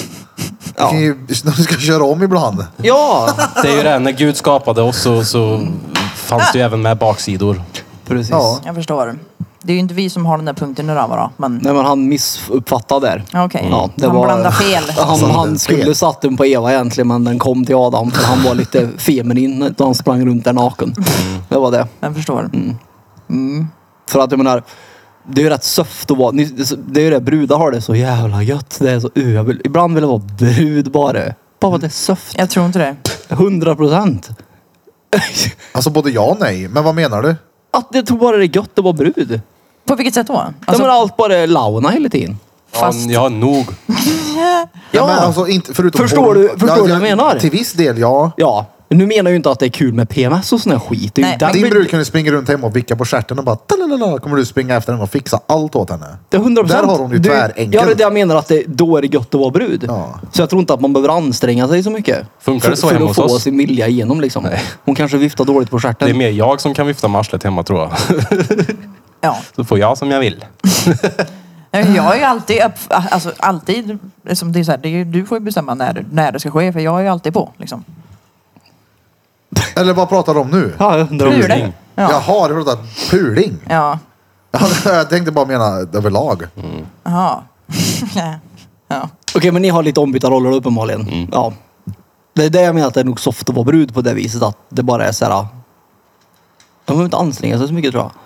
Du Ja. kan ju, när du ska köra om ibland. Ja, Det är ju det, när Gud skapade oss så, så fanns det ju även med baksidor. precis. Ja. Jag förstår. Det är ju inte vi som har den där punkten i rava då. Men Nej men han missuppfattade där. okej. Ja, det Han var, blandar fel. Han, Fel. han skulle satt den på Eva egentligen men den kom till Adam för han var lite feminin då han sprang runt där naken. Det var det. Jag förstår. För att jag menar, det är ju rätt söft att vara, ni- det är ju det, brudar har det så jävla gött. Det är så, uh, jag vill, ibland vill jag vara brud bara. Bara att det är söft. Jag tror inte det. Hundra procent. Alltså både ja och nej. Men vad menar du? Att jag tror bara det är gött att vara brud. På vilket sätt då? Alltså, Alltså, men allt bara är launa hela tiden. fast... Ja, ja, nog. Ja. Ja. Men alltså, inte, förutom Förstår du- förstår du vad jag menar? Till viss del, ja. Ja. Nu menar jag ju inte att det är kul med P M S och sån här skit. Det är ju Nej, den Din vill- brud kunde springa runt hemma och vicka på stjärten och bara talalala, kommer du springa efter henne och fixa allt åt henne. Det är hundra procent. Där har hon ju Du- tvärenkelt. Ja, det är det jag menar att det, då är det gött att vara brud. Ja. Så jag tror inte att man behöver anstränga sig så mycket. Funkar för, det så för hemma att hos få oss? sin vilja igenom liksom. Nej. Hon kanske viftar dåligt på stjärten. Det är mer jag som kan vifta med arslet hemma tror jag. Ja. Så får jag som jag vill. Jag är ju alltid, upp, alltså alltid, liksom det är så här, det är, du får ju bestämma när, när det ska ske för jag är ju alltid på liksom. Eller vad pratar du om nu? Ja, hundra procent. Puling. Ja. Jaha, du pratar puling. Ja. Jag tänkte bara mena överlag. Jaha. Ja. Okej, men ni har lite ombytta roller då, uppenbarligen. Ja. Det är det jag menar att det är nog soft att vara brud på det viset. Att det bara är så här. Man behöver inte anstränga sig så mycket tror jag.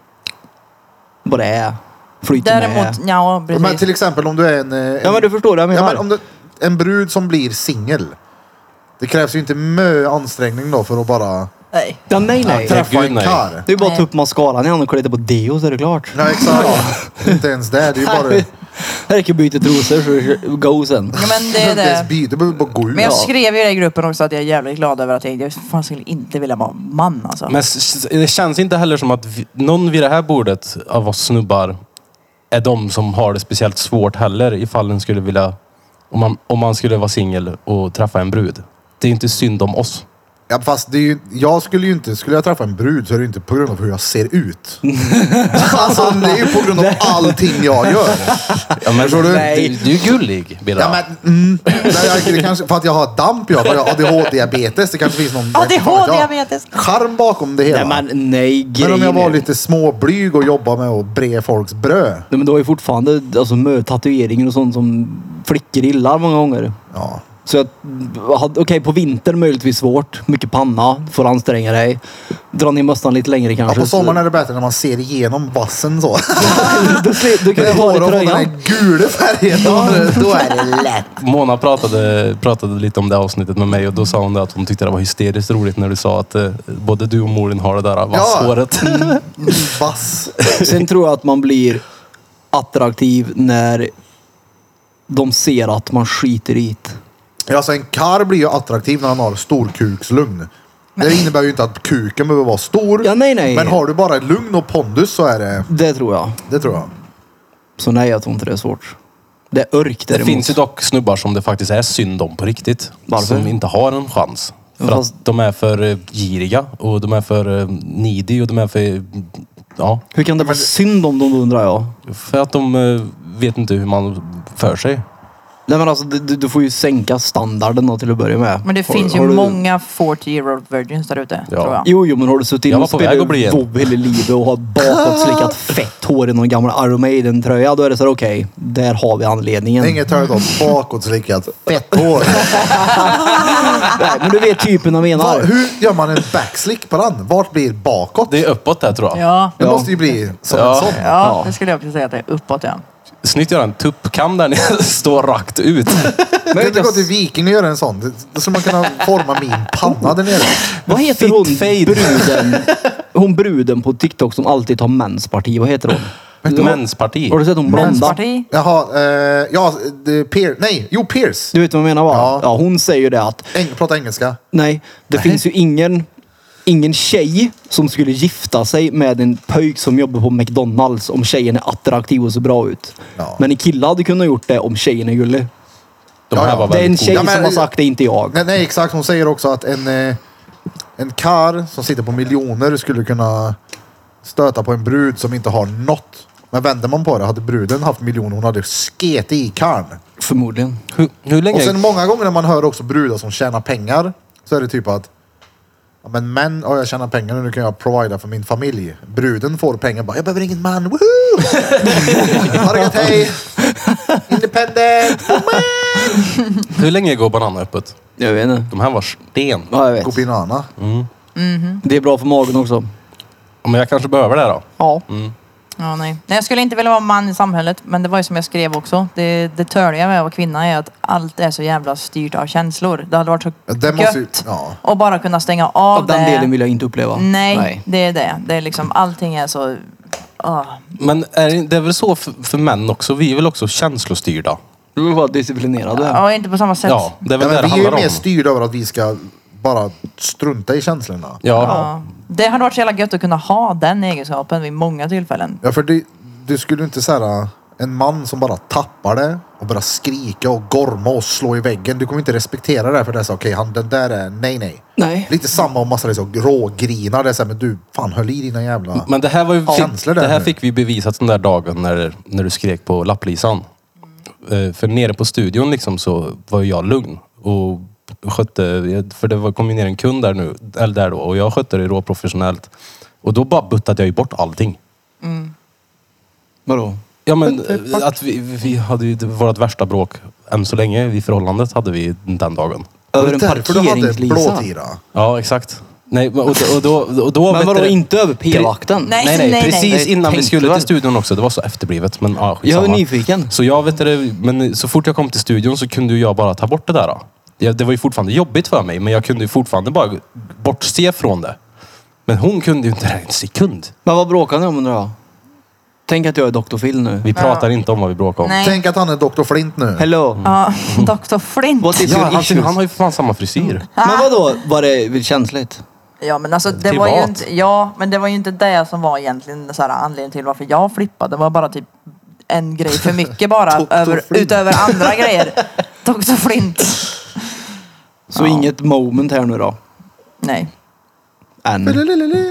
Bara är. Flyter med. Däremot, ja precis. Men till exempel om du är en... eh, en Ja men du förstår vad jag ja, menar. men om du, en brud som blir singel. Det krävs ju inte mö ansträngning då för att bara Nej. Ja, nej nej. träffa gud, en nej. karl. Det är ju bara att ta upp mascaran i handen och kolla lite på deo så är det klart. Ja exakt. Inte ens det. Det är ju bara... Det räcker att byta trosor så är det go sen. Ja, men det är inte ens det. byta, du behöver bara gå ut. Men jag Ja. skrev ju i gruppen också att jag är jävligt glad över att jag, jag fan skulle inte vilja vara man alltså. Men s- s- det känns inte heller som att vi, någon vid det här bordet av oss snubbar är de som har det speciellt svårt heller ifall den skulle vilja, om man, om man skulle vara singel och träffa en brud. Det är inte synd om oss. Ja, fast det är ju, jag skulle ju inte, skulle jag träffa en brud så är det ju inte på grund av hur jag ser ut. Alltså det är ju på grund av allting jag gör. Ja, men, Förstår du? Du, du är gullig, Birra. Ja, men, mm, nej, jag, det kanske, för att jag har damp, jag har A D H-diabetes. Det kanske finns någon A D H-diabetes. charm bakom det hela. Nej men nej, men om jag grejen var är- lite småblyg och jobbade med att bre folks bröd. Nej, men du har ju fortfarande alltså, mö- tatueringar och sånt som flickor gillar många gånger. Ja. Så jag, okej okay, på vintern möjligtvis svårt. Mycket panna, får anstränga dig. Dra ner mössan lite längre Ja, kanske. på sommaren är det bättre när man ser igenom vassen så. du, sli- du kan ju Det ta hår dig och den tröjan. här gula färgen, då, då är det lätt. Mona pratade, pratade lite om det avsnittet med mig och då sa hon det att hon tyckte det var hysteriskt roligt när du sa att eh, både du och Morin har det där vasshåret. Vass. Sen tror jag att man blir attraktiv när de ser att man skiter i det. Alltså en karl blir ju attraktiv när han har storkukslugn. Det innebär ju inte att kuken behöver vara stor. Ja, nej, nej. Men har du bara lugn och pondus så är det... Det tror jag. Det tror jag. Så nej, jag tror inte det är svårt. Det är örk Det däremot. finns ju dock snubbar som det faktiskt är synd om på riktigt. Varför? Som inte har en chans. För Fast- att de är för eh, giriga och de är för eh, needy och de är för... Ja, Hur kan det vara synd om dem då, undrar jag? för att de eh, vet inte hur man för sig. Nej men alltså, du, du får ju sänka standarden då till att börja med. Men det Har- finns ju har du- många fyrtio year old virgins där ute, Ja. tror jag. Jo, jo, men har du suttit Jag in var och på väg spelat att bli en. WoW hela livet och har bakåtslickat fett hår i någon gammal Iron Maiden-tröja, då är det så här, okej, där har vi anledningen. Det är inget törligt åt bakåtslickat fett hår. Nej, men du vet typen jag menar. Va, hur gör man en backslick på den? Vart blir bakåt? Det är uppåt där tror jag. Ja. Det Ja. måste ju bli som Ja. en sån. Ja, det skulle jag också säga att det är uppåt, ja. Snyggt göra en tuppkam där ni står rakt ut. Men kan inte gå till Viking och göra en sån. Det- Då skulle man kunna forma min panna där nere. Vad heter Fit hon fade. bruden? Hon bruden på TikTok som alltid tar mensparti. Vad heter hon? Mensparti. Har du sett hon blonda? Vänsterparti. Jaha, eh, ja, det, Pier, nej, jo Pierce. Du vet vad jag menar va? Ja. Ja, hon säger det att Eng, prata engelska. nej, det finns ju ingen, ingen tjej som skulle gifta sig med en pöjk som jobbar på McDonalds om tjejen är attraktiv och ser bra ut. Ja. Men en kille hade kunnat gjort det om tjejen är gullig. De Ja, här ja. var Det är en väldigt tjej coola. Ja, men- som har sagt det, inte jag. Nej, nej, exakt. Hon säger också att en, eh, en kar som sitter på miljoner skulle kunna stöta på en brud som inte har något. Men vänder man på det, hade bruden haft miljoner, hon hade sket i karn. Förmodligen. Hur, hur länge? Och sen många gånger när man hör också brudar som tjänar pengar, så är det typ att ja, men män, oh, jag tjänar pengar och nu kan jag provida för min familj. Bruden får pengar, bara jag behöver ingen man, woho! Ha det gött, hej! Independent! Hur länge går Banana öppet? Jag vet inte. De här var sten. Ja, jag vet. Gopinana. Det är bra för magen också. Men jag kanske behöver det då. Ja. Ja, nej. nej. Jag skulle inte vilja vara man i samhället, men det var ju som jag skrev också. Det, det törliga med att vara kvinna är att allt är så jävla styrt av känslor. Det hade varit så Ja, det gött måste ju- ja. att bara kunna stänga av, Av den det. delen vill jag inte uppleva. Nej, det är det. Det är liksom, allting är så... ah. Men är det, det är väl så för, för män också? Vi är väl också känslostyrda? Du vill vara disciplinerad. Ja. Ja, inte på samma sätt. Ja, det är Ja, väl det men det vi är ju handlar mer om. styrda över att vi ska bara strunta i känslorna. Ja. Ja. Det hade varit så jävla gött att kunna ha den egenskapen vid många tillfällen. Ja, för det, du skulle inte säga en man som bara tappar det och bara skrika och gorma och slå i väggen. Du kommer inte respektera det för det är så, okej, han den där är nej nej. Nej. Lite samma om massa så rågrinar. Det är så här, men du, fan höll i dina jävla... Men det här var ju... Känslor där det här nu. fick vi bevisat den där dagen när, när du skrek på lapplisan. Eh, För nere på studion liksom så var ju jag lugn och skötte, för det var, kom ju ner en kund där nu, eller där då, och jag skötte det råprofessionellt. Och då bara buttade jag ju bort allting. Vadå? Ja men eh, att vi, vi hade ju vårt värsta bråk än så länge i förhållandet hade vi den dagen. Över en Därför du hade parkeringslisa? blåtira. Ja exakt. Nej, och, och, och då, och då Men vet vadå, du- inte över p-vakten? Nej. Nej, nej, precis nej. innan vi Tänkte skulle väl. till studion också. Det var så efterblivet. Men ja, Jag skitsamma. är nyfiken. Så jag vet det, men så fort jag kom till studion så kunde ju jag bara ta bort det där. Då. Det, det var ju fortfarande jobbigt för mig, men jag kunde ju fortfarande bara bortse från det. Men hon kunde ju inte det en sekund. Men vad bråkar ni om undrar jag? Tänk att jag är doktor Phil nu. Vi pratar inte om vad vi bråkar om. Nej. Tänk att han är doktor Flint nu. Hello. Ja, doktor Flint. What is Ja, your han, issues? han har ju för fan samma frisyr. Men vadå, var det känsligt? Ja men alltså det var ju Privat. inte, ja men det var ju inte det som var egentligen så här, anledningen till varför jag flippade. Det var bara typ en grej för mycket bara Doktor över, Flint. utöver andra grejer. doktor Flint. Så inget moment här nu då? Nej. Än. Vad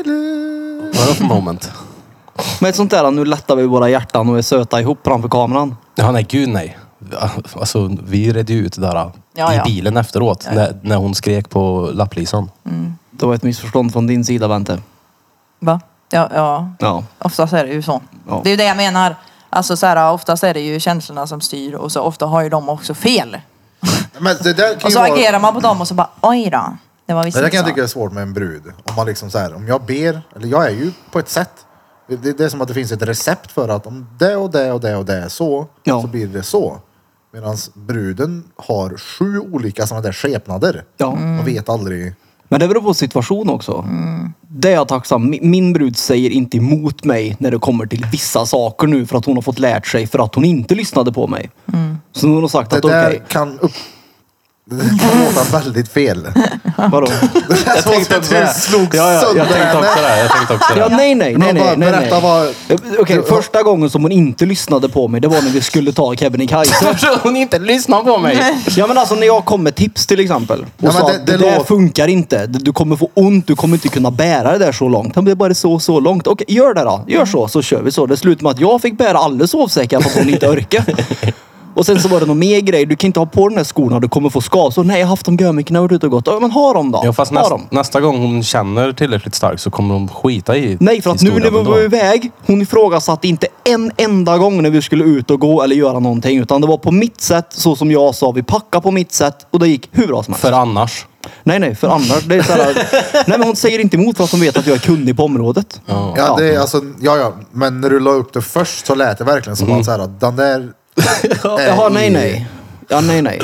är det för moment? Men ett sånt där, nu lättar vi våra hjärtan och är söta ihop framför kameran. Ja, nej, gud nej. Alltså, vi redde ju ut det där Ja, i ja. bilen efteråt. När, när hon skrek på lapplisan. Det var ett missförstånd från din sida, Bente. Va? Ja, ja. Ja. Oftast är det ju så. Ja. Det är ju det jag menar. Alltså så här, oftast är det ju känslorna som styr och så ofta har ju de också fel. Men det där kan Och ju så vara... agerar man på dem och så bara oj då. Det var visst Det där inte kan jag så. tycka är svårt med en brud. Om man liksom så här, om jag ber, eller jag är ju på ett sätt. Det, det är som att det finns ett recept för att om det och det och det och det är så, Ja. så blir det så. Medan bruden har sju olika sådana där skepnader. Ja. Man vet aldrig. Men det beror på situation också. Det är jag tacksam. Min- Min brud säger inte emot mig när det kommer till vissa saker nu för att hon har fått lärt sig för att hon inte lyssnade på mig. Så nu har hon sagt Det att okej. där kan upp... Det kan låta väldigt fel. Vadå? Jag tänkte också det. slog Ja, ja, sönder jag tänkte också henne. det. Jag tänkte också Ja, det. nej, nej, nej, Men nej, bara nej, berätta nej. vad... Okej, första gången som hon inte lyssnade på mig, det var när vi skulle ta Kebnekaise. Varför hon inte lyssnar på mig? Ja men alltså när jag kom med tips till exempel. Och Ja, men sa det- att det det, där låter- funkar inte. Du kommer få ont, du kommer inte kunna bära det där så långt. Det är bara så, så långt. Okej, gör det då. Gör så, så kör vi så. Det slutade med att jag fick bära alla sovsäckar för att hon inte orkade. Och sen så var det någon mer grej. Du kan inte ha på den här skorna, du kommer få skavsår. Nej, jag har haft dem gömmiken, jag har varit ute och gått. Ja, men ha dem då. Ja, fast ha näst, dem. nästa gång hon känner tillräckligt starkt så kommer hon skita i Nej, för att nu när vi historien var ändå. iväg, hon ifrågasatte inte en enda gång när vi skulle ut och gå eller göra någonting. Utan det var på mitt sätt, så som jag sa. Vi packade på mitt sätt och det gick hur bra som helst. För annars. Nej, nej, för annars. Det är så här, nej, men hon säger inte emot för att hon vet att jag är kunnig på området. Ja, det är alltså... Ja, ja. Men när du la upp det först så lät det verkligen som att så här, den där... är Jaha, nej, i- nej. Ja, nej, nej.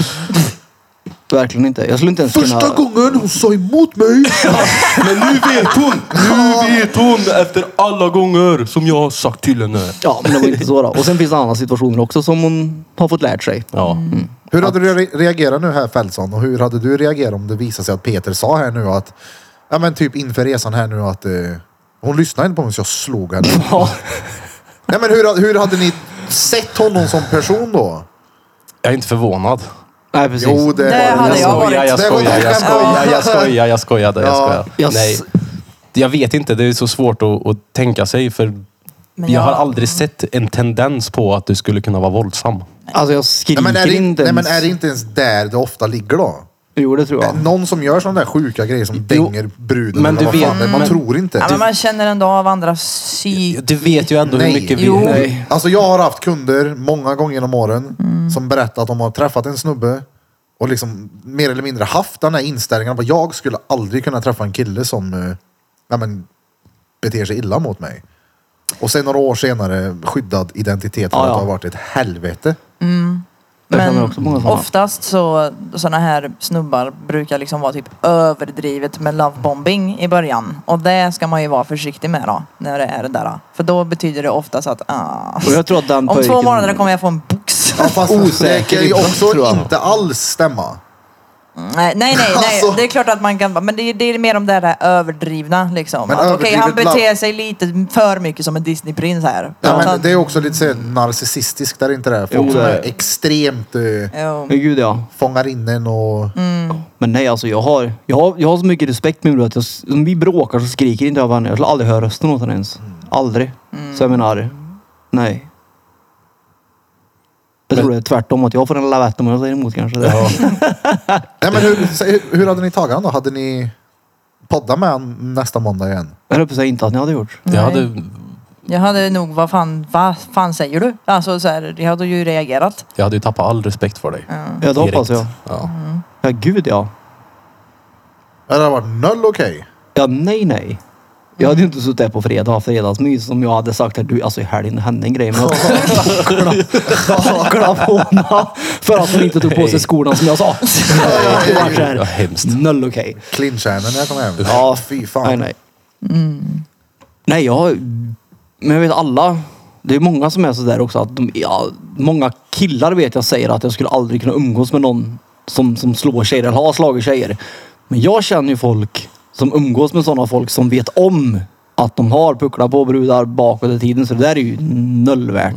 Verkligen inte. Jag skulle inte ens Första kunna... gången hon sa emot mig. Men nu vet hon! Nu vet hon efter alla gånger som jag har sagt till henne. Ja, men det var inte så då. Och sen finns det andra situationer också som hon har fått lärt sig. Ja. Hur hade du re- reagerat nu här Fältson? Och hur hade du reagerat om det visade sig att Peter sa här nu att... Ja men typ inför resan här nu att... Eh, hon lyssnade inte på mig så jag slog henne. Ja. Nej men hur, hur hade ni sett honom som person då? Jag är inte förvånad. Nej, precis. Jo det, Det var hade det. jag skojar, jag Det var skojar, jag skämt. skojar, jag skojar, jag skojade, jag Ja. skojar. Jag s- Nej, jag vet inte, det är så svårt att, att tänka sig för Men jag har jag- aldrig sett en tendens på att du skulle kunna vara våldsam. Alltså jag skriker Nej men, är det, inte nej men ens. är det inte ens där det ofta ligger då? Jo, det tror jag. Någon som gör sådana där sjuka grejer som dänger bruden men eller du vad vet- fan det är. Man men- tror inte. Ja, men man känner ändå av andras psyk. Du vet ju ändå Nej. hur mycket vi... Jo. Nej. Alltså jag har haft kunder många gånger genom åren som berättat att de har träffat en snubbe och liksom mer eller mindre haft den här inställningen att jag skulle aldrig kunna träffa en kille som eh, ja, men, beter sig illa mot mig. Och sen några år senare skyddad identitet för Ja, att ja. det har varit ett helvete. Jag känner Men också många sådana. oftast så såna här snubbar brukar liksom vara typ överdrivet med lovebombing i början. Och det ska man ju vara försiktig med då, när det är det där. För då betyder det oftast att ah, Och jag tror att den om två pojken- månader kommer jag få en box. Ja, fast Osäker det kan ju ibland, också tror jag. inte alls stämma. Nej, nej, nej, nej. Alltså. Det är klart att man kan, men det är, det är mer om det där överdrivna liksom. Men Att, Okej, han överdrivet beter love- sig lite för mycket som en Disneyprins här. Ja, Så men att- det är också lite så här narcissistiskt där inte det är. Folk Jo, som det är är. extremt eh, Jo. Men gud ja. fångar in en och... Men nej, alltså jag har, jag har, jag har så mycket respekt med min bror att jag, om vi bråkar så skriker inte jag på henne. Jag skulle aldrig höra rösten åt henne ens. Aldrig. Så jag menar, nej. Jag tror det är tvärtom, att jag får en lavett om jag säger emot kanske. Ja. Nej, men hur, säg- hur hade ni tagit han då? Hade ni poddat med han nästa måndag igen? Jag hoppas inte att ni hade gjort. Jag hade, Jag hade nog, vad fan, vad fan säger du? Alltså så här, jag hade ju reagerat. jag hade ju tappat all respekt för dig. Ja, det hoppas jag. Ja. Ja, gud ja. Det hade varit noll okej. Ja, nej, nej. Jag hade ju inte suttit där på fredag och haft fredagsmys som jag hade sagt att du, alltså i helgen hände en grej med tackla på henne för att hon inte tog på sig skorna som jag sa. Det var så Ja, här, hemskt. noll okej. Clinchade när jag kom hem. Ja, Fy fan. Nej, nej. Nej, jag... Men jag vet alla... Det är många som är så där också. Att de, ja, många killar vet jag säger att jag skulle aldrig kunna umgås med någon som, som slår tjejer eller har slagit tjejer. Men jag känner ju folk som umgås med sådana folk som vet om att de har pucklar på brudar bakåt i tiden. Så det där är ju nollvärt.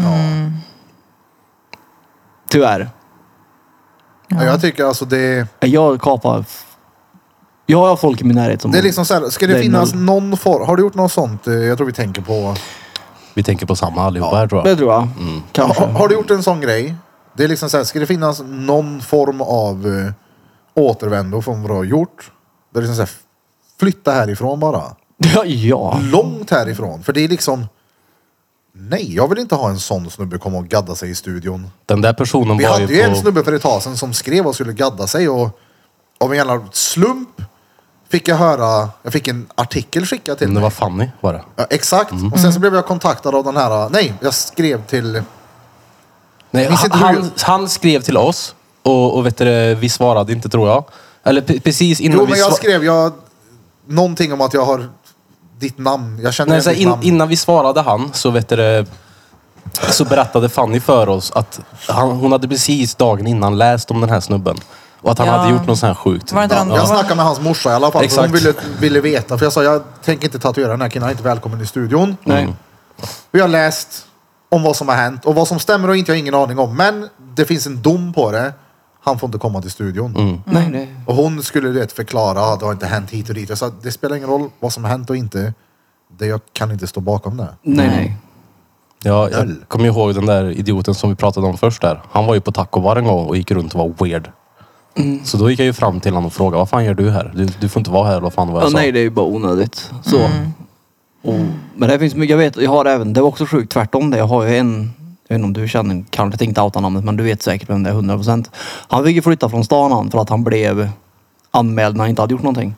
Tyvärr. Ja, jag tycker alltså det... Jag kapar... Jag har folk i min närhet som... Det är liksom så här, ska det, Det är finnas noll. någon form... Har du gjort något sånt? Eh, Jag tror vi tänker på... Vi tänker på samma allihopa här tror jag. Det tror jag. Kanske. Har, har du gjort en sån grej? Det är liksom så här, ska det finnas någon form av uh, återvändo från vad du har gjort? Det är liksom så här, flytta härifrån bara. Ja, ja. Långt härifrån. För det är liksom... Nej, jag vill inte ha en sån snubbe komma och gadda sig i studion. Den där personen Vi var hade ju ju en på... snubbe för ett tag sedan som skrev och skulle gadda sig och av en jävla slump fick jag höra, jag fick en artikel skickad till Det mig. var Fanny var det. Ja, exakt. Och sen så blev jag kontaktad av den här, nej, jag skrev till, Nej, Minns han, inte hur- han, han skrev till oss och, och vet du, vi svarade inte tror jag. Eller p- precis innan jo vi men jag sva- skrev jag, någonting om att jag har ditt namn, jag känner Nej, igen så här, ditt in, namn. innan vi svarade han så vet du, så berättade Fanny för oss att han, hon hade precis dagen innan läst om den här snubben. Och att han Ja. hade gjort något sånt här sjukt. Var det inte Ja. han- Jag snackade med hans morsa i alla fall. För hon Exakt. ville, ville veta. För jag sa, jag tänker inte tatuera den här killen. Han är inte välkommen i studion. Nej. Vi har läst om vad som har hänt. Och vad som stämmer och inte har jag ingen aning om. Men det finns en dom på det. Han får inte komma till studion. Mm. Nej, nej. Och hon skulle du vet, förklara att det har inte hänt hit och dit. Jag sa, det spelar ingen roll vad som har hänt och inte. Det jag kan inte stå bakom det. Nej, nej. Ja, jag kommer ihåg den där idioten som vi pratade om först där. Han var ju på Taco Bar en gång och gick runt och var weird. Mm. Så då gick jag ju fram till honom och frågade, vad fan gör du här? Du, du får inte vara här, eller vad fan var jag Ja, sa. nej, det är ju bara onödigt. Så. Och, men det finns mycket, jag vet, jag har även, det var också sjukt tvärtom det. Jag har ju en, jag vet inte om du känner, kanske inte outa namnet, men du vet säkert vem det är, hundra procent. Han fick ju flytta från stan han för att han blev anmäld när han inte hade gjort någonting.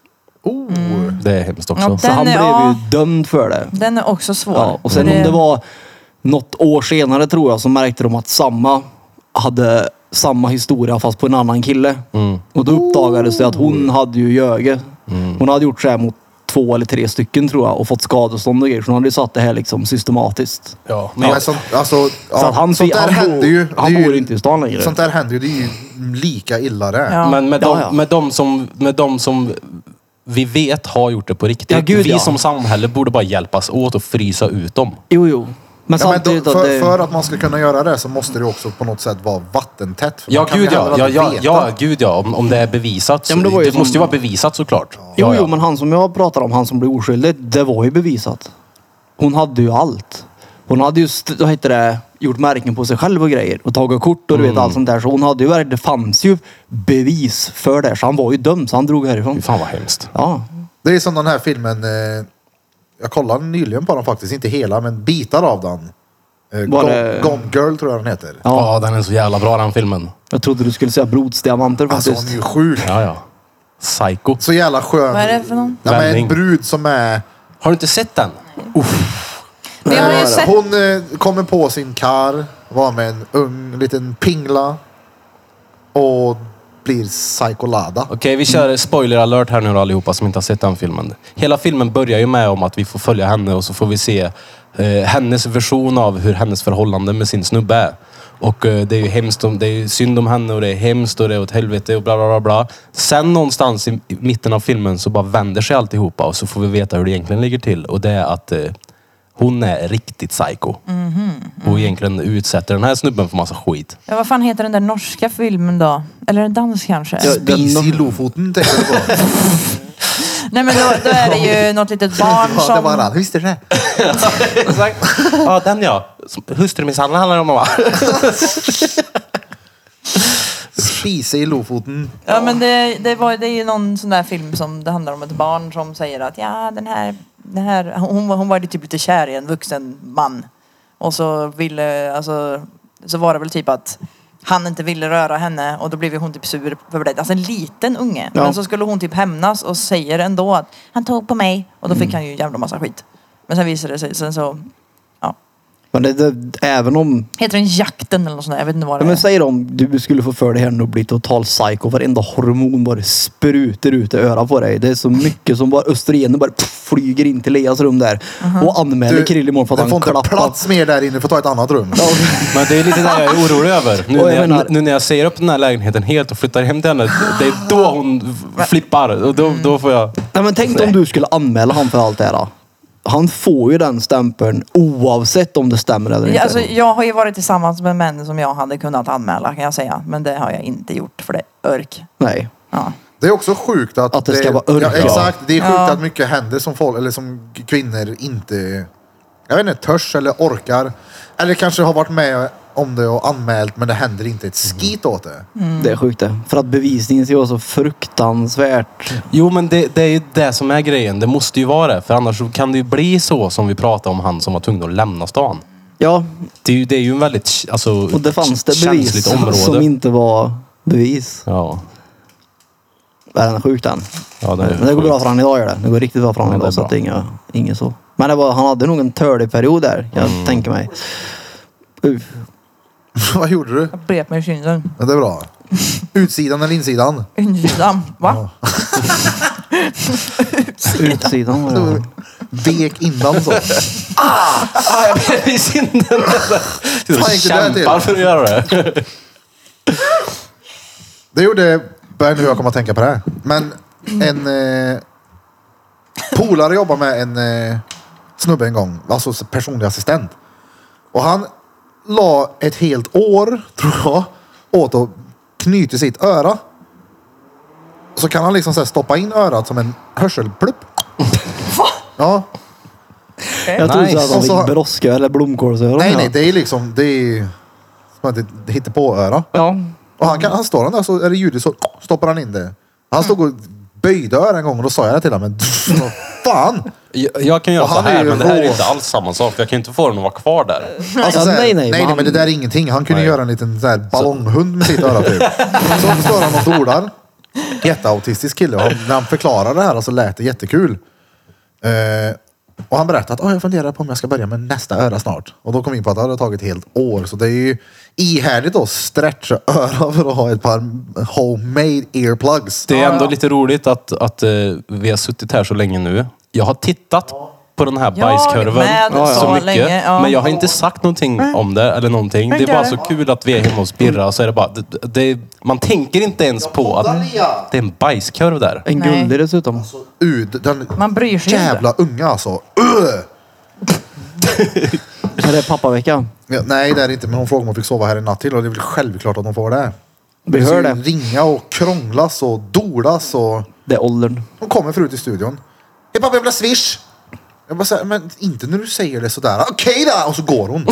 Oh. Det är hemskt också. Ja, Så Den han är- blev ja. ju dömd för det. Den är också svår. Ja, och sen Det- om det var något år senare tror jag så märkte de att samma hade samma historia fast på en annan kille. Mm. Och då uppdagades det att hon hade ju ljögit. Hon hade gjort så här mot två eller tre stycken tror jag och fått skadestånd och grejer. Så hon hade ju satt det här liksom systematiskt. Ja, Men men sånt, alltså, ja, Så att han, sånt där han, händer bor, ju. Det han är ju bor inte i stan längre. sånt där händer ju. Det är ju lika illa det. Ja. Men med, Ja, de, ja. med, de som, med de som vi vet har gjort det på riktigt. Ja, gud, vi ja. som samhälle borde bara hjälpas åt och frysa ut dem. Jo, jo. Men Ja, men då, samtidigt att för, det... för att man ska kunna göra det så måste det också på något sätt vara vattentätt. För Ja, man kan ju gud ja. heller Ja, aldrig ja, veta. ja, gud ja. Om, om det är bevisat. Ja, men det det var ju det som- måste ju vara bevisat såklart. Jo, Ja, ja. jo, men han som jag pratar om, han som blev oskyldig, det var ju bevisat. Hon hade ju allt. Hon hade ju, st- vad heter det, gjort märken på sig själv och grejer. Och tagit kort och du vet allt sånt där. Så hon hade ju verkligen, det fanns ju bevis för det. Så han var ju dömd, så han drog härifrån. Fy fan vad hemskt. Ja. Det är som den här filmen. Eh, jag kollade nyligen på den faktiskt. Inte hela, men bitar av den. Eh, Var Gone, det- Gone Girl tror jag den heter. Ja, den är så jävla bra den filmen. Jag trodde du skulle säga blodsdiamanter Alltså faktiskt. hon är ju sjuk. Ja, ja. Psycho. Så jävla skön. Vad är det för någon? Ja, men en Vändning. brud som är... Har du inte sett den? Vi har ju sett... Hon eh, kommer på sin kar, var med en ung liten pingla och blir psykolada. Okej, vi kör spoiler alert här nu då allihopa som inte har sett den filmen. Hela filmen börjar ju med om att vi får följa henne och så får vi se eh, hennes version av hur hennes förhållande med sin snubbe är. Och eh, det är ju hemskt, om, det är ju synd om henne och det är hemskt och det är åt helvete och bla bla bla bla. Sen någonstans i, i mitten av filmen så bara vänder sig alltihopa och så får vi veta hur det egentligen ligger till. Och det är att eh, hon är riktigt psycho. Och egentligen utsätter den här snubben för massa skit. Ja, vad fan heter den där norska filmen då? Eller en dans kanske? Ja, Spis i Lofoten tänker du på. Nej men då, då är det ju något litet barn Ja, det var som... han. Visst är det? Exakt. Ja, den ja. Hustrumisshandel handlar det om va? Spisa i Lofoten. Ja men det, det, var, det är ju någon sån där film som det handlar om ett barn som säger att ja den här, den här hon, var- hon var typ lite kär i en vuxen man. Och så ville, alltså, så var det väl typ att han inte ville röra henne och då blev ju hon typ sur över det. Alltså en liten unge. Ja. Men så skulle hon typ hämnas och säger ändå att han tog på mig. Och då fick han ju jävla massa skit. Men sen visade det sig, sen så, ja. Men det, det, även om... Heter den Jakten eller något sånt där? Jag vet inte vad det Ja, men är. säger om du skulle få för dig här nu och bli total psycho. Varenda hormon bara spruter ut i örat på dig. Det är så mycket som bara östrogener bara pff, flyger in till Leas rum där. Och anmäler Krill imorgon för att den får han inte klappar. plats mer där inne för att ta ett annat rum. Men det är lite det jag är orolig över. Nu Och när jag jag, menar- nu när jag säger upp den här lägenheten helt och flyttar hem till henne. Det är då hon f- flippar. Och då, då får jag... Nej, men tänk om du skulle anmäla han för allt det här. Han får ju den stämpeln oavsett om det stämmer eller inte. Ja, alltså, jag har ju varit tillsammans med män som jag hade kunnat anmäla kan jag säga. Men det har jag inte gjort för det är örk. Nej. Ja. Det är också sjukt att... Att det ska vara örk. Ja, exakt. Det är sjukt Ja. att mycket händer som folk, eller som kvinnor inte... Jag vet inte, törs eller orkar. Eller kanske har varit med om det och anmält men det händer inte ett skit åt det. Det är sjukt det. För att bevisningen ska vara så fruktansvärt. Jo men det, det är ju det som är grejen. Det måste ju vara det. För annars så kan det ju bli så som vi pratade om han som var tvungen att lämna stan. Ja, Det är ju, det är ju en väldigt alltså, och det fanns det bevis känsligt område. som inte var bevis. Ja. Är den sjuk den? Ja, det är Men det går sjukt. bra för han idag gör det. Det går riktigt bra för han Ja, det är idag så bra. att det är inga, inget så. Men det var, han hade nog en törlig period där. Jag Mm. tänker mig. Uff. Vad gjorde du? Jag bet mig i kinden. Ja, det är bra. Utsidan eller insidan? Insidan. Va? Utsidan var det. Vek innan så. Ah, jag blev i sinnen. Fan, gick det där till? Kämpar för att göra det. Det gjorde, börjar nu jag kommer att tänka på det här. Men en eh, polare jobbar med en eh, snubbe en gång, alltså personlig assistent. Och han la ett helt år, tror jag, åt att knyta sitt öra. Så kan han liksom så här stoppa in örat som en hörselplupp. Ja. Jag trodde Nice. att de Och så- fick brådska eller blomkålsöron. Nej, ja. nej, det är liksom, det är som att det hittar på öra. Ja. Och han, kan, han står han där så är det ljudet så stoppar han in det. Han stod och böjde öra en gång och då sa jag det till honom. Men vad fan! Jag, jag kan göra Och så han är här, ju men det här är rå. inte alls samma sak. För jag kan inte få den att vara kvar där. Alltså, Ja, så här, nej, nej, nej, man- men det där är ingenting. Han kunde Nej. göra en liten så här ballonghund med sitt öra typ. Så står han och dolar. Jätteautistisk kille. Och han, när han förklarade det här så lät det jättekul. Eh, och han berättade att oh, jag funderar på om jag ska börja med nästa öra snart. Och då kom vi in på att det hade tagit ett helt år. Så det är ju ihärdigt att stretcha öra för att ha ett par homemade earplugs. Det är Ja, ändå ja. lite roligt att, att eh, vi har suttit här så länge nu. Jag har tittat på den här Jag bajskurven med så så mycket. länge, ja. Men jag har inte sagt någonting om det eller någonting. Det är Inte bara jag. så kul att vi är hemma hos Birra och så är det bara... Det, det, man tänker inte ens på att det är en bajskurv där. En Nej. guldig dessutom. Ud, den Man bryr sig inte. jävla unga alltså. Ugh! Är det pappavecka? Ja, nej, det är det inte. Men hon frågade om hon fick sova här en natt till och det är väl självklart att de får det. Vi Det hör ska det. ringa och krånglas och dolas och... Det är åldern. Hon kommer förut i studion. Jag bara, jag vill ha swish. Jag bara säger, men inte när du säger det sådär. Okej då! Och så går hon.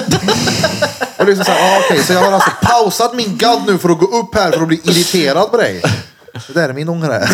Och liksom såhär, ah, okej, så jag har alltså pausat min gadd nu för att gå upp här för att bli irriterad på dig. Det där är min ångare.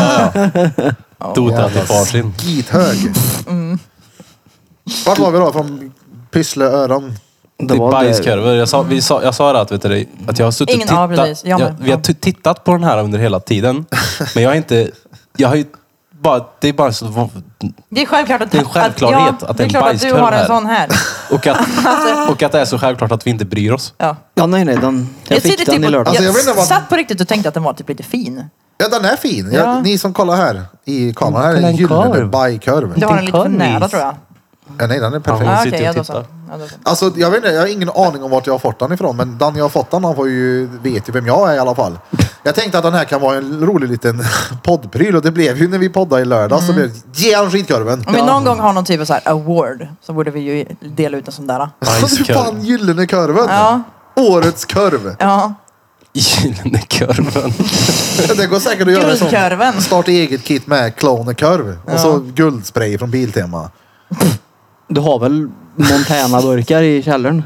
Dotat i farsin. Githög. Mm. Vart var vi då? Från Pyssle, öron? Det är var bajskurvor. Jag sa, vi sa, jag sa det att, vet du, att jag har suttit Ingen- och ja, tittat. precis. Jag jag, med. vi har Ja. t- tittat på den här under hela tiden. Men jag har inte... Jag har ju bara... Det är bara så... Det är självklart att, Det är en självlarhet ja, att det det är är en klart att du bajskorv har en här. sån här. Och att, och att det är så självklart att vi inte bryr oss. Ja. Ja, nej, nej. Den, jag fick sitter den typ i och- lördags. Alltså, jag jag vet inte vad- satt på riktigt och tänkte att den var typ lite fin. Ja, den är fin. Ja. Jag, ni som kollar här i kameran, här är Kolla en en gyllene korv. bajkorv. Du har den lite för korvis. nära tror jag. Ja, nej, den är perfekt. Ja. Ja, sitter okej, och ja, då så. tittar. Ja, då så. Alltså, jag vet inte, jag har ingen aning om vart jag har fått den ifrån. Men den jag har fått den, han får ju, vet ju vem jag är i alla fall. Jag tänkte att den här kan vara en rolig liten poddpryl. Och det blev ju när vi poddade i lördag. Så blev det, ge han skitkorven. Om vi någon gång har någon typ av så här award så borde vi ju dela ut en sån där. Bajskorv. Fan, gyllene korven. Ja. Årets korv. Ja, Gyllene kurven. Det går säkert att göra en sån. guldkorven. Starta eget kit med klonekorv. Och så guldspray från Biltema. Du har väl Montana-burkar i källaren?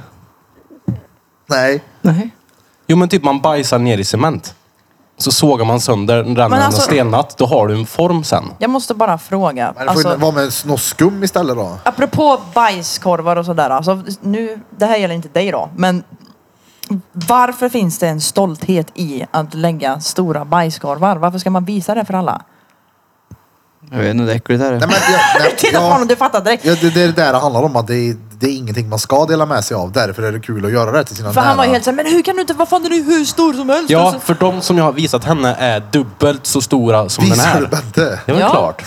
Nej. Nej. Jo men typ man bajsar ner i cement. Så sågar man sönder den när den alltså- har stelnat. Då har du en form sen. Jag måste bara fråga. Men det får ju Alltså, vara med något skum istället då. apropå bajskorvar och sådär. Alltså, nu, det här gäller inte dig då. Men varför finns det en stolthet i att lägga stora bajskorvar? Varför ska man visa det för alla? Jag vet inte, det är äckligt är det. Nej, men, jag, nej, Titta på ja, honom, du fattar direkt. ja, det, det är det där det handlar om. Att det är, det är ingenting man ska dela med sig av. Därför är det kul att göra det till sina För han var ju nära. helt såhär, men hur kan du inte, vad fan den är ju hur stor som helst. Ja, Och så- för de som jag har visat henne är dubbelt så stora som den Visar här. du Bente? Det är väl Ja. klart.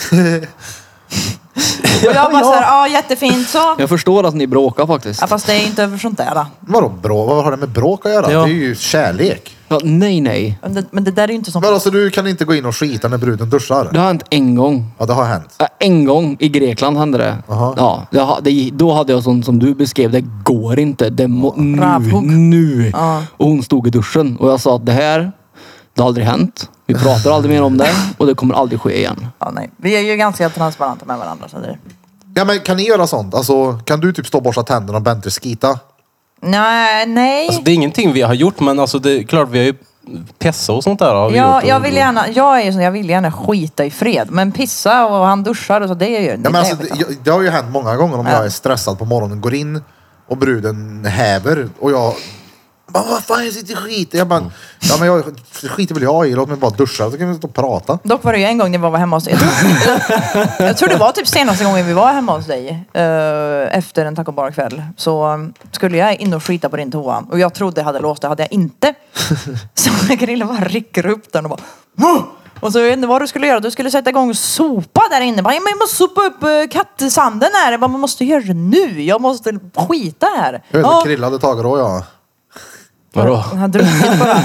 Och jag bara såhär, ja jättefint så. Jag förstår att ni bråkar faktiskt. Ja, fast det är inte över sånt där. Då. Vadå bråk? Vad har det med bråk att göra? Ja. Det är ju kärlek. Ja, nej, nej. Men det, men det där är ju inte som... Men alltså du kan inte gå in och skita när bruden duschar? Det har hänt en gång. Ja, det har hänt. Ja, en gång i Grekland hände det. Aha. Ja, det, ha- det, då hade jag sånt som du beskrev. Det går inte. Det må, nu, Ravhugg. nu. Ja. Och hon stod i duschen. Och jag sa att det här, det har aldrig hänt. Vi pratar aldrig mer om det. Och det kommer aldrig ske igen. Ja, nej. Vi är ju ganska transparenta med varandra. Så det... Ja, men kan ni göra sånt? Alltså, kan du typ stå och borsta tänderna och Bente skita? Nej, nej. Alltså, det är ingenting vi har gjort men alltså, det är klart vi har ju pessa och sånt där har vi Ja, gjort. jag Och- vill gärna, jag är ju sån, jag vill gärna skita i fred. Men pissa och han duschar och så, det är ju... Ja, men alltså, det, jag- det har ju hänt många gånger om Ja. jag är stressad på morgonen, går in och bruden häver och jag bara, vad fan, jag sitter i skit. Jag bara, ja men jag skiter väl jag i, låt mig bara duscha så kan vi stå och prata. Dock var det ju en gång när jag var hemma hos dig. Jag tror, jag tror det var typ senaste gången vi var hemma hos dig. eh, efter en taco bar kväll. Så um, skulle jag in och skita på din toa. Och jag trodde jag hade låst det, hade jag inte. Så Grille bara rycker upp den och bara... "Wah!" Och så jag vet inte vad du skulle göra. Du skulle sätta igång och sopa där inne. Bara, "Ja, men jag måste sopa upp uh, kattsanden här. Jag bara, man måste göra det nu. Jag måste skita här. Jag vet Ja. att Krilla hade tagit då, ja. Vadå? Han har druckit bara.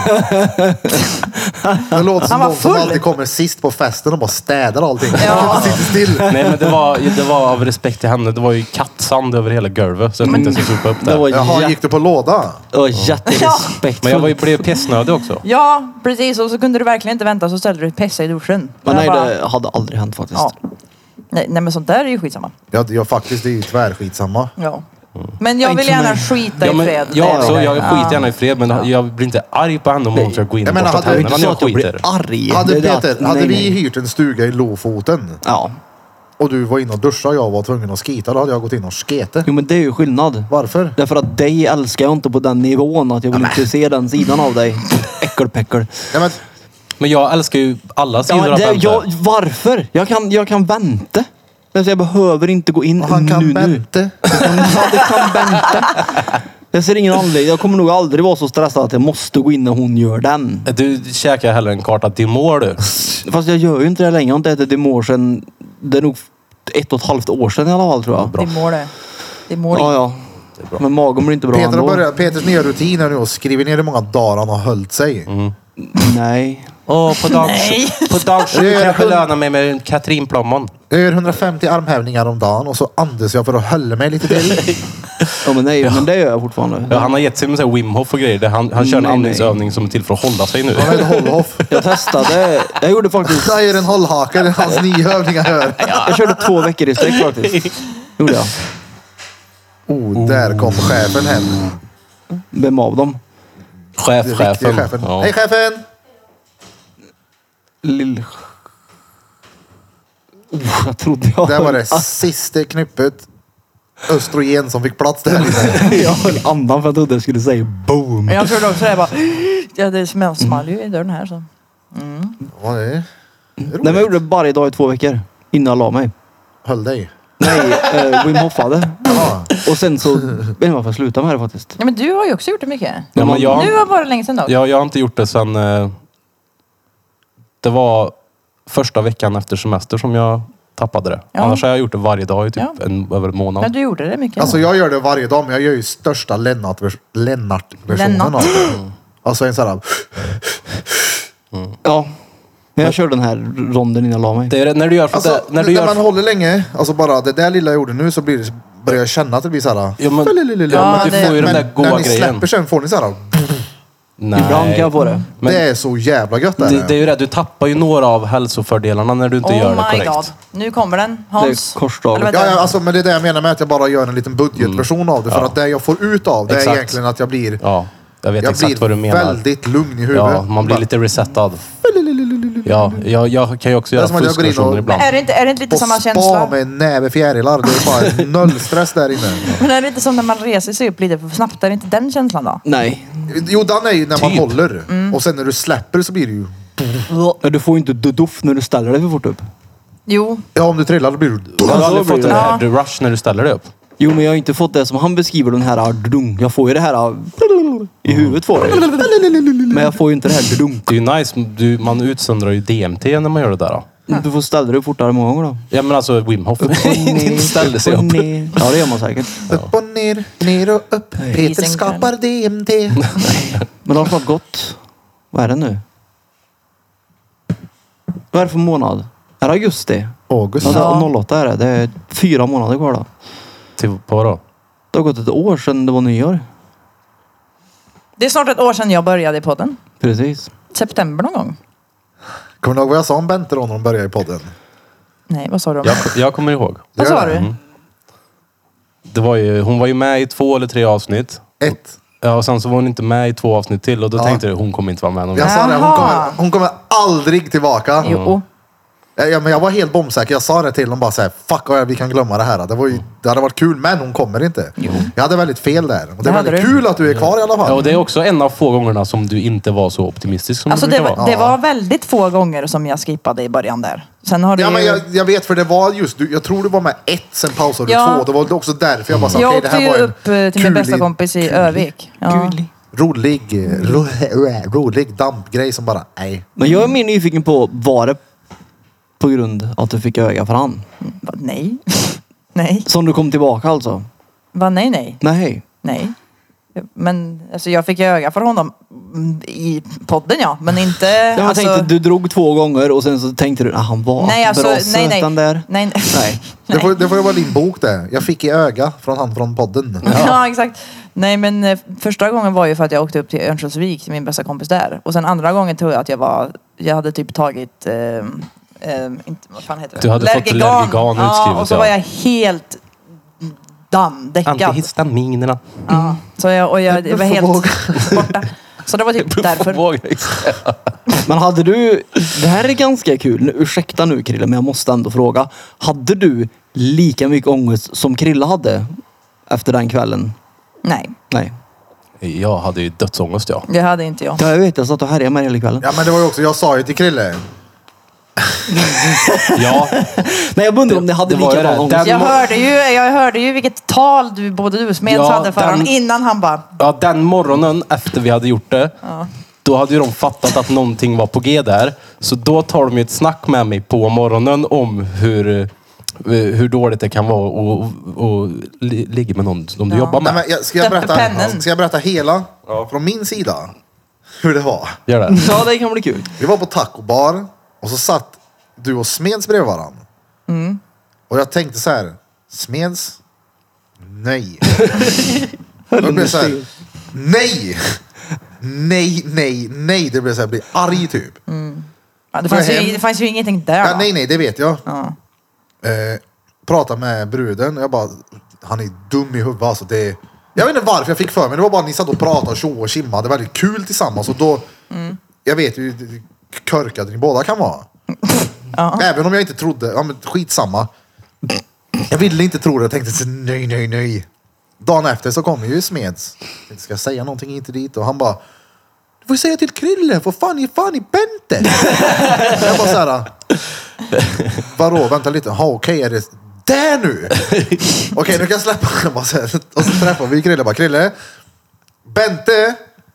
Det låter som Han var någon som full. alltid kommer sist på festen och bara städar allting. Ja. Sitter still. Nej men det var, det var av respekt till henne. Det var ju kattsand över hela golvet. Så jag tänkte jag skulle sopa upp Det var det. Jaha, jä- gick du på låda? det var jätterespektfullt. Men jag var ju, blev pissnödig också. Ja, precis. Och så kunde du verkligen inte vänta så ställde du pessa i duschen. Men nej, Jag bara- det hade aldrig hänt faktiskt. Ja. Nej, nej, men sånt där är ju skitsamma. Ja, jag faktiskt, det är ju tvärskitsamma. Ja. Men jag Inte vill för gärna mig. skita Ja, i men, fred. ja, Det är så det. jag Ja. skiter gärna i fred. Men jag blir inte arg på henne om hon ska gå in Jag och menar, borsta hade- tänderna Du när sa jag att jag blir skiter. arg. Hade, Det är det Peter, att- hade nej, vi nej. hyrt en stuga i Lofoten Ja. och du var inne och duschade och jag var tvungen att skita, då hade jag gått in och skete. Jo men det är ju skillnad. Varför? Därför att dig älskar jag inte på den nivån att jag vill inte se den sidan av dig. Äckelpäckel. Ja, men, Men jag älskar ju alla Ja, sidor men av det, Bente. jag, varför? Jag kan, jag kan vänta. Alltså, jag behöver inte gå in han nu kan nu. Bente. Ja, det kan vänta. Jag ser ingen anledning. Jag kommer nog aldrig vara så stressad att jag måste gå in när hon gör den. Du käkar hellre en karta Dimor du. Fast jag gör ju inte det längre. Jag har inte ätit Dimor sedan... Det är nog ett och ett halvt år sedan i alla fall tror jag. Det är mål det. Det är mål. Ja, ja. Men magen blir inte bra Peter har ändå. börjat, Peters nya rutin är nu att skriva ner hur många dagar han har hållit sig. Nej. Åh, på dag, Nej. på dag sju Det kan är jag belöna mig med en Katrinplommon. Jag gör hundrafemtio armhävningar om dagen och så andas jag för att hålla mig lite till. Ja, men, nej, men det gör jag fortfarande. Ja, han har gett sig med så här Wim Hof och grejer. Där han, han kör en Nej, andningsövning som är till för att hålla sig nu. Han är en hållhoff. Jag testade. Jag gjorde faktiskt... Jag gör en hållhaka, det är hans nya övningar gör. Jag körde två veckor i sträck faktiskt. Gjorde jag. Oh, där kom chefen hem. Vem av dem? Chef, Det är riktiga chefen. chefen. Ja. Hej chefen! Lill... Oh, jag trodde jag... Det var det sista knyppet östrogen som fick plats där inne. Jag höll andan för att jag trodde jag skulle säga boom. Men jag trodde också det bara... Ja, det smäll- small ju i dörren här så. Vad är det? Nej, men jag gjorde det varje dag i två veckor. Innan jag la mig. Höll dig. Nej, eh, Wim Hofade. Ja. Och sen så... Jag vet inte varför jag slutade med det faktiskt. Ja, men du har ju också gjort det mycket. Ja, men jag, Nu var det länge sedan dock. jag, jag har inte gjort det sen... Eh, det var första veckan efter semester som jag tappade det. Ja. Annars har jag gjort det varje dag i typ Ja. en, över en månad. Ja, du gjorde det mycket. Alltså jag gör det varje dag, men jag gör ju största Lennart- Lennart-versionen Lennart. av det. Alltså en sån här... Ja. Men jag körde den här ronden innan jag la mig. Det är det, när du gör... För Alltså, det, när du när gör man håller länge, alltså bara det där lilla jag gjorde nu så blir det, börjar jag känna att det blir så här... Ja, men- Lillililil. ja, men du får ju den där goa när ni grejen. släpper sen får ni så här... Nej. Ibland kan jag få det. Men det är så jävla gött. Är det, det är ju det, du tappar ju några av hälsofördelarna när du inte gör Oh det my korrekt. god. Nu kommer den. Hans. Det är korsdrag. Eller vänta. Ja, ja, alltså, men det är det jag menar med att jag bara gör en liten budgetversion av det. För Ja. att det jag får ut av det Exakt. är egentligen att jag blir... Ja, jag vet Jag exakt vad du blir menar. väldigt lugn i huvudet. Ja, man blir Bara- lite resettad. Ja, jag, jag kan ju också Det är göra som att jag går in fuskversioner och- ibland. Men är det inte, är det inte lite Och samma spa känsla? med en näve fjärilar. Det är bara noll stress där inne. Men är det inte som när man reser sig upp lite för snabbt? Är det inte den känslan då? Nej. Jo, den är ju när man Typ. håller. Och sen när du släpper så blir det ju... Men du får ju inte duff när du ställer dig för fort upp. Jo. Ja, om du trillar då blir du... Du har Ja, aldrig då fått blir det det. här Ja. du rush när du ställer dig upp? Jo, men jag har inte fått det som han beskriver, den här dung. Jag får ju det här i huvudet får jag ju. Men jag får ju inte det här dung. Det är ju nice, du, man utsöndrar ju D M T när man gör det där. Då. Du får ställa dig fortare många gånger då. Ja men alltså Wim Hof. Inte ställer sig upp och upp. ner. Ja, det gör man säkert. Upp och ner, ner och upp. Peter skapar D M T. Men det har snart gått. Vad är det nu? Vad är det för månad? Är det augusti? August. Ja, det Ja. är noll åtta är det. Det är fyra månader kvar då. Till, på vadå? Det har gått ett år sedan det var nyår. Det är snart ett år sedan jag började i podden. Precis. September någon gång. Kommer du ihåg vad jag sa om Bente då när de började i podden? Nej, vad sa du om Jag, det? jag kommer ihåg. Vad Gör sa det. du? Det var ju, hon var ju med i två eller tre avsnitt. Ett. Ja, och sen så var hon inte med i två avsnitt till och då Ja. tänkte jag hon kommer inte vara med någon Jag mer. sa det, hon Jaha. kommer, hon kommer aldrig tillbaka. Jo. Ja, men jag var helt bombsäker. Jag sa det till dem bara så här, fuck vi kan glömma det här. Det, var ju, det hade varit kul, men hon kommer inte. Jag hade väldigt fel där. Och det Det är hade väldigt du. kul att du är kvar i alla Ja, fall. och det är också en av få gångerna som du inte var så optimistisk som Alltså du det brukar var, vara. det var väldigt få gånger som jag skippade i början där. Sen har det Ja, ju... men jag, jag vet för det var just du. Jag tror du var med ett, sen pausade du Ja. två. Det var också därför jag bara sa Jag okej, det åkte här ju var en upp eh, till min bästa kulig- kompis i Övik. Ja. rolig, ro, rolig dampgrej som bara, nej. Men jag är mer nyfiken på, var det på grund att du fick öga för han? Va, nej. nej. Som du kom tillbaka alltså? Va, nej, nej. Nej. Nej. Men alltså, jag fick ju öga för honom i podden, ja. Men inte... Jag alltså, tänkte, du drog två gånger och sen så tänkte du att han var nej, alltså, bra nej, söt nej. den där. Nej, nej. Nej. Det får, det får ju vara din bok det. Jag fick i öga från han från podden. Ja. ja, exakt. Nej, men eh, första gången var ju för att jag åkte upp till Örnsköldsvik till min bästa kompis där. Och sen andra gången tror jag att jag var... Jag hade typ tagit... Eh, eh, inte, vad fan heter det? Du hade fått Lergigan utskrivet, ja. Och så ja. var jag helt dammdäckad. Antihistaminerna. Ja. Så jag, och jag, jag var helt borta. Så det var typ därför. Men hade du, det här är ganska kul, nu, ursäkta nu Krille, men jag måste ändå fråga. Hade du lika mycket ångest som Krille hade efter den kvällen? Nej, Nej. Jag hade ju dödsångest, ja. det hade inte jag. Ja, jag vet, jag satt och härjade med hela kvällen. Ja men det var ju också, jag sa ju till Krille. Ja. Nej, jag undrar om ni hade det var ju likadan det. ångest. Den- Jag hörde ju, jag hörde ju vilket tal du, både du och Smeds Ja, hade för den- honom innan han bara... Ja, den morgonen efter vi hade gjort det, Ja. då hade ju de fattat att någonting var på G där. Så då tar de ju ett snack med mig på morgonen om hur, hur dåligt det kan vara och, och, och li- ligga med någon som du Ja. jobbar Nej, med. men jag, ska, jag Stötte berätta, pennen. ska jag berätta hela från min sida? Hur det var? Gör det. Ja, det kan bli kul. Vi var på taco bar och så satt du och Smeds bredvid varandra. Och jag tänkte så här, Smeds, nej. Och det blev så här, nej, nej, nej, nej. Det blev så här, jag blev arg typ. Ja, det, Får jag fanns ju, hem? det fanns ju ingenting där Ja, då. nej, nej, det vet jag. Ja. Eh, prata med bruden och jag bara, han är dum i huvudet alltså. Det, jag vet inte varför jag fick för mig, det var bara att ni satt och pratade och tjo och tjimma. Det var väldigt kul tillsammans och då, jag vet ju hur körkade ni båda kan vara. Även om jag inte trodde, ja men skitsamma. Jag ville inte tro det, jag tänkte så, nej, nej, nej. Dagen efter så kom ju Smeds. Jag ska jag säga någonting hit och dit och han bara, du får säga till Krille, för fan, ge fan i Bente. Jag bara såhär, vadå, vänta lite, ha okej, är det där nu? Okej, nu kan jag släppa. Jag bara, så här, och så träffar vi Krille, bara Krille, Bente,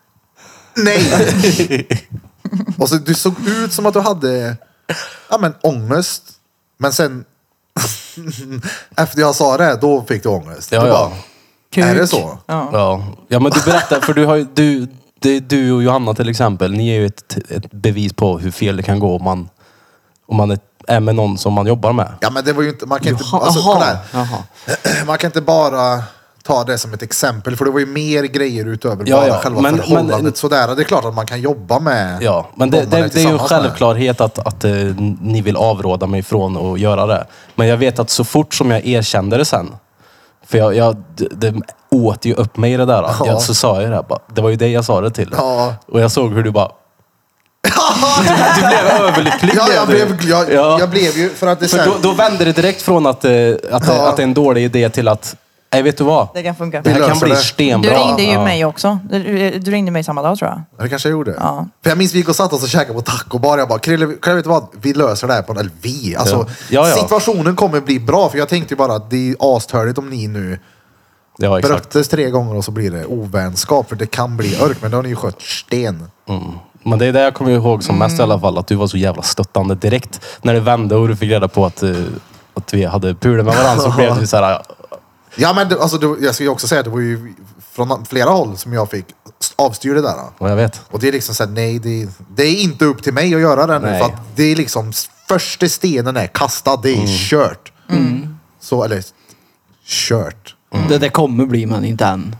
nej. Och så du såg ut som att du hade, ja men ångest, men sen efter jag sa det, då fick du ångest. Ja, Du ja. bara, är det så? Ja. Ja, men du berättar, för du har ju, du, det, du och Johanna till exempel, ni är ju ett, ett bevis på hur fel det kan gå om man, om man är, är med någon som man jobbar med. Ja men det var ju inte, man kan inte, Jaha, alltså, kolla här. jaha. Man kan inte bara ta det som ett exempel, för det var ju mer grejer utöver Ja, bara ja, själva men- förhållandet. men- sådär. Det är klart att man kan jobba med Ja, men det, någon man det, det är ju en tillsammans med. självklarhet att, att eh, ni vill avråda mig från att göra det. Men jag vet att så fort som jag erkände det sen, för jag, jag, det, det åt ju upp mig i det där. Ja. Jag, så sa jag det här, bara, det var ju det jag sa det till. Ja. Och jag såg hur du bara... du, du blev överlycklig. Ja, jag du. blev, jag, Ja. jag blev ju, för att det är så För här, då, då vände det direkt från att, eh, att, Ja. att det är en dålig idé till att, nej vet du vad? Det kan funka. Det här Vi kan löser bli det. stenbra. Du ringde ju Ja. mig också. Du, du ringde mig samma dag tror jag. det kanske jag gjorde. Ja. För jag minns vi gick och satt oss och käkade på taco bar. Jag bara, Krille, Krille, vet du vad? Vi löser det här på en, eller vi. Alltså, Ja. Ja, ja. situationen kommer bli bra. För jag tänkte ju bara att det är astörligt om ni nu Ja, exakt. bröttes tre gånger och så blir det ovänskap. För det kan bli örk, men då har ni ju skött sten. Mm. Men det är det jag kommer ihåg som mest i alla fall, att du var så jävla stöttande direkt. När det vände och du fick reda på att, eh, att vi hade pulat med varandra så blev det så här. Ja men det, alltså, det, jag ska ju också säga att det var ju från flera håll som jag fick avstyra det där. Och jag vet. Och det är liksom såhär, nej det, det är inte upp till mig att göra det nu. Nej. För att det är liksom, första stenen är kastad, det är kört. Så, eller kört. Det där kommer bli, men inte än.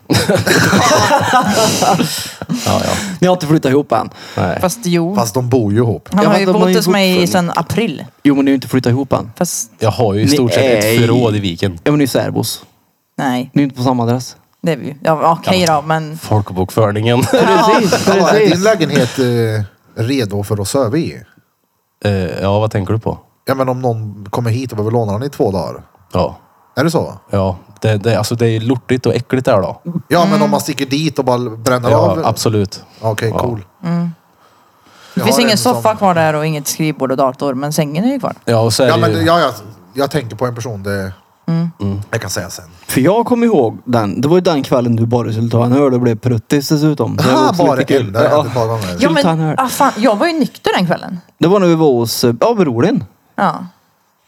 Ja, ja. Ni har inte flyttat ihop än. Nej. Fast jo. Fast de bor ju ihop. Han Ja, har ju fast de har bott ju hos mig bott- sedan april. Jo, men ni har ju inte flyttat ihop än. Fast Jag har ju i stort sett Ni är ett i- förråd i viken. Ja, men ni är särbos. nej, Ni är inte på samma adress. det är vi ju. Ja, okej då, men... Folkbokföringen. Precis, Ja, är din precis. lägenhet eh, redo för att söva i? Eh, ja, vad tänker du på? Ja men om någon kommer hit och behöver låna den i två dagar. Ja. Är det så? Ja, det, det, alltså det är lortigt och äckligt där då. Ja men om man sticker dit och bara bränner Ja, av. absolut. Okej, Ja. cool. Det Jag finns har ingen en som- soffa kvar där och inget skrivbord och dator, men sängen är ju kvar. Ja, och så är Ja det men ju, ja, jag, jag tänker på en person, det jag kan säga sen. För jag kommer ihåg den. Det var ju den kvällen du bara skulle ta en öl och blev pruttis dessutom. Så det var Aha, också bara lite kul. en, det har Ja. hänt ett par gånger. Ja ta en öl. men, ah, fan, jag var ju nykter den kvällen. Det var när vi var hos, ja, bror din. Ja.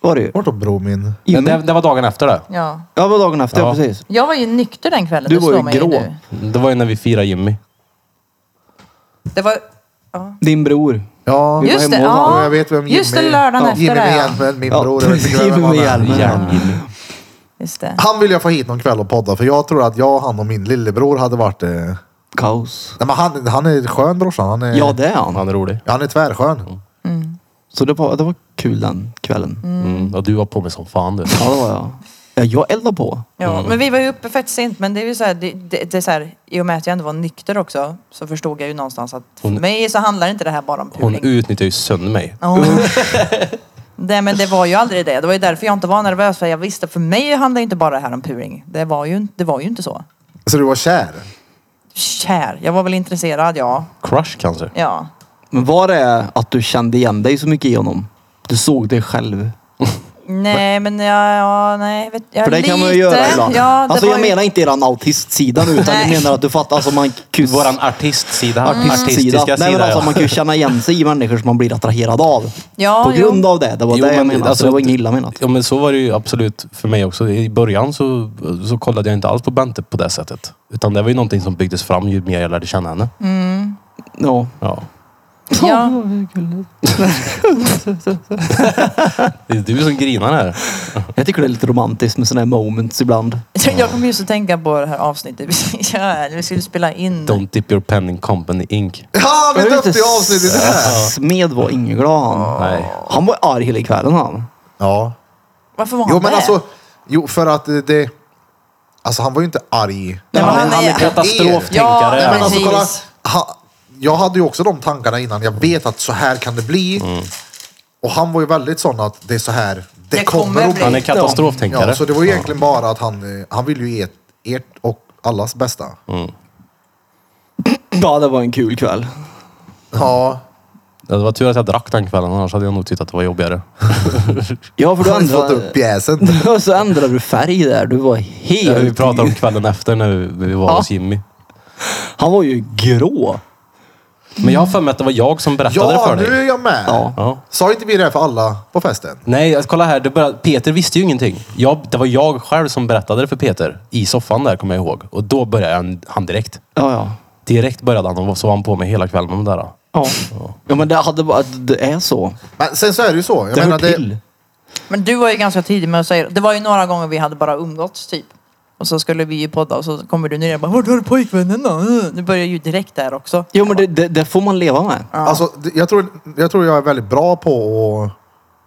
Var det ju. Vart då bror min? Men det, det var dagen efter det. Ja. Ja, det var dagen efter, ja. Ja. Precis. Jag var ju nykter den kvällen. Du det var ju slår mig grå. nu. Det var ju när vi firade Jimmy. Det var... Ja. Din bror. Ja, Vi var Just det, hemma hos honom. ja. jag vet vem Jimmy Just det, lördagen ja, efter Jimmy det, med ja. hjälmen, min Ja, bror. Jag vet inte vem Jimmy han med är. hjälmen. Järn-Jimmy. Just det. Han vill jag få hit någon kväll och podda, för jag tror att jag, han och min lillebror hade varit... Eh... Nej, Kaos. men han, han är skön brorsan. Han är, Ja, det är han. Han är rolig. ja, han är tvärskön. Så det var, det var kul den kvällen. Mm. Och du var på mig som fan du. Ja, det var jag. Ja, jag eldade på. Ja, men vi var ju uppe fett sent, men det är ju så här, det, det, det är så här, i och med att jag ändå var nykter också, så förstod jag ju någonstans att för Hon- mig så handlar inte det här bara om Hon puling. utnyttjar ju sönder mig. Ja. det, men det var ju aldrig det. Det var ju därför jag inte var nervös, för jag visste, för mig handlar inte bara det här om puling. Det var ju, det var ju inte så. Så du var kär? Kär. Jag var väl intresserad, ja. Crush kanske. Ja. Men var det att du kände igen dig så mycket i honom? Du såg dig själv? Nej, men ja, ja nej. Vet, jag För det lite, kan man ju göra ibland. Ja, det alltså var jag ju, menar inte eran autistsida nu, utan jag Nej. menar att du fattar, alltså man kus... Våran artistsida. artistsida. Artistiska Nej, men sida. alltså ja. man kan ju känna igen sig i människor som man blir attraherad av. ja, På grund jo. av det. Det var Jo, det jag men menade. alltså, så det var inget illa menat. Ja men så var det ju absolut för mig också. I början så, så kollade jag inte alls på Bente på det sättet. Utan det var ju någonting som byggdes fram ju mer jag lärde känna henne. Ja. Ja. Ja. Det är du som grinar här. Jag tycker det är lite romantiskt med sådana här moments ibland. Jag kommer just att tänka på det här avsnittet. Ja, vi skulle spela in. Don't dip your pen in company ink. Ja, vi Jag vet döpte inte, ju avsnittet det här. Smed var ingen glad han. Nej. Han var arg hela kvällen han. Ja. Varför var han Jo, men det? alltså... Jo, för att det... Alltså han var ju inte arg. Nej, men han han är- är... Katastroftänkare. Ja, Nej, men alltså, precis. kolla, ha, jag hade ju också de tankarna innan. Jag vet att så här kan det bli. Och han var ju väldigt sån att det är så här det, Det kommer, kommer att bli. bli. Han är katastroftänkare. Ja, så det var ju egentligen bara att han, eh, han ville ju ge ert och allas bästa. Ja, det var en kul kväll. Ja. Det var tur att jag drack den kvällen, annars hade jag nog tyckt att det var jobbigare. Ja, för du Han hade fått upp ändrade... pjäsen. så ändrade du färg där. Du var helt... Ja, vi pratade om kvällen efter när vi, när vi var Ja. hos Jimmy. Han var ju grå. Men jag har för mig att det var jag som berättade det Ja, för nu dig. är jag med. Ja. Ja. Sa inte vi det för alla på festen? Nej, alltså, kolla här. Det började, Peter visste ju ingenting. Jag, det var jag själv som berättade det för Peter. I soffan där, kommer jag ihåg. Och då började han, han direkt. Ja, ja. Direkt började han och så var han på mig hela kvällen med det där. Ja. Ja, men det, hade, bara- det är så. Men sen så är det ju så. Jag Det menar, hör till. det, Men du var ju ganska tidig med att säga det. Det var ju några gånger vi hade bara umgåtts typ. Och så skulle vi ju podda och så kommer du ner och bara, vart har du pojkvännen då? Nu börjar ju direkt där också. Jo, men det, det, det får man leva med. alltså, det- jag, tror, jag tror jag är väldigt bra på att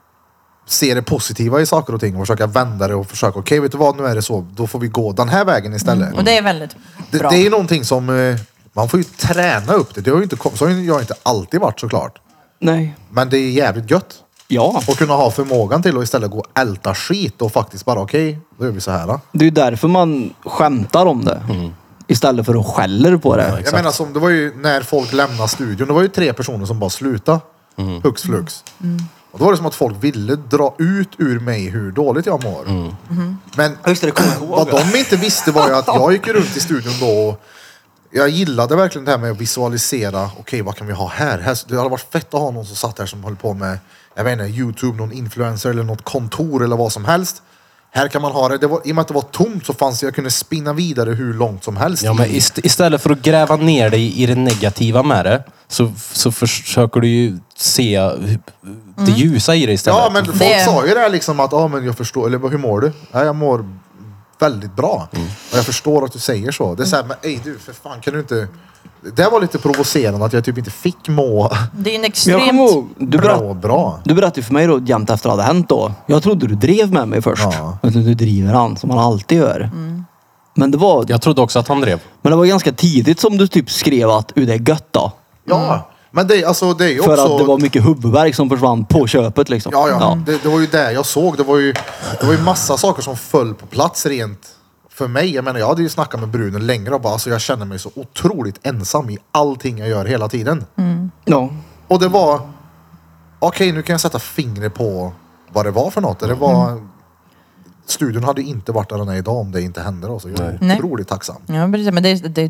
se det positiva i saker och ting och försöka vända det och försöka, okej vet du vad, nu är det så, då får vi gå den här vägen istället. Och det är väldigt Det, bra. det är ju någonting som, eh, man får ju träna upp det. Det har ju inte, kom- så har ju jag inte alltid varit såklart. Nej. Men det är jävligt gött. Ja. Och kunna ha förmågan till att istället gå och älta skit och faktiskt bara okej, då gör vi så här. Då. Det är ju därför man skämtar om det. Istället för att skäller på det. Jag menar som, det var ju när folk lämnade studion, det var ju tre personer som bara slutade. Hux flux. Och då var det som att folk ville dra ut ur mig hur dåligt jag mår. Men Just det, det kommer jag ihåg. vad de inte visste var ju att jag gick runt i studion då och jag gillade verkligen det här med att visualisera. Okej, vad kan vi ha här? här? Det hade varit fett att ha någon som satt här som höll på med, jag vet inte, YouTube, någon influencer eller något kontor eller vad som helst. Här kan man ha det. Det var, i och med att det var tomt så fanns det, jag kunde spinna vidare hur långt som helst. Ja, men ist- istället för att gräva ner dig i det negativa med det så, så försöker du ju se hur- det ljusa i det istället. Ja, men folk Det- sa ju det här liksom att, ja men jag förstår, eller hur mår du? Ja, jag mår väldigt bra. Och jag förstår att du säger så. Det är såhär, men ej du, för fan kan du inte... Det var lite provocerande att jag typ inte fick må Det är en Men jag kommer extremt... ihåg, du, bra berätt, bra. du berättade ju för mig då jämt efter att det hade hänt då. Jag trodde du drev med mig först. Ja. Men du driver han, som man alltid gör. Men det var... Jag trodde också att han drev. Men det var ganska tidigt som du typ skrev att "U, det är gött då. Ja, men det, alltså, det är ju För också... att det var mycket huvudvärk som försvann på köpet liksom. Ja, ja. Det, det var ju det jag såg. Det var ju, det var ju massa saker som föll på plats rent för mig. Jag menar, jag hade ju snackat med Bruno längre och bara, alltså, jag känner mig så otroligt ensam i allting jag gör hela tiden. Ja. Och det var, okej nu kan jag sätta fingret på vad det var för något. Det var, studion hade ju inte varit där den är idag om det inte hände då. Så jag är Nej. otroligt tacksam. Ja, precis. Men det, det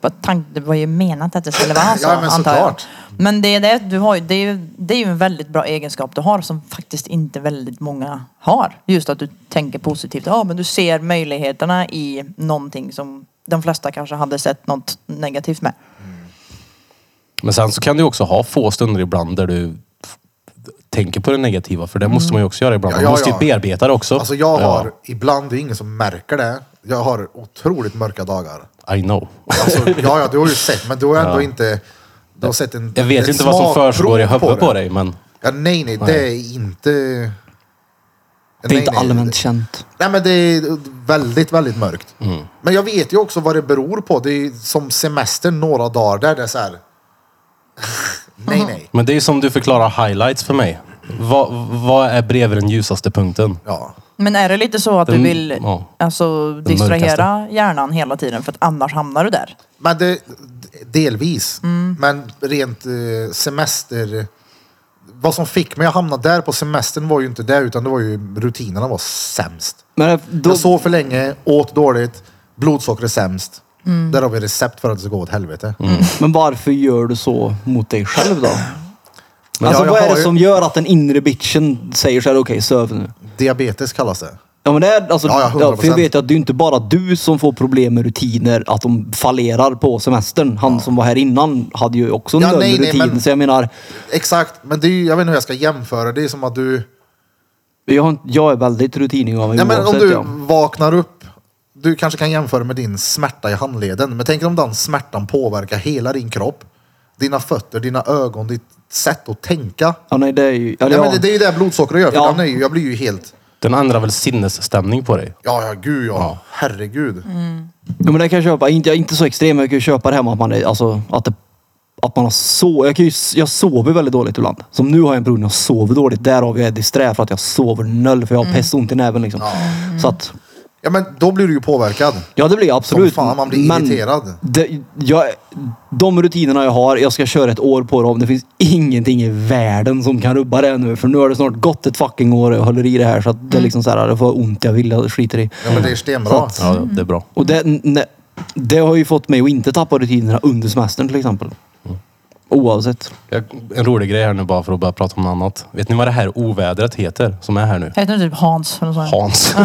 tank, det var ju menat att det skulle vara så, Ja, men antar jag. såklart. Men det är det du har, det är ju, det är ju en väldigt bra egenskap du har som faktiskt inte väldigt många har. Just att du tänker positivt. Ja, men du ser möjligheterna i någonting som de flesta kanske hade sett något negativt med. Men sen så kan du också ha få stunder ibland där du f- tänker på det negativa. För det måste man ju också göra ibland. Ja, Man ja, måste ju ja. bearbeta det också. Alltså jag har, Ja, ibland, det är ingen som märker det. Jag har otroligt mörka dagar. I know. Alltså, ja, ja, du har ju sett, men du har ändå Ja. inte... Du har sett en Jag vet ett ju inte vad som smakprov försiggår i huvudet på det. dig, men... Ja, nej, nej, det är inte... Det är inte allmänt känt. Nej, men det är väldigt, väldigt mörkt. Mm. Men jag vet ju också vad det beror på. Det är som semester några dagar där det är så här... nej, nej. Men det är som du förklarar highlights för mig. Vad, vad är bredvid den ljusaste punkten? Ja. Men är det lite så att Den- du vill ja. alltså, distrahera hjärnan hela tiden för att annars hamnar du där? Men det, delvis. Mm. Men rent eh, semester... Vad som fick mig att hamna där på semestern var ju inte det, utan det var ju rutinerna var sämst. Men då, Jag sov för länge, åt dåligt, blodsocker är sämst. Mm. Där har vi recept för att det ska gå åt helvete. men varför gör du så mot dig själv då? Men alltså jag- jag vad är har det ju- som gör att den inre bitchen säger så här, okej, söv nu? Diabetes kallas det. Ja men det är alltså, Ja, ja, hundra ja, för jag procent. vet ju att det är inte bara du som får problem med rutiner, att de fallerar på semestern. Han som var här innan hade ju också en Ja, noll nej, nej, rutin. men- Så jag menar, Exakt, men det är ju, jag vet inte hur jag ska jämföra. Det är som att du... jag, har, inte- jag är väldigt rutinig av mig Nej, men om oavsett. du Ja. vaknar upp, du kanske kan jämföra med din smärta i handleden. Men tänk om den smärtan påverkar hela din kropp. Dina fötter, dina ögon, ditt sätt att tänka. Ja, nej, det är ju... Eller, Nej, ja. men det, det är ju det blodsockret gör. För Ja. den är ju, jag blir ju helt... Den ändrar väl sinnesstämning på dig? Ja, ja, gud ja. Ja. Herregud. Ja, men det kan jag köpa. Inte, jag är inte så extrem, men jag kan ju köpa det här med att man är, alltså, att det, att man har så, jag, kan ju, jag sover väldigt dåligt ibland. Som nu har jag en bror, jag sover dåligt. Därav jag är disträ för att jag sover noll. För jag har Mm. pestont i näven liksom. Så att, Ja, men då blir du ju påverkad. ja det blir jag absolut. Som fan, man blir Men irriterad. Det, jag, de rutinerna jag har, jag ska köra ett år på dem. Det finns ingenting i världen som kan rubba det nu. För nu har det snart gått ett fucking år och jag håller i det här. Så att det är liksom så här, det får ont jag vill, jag skiter i. Ja, men det är stenbra. Så Ja, det är bra. Och det, ne, det har ju fått mig att inte tappa rutinerna under semestern till exempel. Oavsett. Jag, en rolig grej här nu bara för att börja prata om något annat. Vet ni vad det här ovädret heter som är här nu? Heter det typ Hans? Eller så? Hans.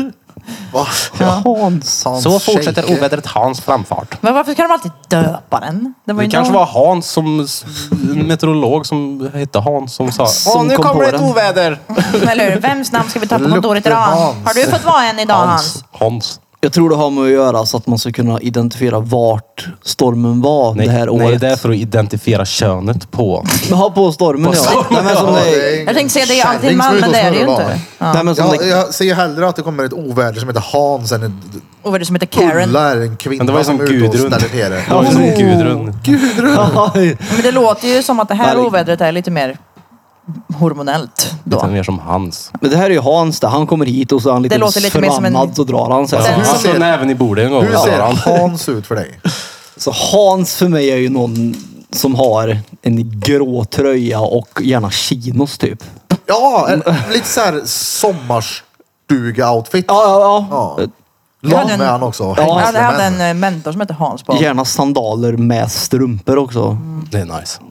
Va? Hans. Hans Så fortsätter shaker. ovädret Hans framfart. Men varför kan de alltid döpa den? Det var Det ju kanske någon- var Hans som, en meteorolog som hette Hans som sa Som Åh, nu kom kommer på det ett den." oväder. Eller hur? Vems namn ska vi ta på Lukter kontoret idag? Hans. Har du fått vara en idag Hans? Hans. Hans. Jag tror det har med att göra så att man ska kunna identifiera vart stormen var Nej, det här nej, året. det är för att identifiera könet på. Ja, på stormen ja. Nej, men som Ja, det, det är Jag tänkte säga det är alltid kärring man, som men ute det och är det ju snurrar inte. bara. Ja. nej, men som Ja, det, jag säger hellre att det kommer ett oväder som heter Hans än en Och vad är det som heter Karen? Ulla är en kvinna Men det var ju som som är ute och Gudrun. ställer till det. Det var ju som Gudrun. Gudrun! Men det låter ju som att det här Nej. ovädret är lite mer hormonellt Lite då. mer som Hans. men det här är ju Hans där. Han kommer hit och så är han lite, Det låter lite mer som en- förbannad så drar han sig. Den- Hur Han ser- slår näven i bordet en gång. Hur och ser drar han. Hans ut för dig? Så Hans för mig är ju någon som har en grå tröja och gärna chinos typ. Ja, en, lite såhär sommarstuga-outfit. Ja, ja, ja. Ja. Jag hade Lång en- är han också. Jag hade, jag hade Hängslemän. en eh, mentor som hette Hans på. Gärna sandaler med strumpor också. Det är nice.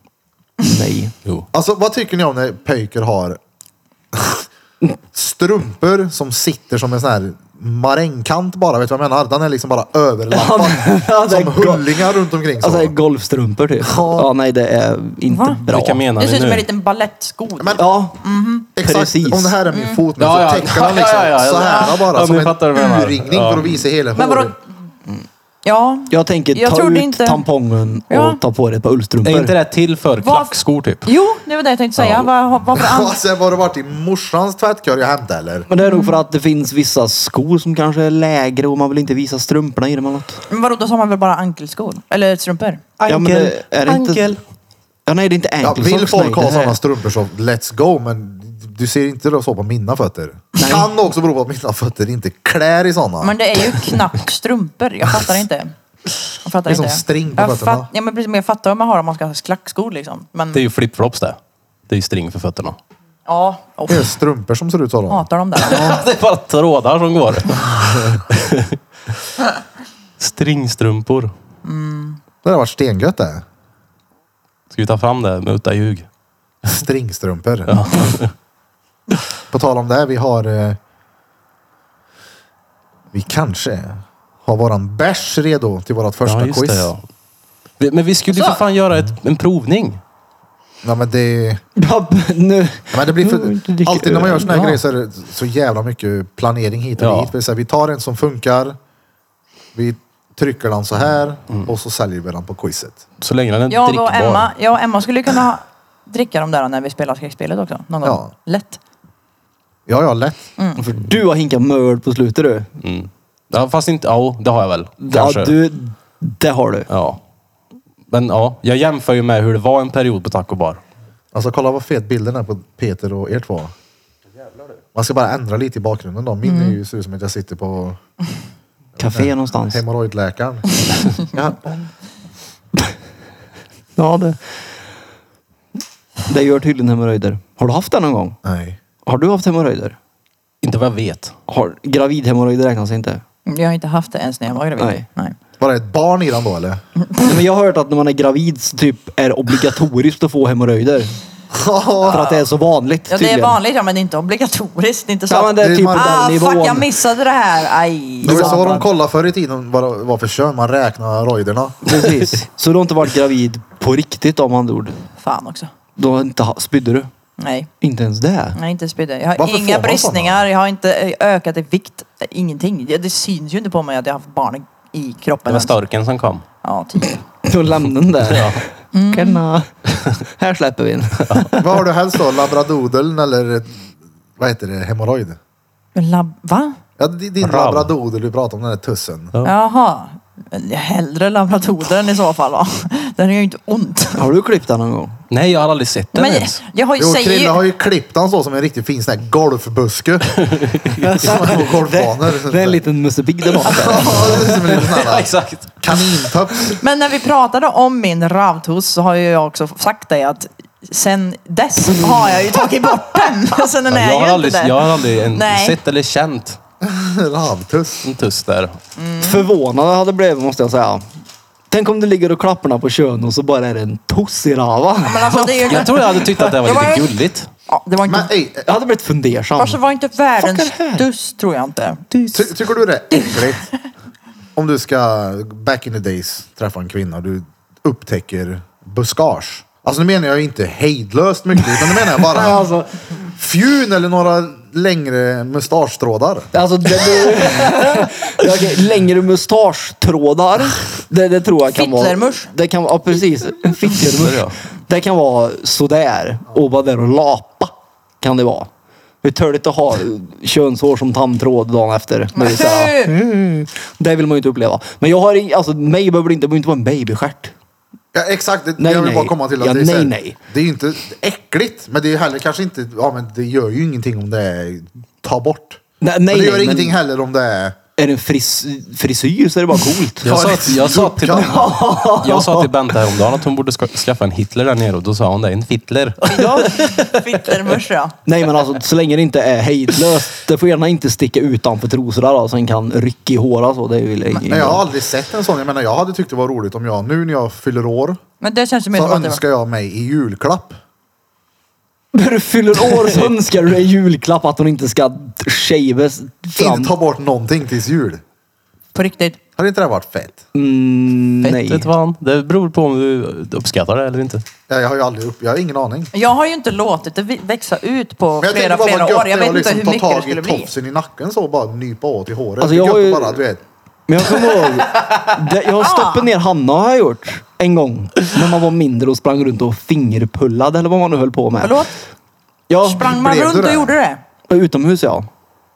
Nej. Jo. Alltså vad tycker ni om när pöjker har strumpor som sitter som en sån här marängkant bara, vet du vad jag menar? Den är liksom bara överlappad. Ja, det är som go- hullingar runt omkring så. Alltså golfstrumpor typ. Ja. Ja, nej det är inte Va? bra. Vilka menar Det ser ni ut som en nu? liten balettsko. Men Ja, exakt, precis. om det här är min fot nu Ja, ja. så täcker den liksom Ja, ja, ja. så här bara Ja, som ni en fattar vad jag menar. urringning Ja. för att visa hela Men vadå? håret. Ja. jag tänker Jag ta trodde ut inte- tampongen och Ja. ta på dig ett par ullstrumpor. Är inte det till för klackskor typ? Jo, det var det jag tänkte säga. Ja. Var, varför an- Alltså har du varit i morsans tvättkorg jag hämtade eller? Men det är nog för att det finns vissa skor som kanske är lägre och man vill inte visa strumporna i dem eller något. Men vadå, då sa man väl bara ankelskor? Eller strumpor? Ja, men det, är det inte... Ja, nej det är inte Ja, ankle vill socks, folk nej, ha det här- sådana strumpor så let's go, men du ser inte det så på mina fötter. Kan också bero på att mina fötter inte klär i sådana. Men det är ju knappt strumpor. Jag fattar inte. Jag fattar Det är som inte. string på jag fötterna. fatt, ja, men precis, men jag fattar om man har om man ska ha klackskor liksom. Men Det är ju flipflops det. Det är ju string för fötterna. ja, oh, Det är strumpor som ser ut så. Då. hatar de där. Det är bara trådar som går. Stringstrumpor. Mm. Det har varit stengött det. Ska vi ta fram det med utta ljug? Stringstrumpor. Ja. På tal om det, vi har... Eh, vi kanske har våran bärs redo till vårat första Ja, just quiz. det, ja. Vi- Men vi skulle ju för fan göra ett, en provning. Ja, men det... Ja, nu. Ja, men det blir Mm, för, det- alltid när man gör såna här ja. grejer så är det så jävla mycket planering hit och Ja. dit. Det vill säga, vi tar en som funkar, vi trycker den så här och så säljer vi den på quizet. Så länge den är Jag drickbar. och Emma, jag och Emma skulle kunna ha, dricka dem där när vi spelar skräckspelet också. Någon gång. Ja. Lätt. Ja, ja, lätt. För du har hinkat mörd på slutet du. Mm. Ja, fast inte... Ja, det har jag väl. Kanske. Ja, du, det har du. Ja. Men ja, jag jämför ju med hur det var en period på Taco Bar. Alltså kolla vad fet bilden är på Peter och er två. Man ska bara ändra lite i bakgrunden då. Min är ju ser ut som att jag sitter på Café någonstans. hemorrojdläkaren. Ja. Ja, det. Det gör tydligen hemorrojder. Har du haft det någon gång? Nej. Har du haft hemorrojder? Inte vad jag vet. Har, gravidhemorrojder räknas inte. Jag har inte haft det ens när jag var gravid. Nej. Nej. Var det ett barn i den då eller? Nej, men jag har hört att när man är gravid så typ är det obligatoriskt att få hemorrojder. För att det är så vanligt Ja, det är tydligen. vanligt, ja, men det är inte obligatoriskt. Det är inte så Ja, men det är Det är typ man- ah, den fuck, nivån. jag missade det här. Aj. Det var så satan. de kollade förr i tiden vad det var för kön. Man räknar rojderna. Precis. Så du har inte varit gravid på riktigt om andra ord? Fan också. Då har inte ha- spydde du? Nej, Inte ens det? nej inte spydde. Jag har Varför får inga man bristningar, jag har inte eh, ökat i vikt. eh, Ingenting. Det, det syns ju inte på mig att jag har haft barn i Det kroppen var ens. storken som kom. Ja, tio. Du lämnade den där. Ja. Kenna. Här släpper vi in. Vad har du helst då? Labradodeln eller vad heter det? Hemorrojd? Lab... Va? Ja, di- din Rab. labradodel du pratar om, den där tussen. Ja. Jaha. Hellre labradoren i så fall va? Den gör ju inte ont. Har du klippt den någon gång? Nej, jag har aldrig sett den Men ens. jag har ju Jo, säger Krille ju... har ju klippt den så som en riktigt fin sån här golfbuske. Som man på golfbanor. Det är en liten Musse Pigg där bak. Ja, det är som en liten sån Ja, här exakt. kanintopp. Men när vi pratade om min ravtos så har ju jag också sagt dig att sen dess har jag ju tagit bort den. Så den Ja, är jag, har ju aldrig, inte där. jag har aldrig en, Nej. sett eller känt Ravtuss. en tuss där. Förvånad hade jag blivit måste jag säga. Tänk om du ligger och klapparna på kön och så bara är det en toss i rava. Men alltså det är ju Jag inte... tror jag hade tyckt att det var Jag var lite ju- gulligt. Ja, det var inte... Men ej, Jag hade blivit fundersam. Alltså var inte världens Fuck är det här? duss tror jag inte. ty tycker du det är äckligt? Om du ska, back in the days, träffa en kvinna och du upptäcker buskage. Alltså nu menar jag inte hejdlöst mycket, utan nu menar jag bara Alltså, fjun eller några längre mustaschtrådar. alltså det, det, ja, okej, längre mustaschtrådar. Det, det tror jag kan vara. Fittlermusch. Det kan vara, ja, precis. En fittlermusch. Ja. Det kan vara sådär. Och vara där och lapa. Kan det vara. Det är törligt att ha könshår som tandtråd dagen efter. Men det, är så här, mm, det vill man ju inte uppleva. Men jag har ing- alltså mig behöver det inte, det behöver inte vara en babystjärt. Ja, exakt, det, Nej, jag vill nej. bara komma till att Ja, det är så här, nej, nej. det är ju inte äckligt, men det är heller kanske inte, ja men det gör ju ingenting om det är, ta bort. Nej, Men nej, det gör nej, ingenting men heller om det är... är det en fris, frisyr så är det bara coolt. Jag sa, till- jag sa till, Ja. jag sa till Bente häromdagen att hon borde ska, skaffa en Hitler där nere och då sa hon det, en Fittler. Ja. Fittlermusch ja. Nej men alltså så länge det inte är hejdlöst. Det får gärna inte sticka utanför trosorna då, så en kan rycka i håra så. Det vill jag Nej, jag har aldrig sett en sån. Jag menar, jag hade tyckt det var roligt om jag, nu när jag fyller år, Men det känns ju mer som så att det var... önskar jag mig i julklapp. När du fyller år så önskar du dig julklapp att hon inte ska shaves fram. Inte ta bort någonting tills jul. På riktigt. Hade inte det varit fett? Mm, Fett, nej. vet du vad? Det beror på om du uppskattar det eller inte. Ja, jag har ju aldrig upp, jag har ingen aning. Jag har ju inte låtit det vi- växa ut på Men jag flera, tänkte bara flera vad år. gött Jag när vet inte liksom hur tar mycket det tag skulle i bli. tofsen i nacken så bara nypa åt i håret. Alltså, Det är jag har gött ju- bara, du vet. Men jag kommer ihåg. Det, jag har stoppat ner Hanna har jag gjort. En gång. När man var mindre och sprang runt och fingerpullade eller vad man nu höll på med. Förlåt? Ja, Sprang man blev du runt och det? gjorde det? utomhus ja.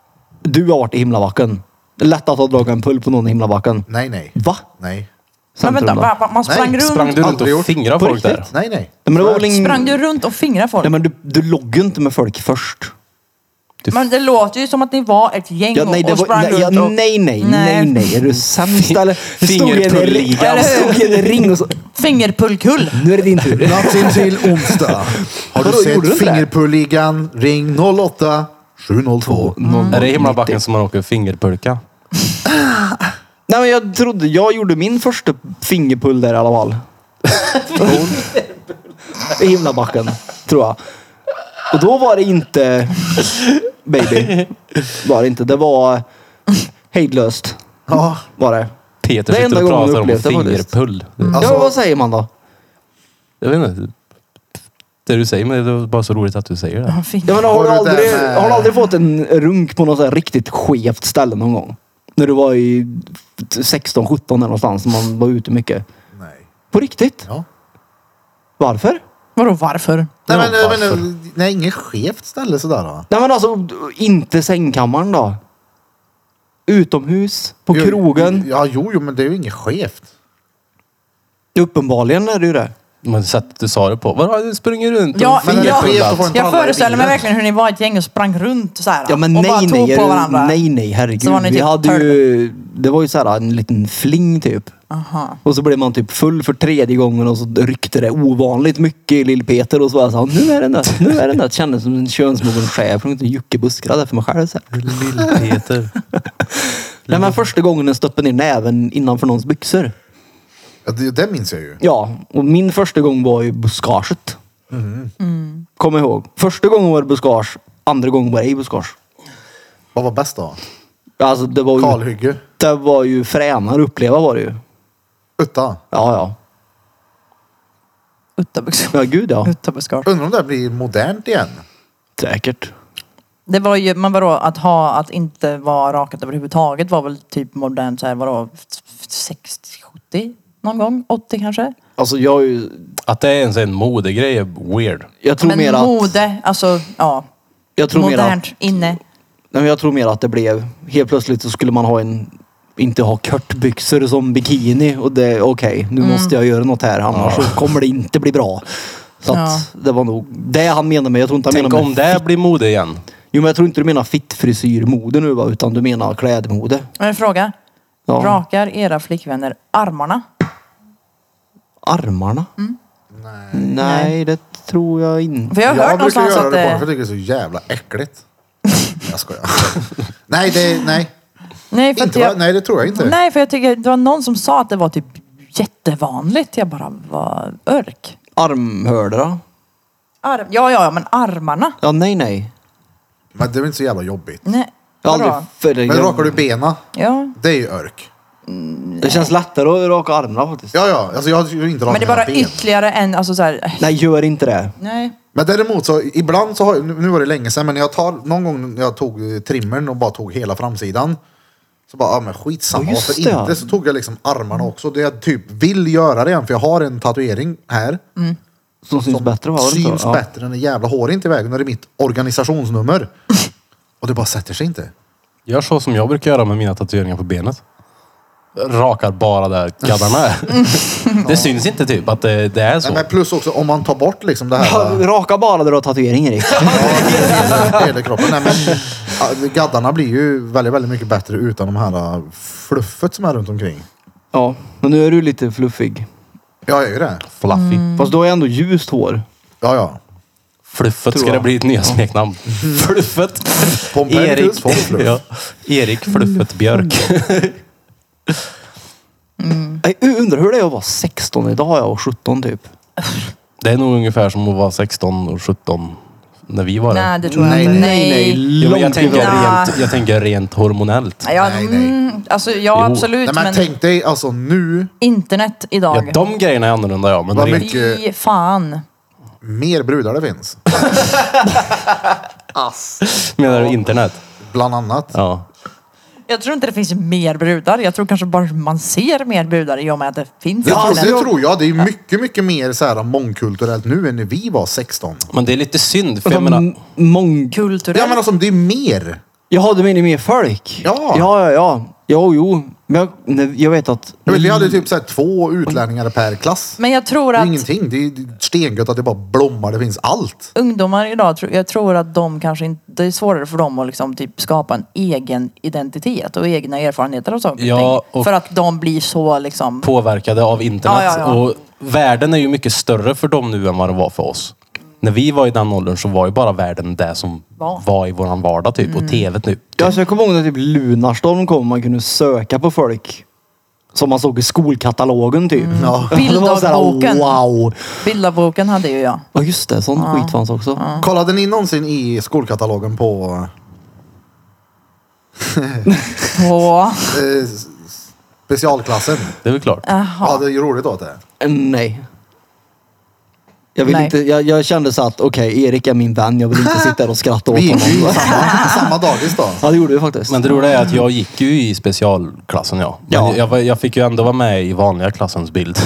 Du har varit i himlabacken. Lätt att ha dragit en pull på någon i himlabacken. Nej, nej. Va? Nej. Men vänta, Centrum då? va, va, man sprang Nej, runt... Sprang du runt Aldrig och gjort. fingrade På folk där? riktigt? Nej, nej. Nej, men det var väl ingen... Sprang du runt och fingrade folk? Nej men du, du låg ju inte med folk först. Men det låter ju som att ni var ett gäng Ja, nej, det och var, sprang nej, ja, runt och... nej, nej, nej, nej. Är du sämst eller? Det stod i en ring. Fingerpullligan. Det stod i en ring och så... Fingerpullkull. Nu är det din tur. Natten till onsdag. Har du Vadå, gjorde du sett inte det? Fingerpulligan? Ring noll åtta sju noll två. Är det i himlabacken som man åker fingerpulka? Nej men jag trodde, jag gjorde min första fingerpull där i alla fall. I himlabacken, tror jag. Och då var det inte baby. Var det inte. Det var hejdlöst. Ja. Var det. Peter Det är sitter enda och gången pratar jag om upplevt det faktiskt. fingerpull. Alltså- Ja, vad säger man då? Jag vet inte. Det du säger, men det är bara så roligt att du säger det. Ja, fint. Ja, men har, Har du du aldrig, det med- har du aldrig fått en runk på något så här riktigt skevt ställe någon gång? När du var i sexton sjutton där någonstans, när man var ute mycket. Nej. På riktigt? Ja. Varför? Vadå varför? Nej Ja, men, varför? men nej, inget skevt ställe sådär då. Nej men alltså, inte sängkammaren då? Utomhus? På Jo, krogen? Ja, jo, jo, men det är ju inget skevt. Uppenbarligen är det ju det. Men sättet du sa det på. Vadå, du springer runt Ja, och men det är jag, skevt att få en jag tallrik i föreställer mig bilen. verkligen hur ni var ett gäng och sprang runt så här. Ja men och nej bara nej, tog är på det- varandra. nej nej Så herregud. var ni Vi typ hade ju, det var ju så här en liten fling typ. Aha. Och så blev man typ full för tredje gången och så ryckte det ovanligt mycket i Lill-Peter och så var jag så här, nu är det nött, nu är det nött. Kändes som en könsmogen chef från en juckebuskra där för mig själv så här. Lill-Peter. Nej men första gången den stoppade ner näven innanför någons byxor. Ja, det, det minns jag ju. Ja, och min första gång var ju buskaget. Mm. Kom ihåg. Första gången var det buskage, andra gången var det ej buskage. Vad var bäst då? Alltså det var ju, Kalhygge? det var ju fränare att uppleva var det ju. Utta? Ja, ja. Uttabuskar. Ja, gud ja. Uttabuskar. Undrar om det här blir modernt igen? Säkert. Det var ju, men vadå, att ha, att inte vara rakat överhuvudtaget var väl typ modernt så här, vadå, sextio, sjuttio någon gång? åttio kanske? Alltså jag är ju, Att det är ens en modegrej är weird. jag tror Men mer att, mode, alltså ja. jag tror mer att, Modernt, inne. nej, men jag tror mer att det blev, helt plötsligt så skulle man ha en, inte ha kortbyxor som bikini och det är okej, okay, nu Mm. måste jag göra något här annars så kommer det inte bli bra. Så att Ja. det var nog det han menade med, jag tror inte han Tänk menade om med det blir mode igen. Jo men jag tror inte du menar fittfrisyrmode nu va, utan du menar klädmode. Men en fråga. Ja. Rakar era flickvänner armarna? Armarna? Mm. Nej. Nej, det tror jag inte. För jag har Jag hört brukar någonstans göra att det på det... för jag tycker det är så jävla äckligt. Jag skojar. nej, det, nej. Nej, för att Inte, jag... va? Nej, det tror jag inte. Nej, för jag tycker det var någon som sa att det var typ jättevanligt. Jag bara, var örk. Armhörda? Arm... Ja, ja, ja, men armarna. Ja, nej, nej. Men det är väl inte så jävla jobbigt. Nej. Jag har Vadå? aldrig för det. Men rakar du bena, Ja. det är ju örk. Det känns lättare att raka armarna faktiskt. Ja, ja. Alltså jag har ju inte rakat Men det är bara mina ben. ytterligare en, alltså så här... Nej, gör inte det. Nej. Men däremot så ibland så har nu nu var det länge sedan, men jag tar någon gång när jag tog eh, trimmern och bara tog hela framsidan. Så bara, ja men skitsamma, Ja, just varför det, ja. inte? Så tog jag liksom armarna också. Det jag typ vill göra det igen, för jag har en tatuering här. Som syns bättre var det Syns inte? Ja. bättre än en jävla hår inte i vägen. Och det är mitt organisationsnummer. Och det bara sätter sig inte. Gör så som jag brukar göra med mina tatueringar på benet. Rakar bara där gaddarna är. Det syns inte typ att det, det är så. Nej, men plus också om man tar bort liksom det Ja, här. raka bara där du har tatuering, Erik. Hela kroppen. Nej, men, ja, gaddarna blir ju väldigt, väldigt mycket bättre utan de här uh, fluffet som är runt omkring. Ja, men nu är du lite fluffig. Ja, jag är ju det. Fluffy. Fast du har ju ändå ljust hår. Ja, ja. Fluffet Tror ska det jag. bli ett nya smeknamn. Fluffet. Pompernicus von Fluff. ja. Erik Fluffet Björk. Jag undrar hur det är att vara sexton. Idag är jag sjutton typ. Det är nog ungefär som att vara sexton och sjutton när vi var Nej, det. det tror jag Nej, inte. Nej, nej. Jo, men jag, Långt tänker ifrån. rent, jag tänker rent hormonellt. Ja, Nej, nej. Mm, alltså ja, Jo. absolut. Nej, men, men tänk dig alltså nu internet idag. Ja, de grejerna är annorlunda ja. Men Vad rent, mycket- Fy fan. mer brudar det finns. menar du internet? Bland annat. Ja. Jag tror inte det finns mer brudar. Jag tror kanske bara man ser mer brudar i och med att det finns Det, tror, internet. det tror jag. Det är mycket, mycket mer så här mångkulturellt nu än när vi var sexton. Men det är lite synd för jag menar, M- Mång... Kulturellt. Ja, men alltså det är mer. Jaha, du menar mer folk? Ja. Ja, ja, ja. Jo, jo. Men jag, nej, jag vet att... Jag vet, vi hade typ så här två utlänningar per klass. Men jag tror Det är att ingenting. Det är stengött att det bara blommar. Det finns allt. ungdomar idag, tro- jag tror att de kanske inte, det är svårare för dem att liksom typ skapa en egen identitet och egna erfarenheter och saker. Ja, och ting. och- För att de blir så liksom, påverkade av internet. Ja, ja, ja. Och världen är ju mycket större för dem nu än vad det var för oss. När vi var i den åldern så var ju bara världen det som Var. var i våran vardag typ. Och tvn nu. Ja, så jag kommer ihåg när typ Lunarstorm kom och man kunde söka på folk som man såg i skolkatalogen typ. Mm. Ja. Det var så här, Bilddagboken. wow. Bilddagboken hade ju jag. Ja just det, sån skit fanns också. Kollade ni någonsin i skolkatalogen på Åh. eh, s- specialklassen? Det är väl klart. Ja, Jaha. det är ju roligt åt det. Eh, Nej. Jag, vill Nej. inte, jag, jag kände så att okej, Erik är min vän. Jag vill inte sitta där och skratta åt Vi gick ju honom. i samma, samma dagis då. Ja det gjorde vi faktiskt. Men det roliga är att jag gick ju i specialklassen, ja. Men Ja. Jag, var- jag fick ju ändå vara med i vanliga klassens bild.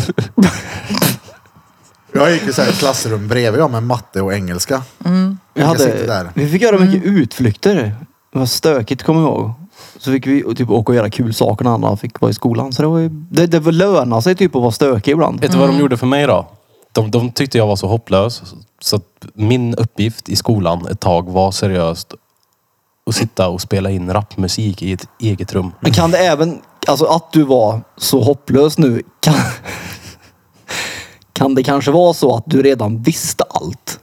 Jag gick ju så här i klassrum bredvid jag med matte och engelska. vi, jag sitter hade, där. vi fick göra mycket utflykter. Det var stökigt kommer jag ihåg. Så fick vi typ åka och göra kul saker när andra fick vara i skolan. Så det var ju, det, det var löna sig typ att vara stökig ibland. Vet du vad de gjorde för mig då? De, de tyckte jag var så hopplös. Så att min uppgift i skolan ett tag var seriöst att sitta och spela in rapmusik i ett eget rum. Men kan det även, alltså att du var så hopplös nu, kan, kan det kanske vara så att du redan visste allt?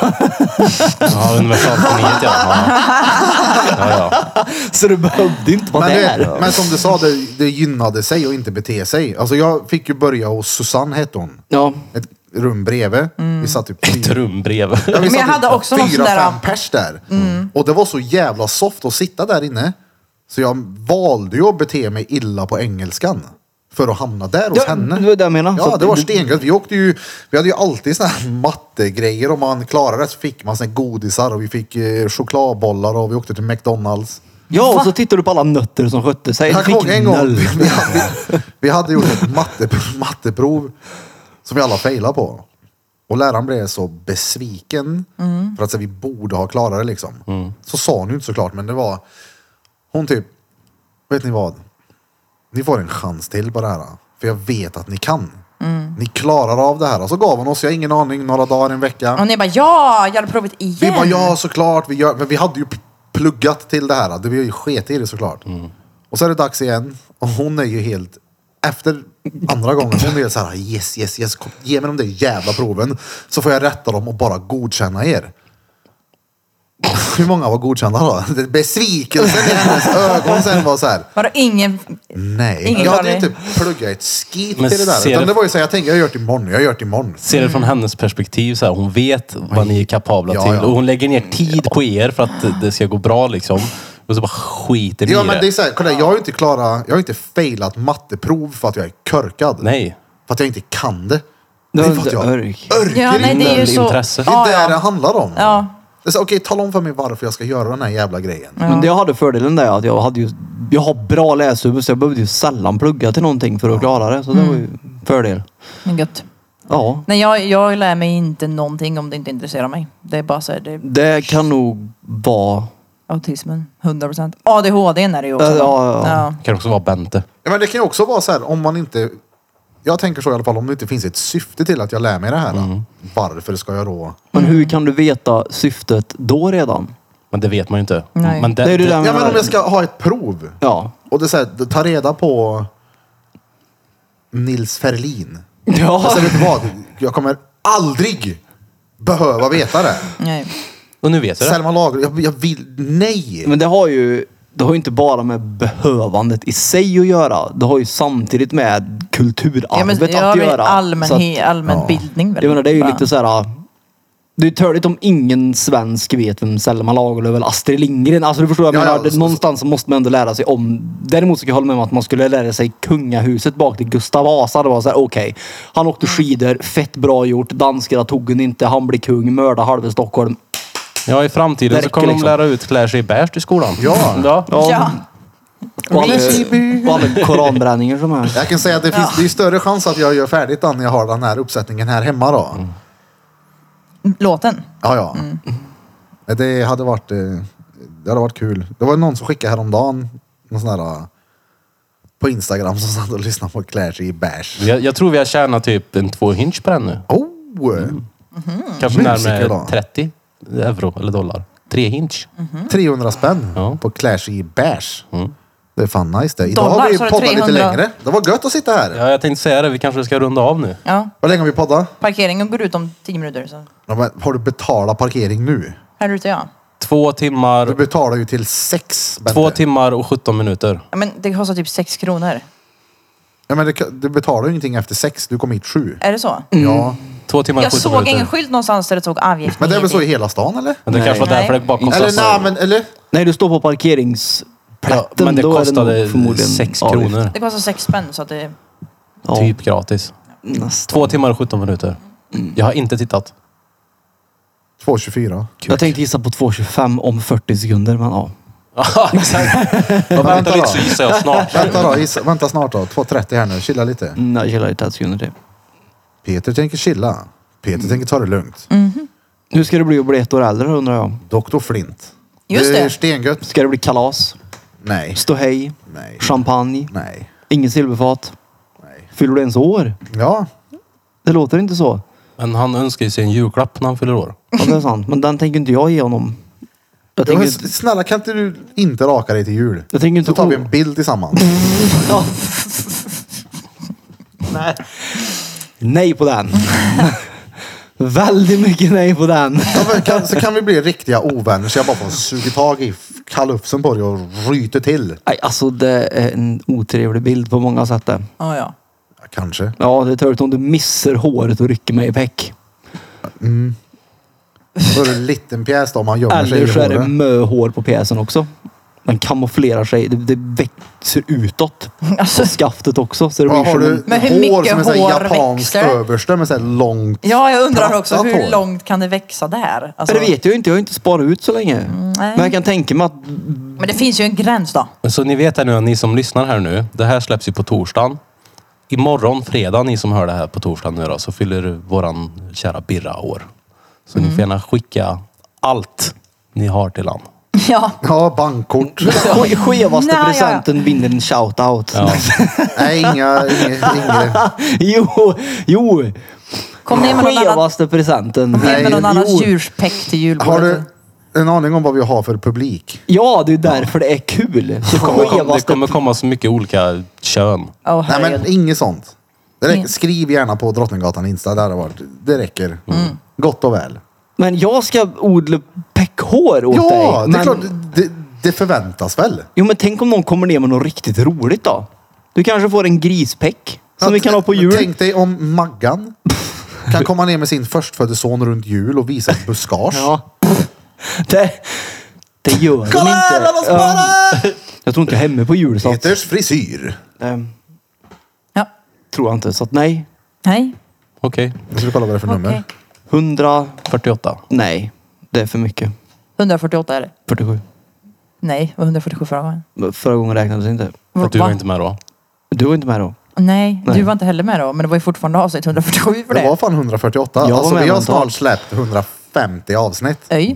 Ja, universalgeniet ja. Ja. Ja, ja. Så du behövde inte vara Men, där. det, men som du sa, det, det gynnade sig och inte bete sig. Alltså jag fick ju börja hos Susanne hette hon. Ja, Ett rum bredvid. Vi satt typ Ett rum bredvid. Ja, vi Men jag satt hade typ också någon fyra, sån där- fem pers där. Och det var så jävla soft att sitta där inne. Så jag valde ju att bete mig illa på engelskan. För att hamna där hos ja henne. det var det jag menade. Så Ja, att det var du- stengött. Vi åkte ju, vi hade ju alltid såna här mattegrejer. Om man klarade det så fick man såna här godisar och vi fick eh, chokladbollar och vi åkte till McDonalds. Ja, och så tittar du på alla nötter som skötte sig. Jag Du kommer fick ihåg en gång, noll. vi, vi, hade, vi hade gjort ett matte, matteprov som vi alla failade på. Och läraren blev så besviken för att så, vi borde ha klarat det liksom. Så sa hon ju inte såklart, men det var hon typ, vet ni vad? Ni får en chans till på det här. För jag vet att ni kan. Ni klarar av det här. Och så gav hon oss, jag har ingen aning, några dagar, en vecka. Och ni bara ja, jag hade provet igen. Vi bara ja såklart, vi, gör, men vi hade ju pluggat till det här. Det var ju sket i det såklart. Och så är det dags igen. Och hon är ju helt, efter andra gången, hon är helt så här: yes, yes, yes, kom, ge mig de där jävla proven. Så får jag rätta dem och bara godkänna er. Hur många var godkända då? Besvikelsen i hennes ögon sen var så här. Var det ingen... Nej, Ingen jag hade ju klarade inte pluggat ett skit Men till det där. ser Utan det- det var ju så här, jag tänkte jag gör det imorgon, jag gör det imorgon. Ser det från hennes perspektiv så här, hon vet vad ni är kapabla Ja, till. ja. Och hon lägger ner tid på er för att det ska gå bra liksom. Och så bara skiter ni Ja i men det är det. så här, kolla, jag har ju inte klarat, jag har inte failat matteprov för att jag är körkad. Nej. För att jag inte kan det. Det Det var är för att inte jag örk. örker Ja, nej, det är ju Noll så... intresse. Det är Ja, det ja. det handlar om. Ja. Det är så, okej, tala om för mig varför jag ska göra den här jävla grejen. Men det jag hade fördelen där att jag hade ju, jag har bra läshuvud så jag behövde ju sällan plugga till någonting för att klara det. Så det var ju fördel. Men gött. Ja. Nej, jag, jag lär mig inte någonting om det inte intresserar mig. Det är bara så här, det är Det kan nog vara... autismen. hundra procent. A D H D är det ju också. Ja, ja, ja. Ja. Kan också vara Bente. Ja, men det kan ju också vara så här, om man inte, jag tänker så i alla fall, om det inte finns ett syfte till att jag lär mig det här. Varför ska jag då? Men hur kan du veta syftet då redan? Men det vet man ju inte. Nej. Men det, Det är ju det där Ja med- men om jag ska ha ett prov. Ja. Och det är så här, ta reda på Nils Ferlin. Ja. Alltså vet du vad? Jag kommer aldrig behöva veta det. Nej. Och nu vet jag det. Selma Lagerlöf, jag, jag vill, nej. Men det har ju det har ju inte bara med behövandet i sig att göra. Det har ju samtidigt med kulturarvet Ja, men, att ja, men göra. allmän, Så att- he, allmän ja. bildning väl? Jag menar, det är ju Bara. lite så här. Det är ju törligt om ingen svensk vet vem Selma Lagerlöf eller Astrid Lindgren. Alltså du förstår, jag Ja, menar, ja, det, så- någonstans så måste man ändå lära sig om. Däremot så kan jag hålla med om att man skulle lära sig kungahuset bak till Gustav Vasa. Det var så här, okej. Han åkte skidor, fett bra gjort. Danskarna tog den inte, han blir kung, mörda halva Stockholm. Ja, i framtiden Det så kommer räcker de liksom. lära ut klär sig i beige i skolan. Ja. ja. Ja. Och alla, och alla koranbränningar som är. Jag kan säga att det finns det är större chans att jag gör färdigt den när jag har den här uppsättningen här hemma då. Låten. Ja, ja. Det hade varit eh, det hade varit kul. Det var någon som skickade häromdagen någon sån här eh, på Instagram som satt och lyssnade på klär sig i beige. Jag, jag tror vi har tjänat typ en två hinch på den nu. Oh! Kanske Musiker närmare då. trettio euro eller dollar. Tre hinch. trehundra spänn Ja. på klär sig i beige. Det är fan nice det. Idag Dollar, har vi så är det poddat lite trehundra. längre. Det var gött att sitta här. Ja, jag tänkte säga det. Vi kanske ska runda av nu. Ja. Hur länge har vi poddat? Parkeringen går ut om tio minuter. Så. Ja, men har du betalat parkering nu? Här ute ja. Två Du timmar, betalar ju till sex. Bente. två timmar och sjutton minuter. Ja, men det kostar typ sex kronor. Ja, men det, du betalar ju ingenting efter sex. Du kom hit sju. Är det så? Ja. Två timmar och Jag sjutton såg minuter. ingen skylt någonstans där det stod avgift. Men det är väl så i hit. hela stan eller? Men det Nej. kanske var därför Nej. det bara kostade... Eller nej, men eller? Nej, du står på parkeringsplätten. Ja, men det då är kostade nog förmodligen sex avgift. kronor. Det kostar sex spänn så att det... Ja, Typ gratis. nästan. Två timmar och sjutton minuter. Jag har inte tittat. två tjugofyra. Jag tänkte gissa på två tjugofem om fyrtio sekunder, men ja. Ja, exakt. Jag väntar lite så gissar jag snart. Vänta då, gissa, vänta snart då. två trettio här nu. Chilla lite. Nej, jag gillar i tio sekunder till. Peter tänker chilla. Peter tänker ta det lugnt. Hur ska det bli att bli ett år äldre undrar jag? doktor Flint. Just det är det. stengött. Ska det bli kalas? Nej. Ståhej? Nej. Champagne? Nej. Inget silverfat? Nej. Fyller du ens år? Ja. Det låter inte så. Men han önskar ju sig en julklapp när han fyller år. Ja, det är sant. Men den tänker inte jag ge honom. Jag Ja, men tänker, snälla, kan inte du inte raka dig till jul? jag tänker inte... Så tar vi en bild tillsammans. Ja. Nej. Nej på den. Väldigt mycket nej på den. Ja, men kan, så kan vi bli riktiga ovänner så jag bara får suga tag i kalufsen på dig och ryter till. Nej, alltså det är en otrevlig bild på många sätt. det. Ja, ja. Ja, kanske. Ja, det är törligt om du missar håret och rycker mig i peck. Då är det en liten pjäs då om man gömmer sig Eller så i är det håret. möhår på pjäsen också. Den kamouflerar sig. Det, det växer utåt. Alltså, Och skaftet också. Så det Ja, blir har som du en... Men hur hår mycket som är så här hår japanskt växer? överste med så här långt. ja, jag undrar också plattat hur hår. långt kan det växa där? Alltså, Det vet jag inte. Jag har inte sparat ut så länge. nej. Men jag kan tänka mig att... Men det finns ju en gräns då. Så ni vet här nu, ni som lyssnar här nu. Det här släpps ju på torsdagen. Imorgon, fredag, ni som hör det här på torsdagen nu då, så fyller våran kära Birra år. Så ni får gärna skicka allt ni har till han. Ja. Ja, bankkort. Ske- Skevaste Nej, ja, ja. presenten vinner en shout-out. Ja. Nej, inga, inga, inga. jo, jo. Kom ner med någon annan, Skevaste presenten. kom ner med någon Nej, annans jo. djurspäck till julbordet. Har du en aning om vad vi har för publik? Ja, det är därför det är kul. Det Det kommer, kom, det skevaste... kommer komma så mycket olika kön. Åh, Nej, herregud. men inget sånt. Det räcker. Mm. Skriv gärna på Drottninggatan Insta. Där har varit. Det räcker. Mm. Gott och väl. Men jag ska odla päckhår åt dig. Ja, det är men... klart. Det, det förväntas väl? Jo, men tänk om någon kommer ner med något riktigt roligt då. Du kanske får en grispäck som Ja, vi kan ha på t- jul. Tänk dig om Maggan kan komma ner med sin förstfödde son runt jul och visa ett buskage. Ja. Det, det gör de Kolla här, inte. alla sparar! Jag tror inte jag är hemma på jul så att, Peters frisyr. ehm, Ja. tror jag inte. Så att nej. Nej. Okej, Jag ska kolla vad det är för Okej. nummer. hundra. fyrtioåtta. Nej. Det är för mycket. hundrafyrtioåtta är det. fyrtiosju. Nej, det var hundrafyrtiosju förra gången. Förra gången räknades inte. För att du Va? var inte med då. Du var inte med då. Nej, Nej. du var inte heller med då. Men det var ju fortfarande avsnitt hundrafyrtiosju för Det det. var fan hundrafyrtioåtta. Jag var Alltså med vi har mentalt. snart släppt hundrafemtio avsnitt. Öj.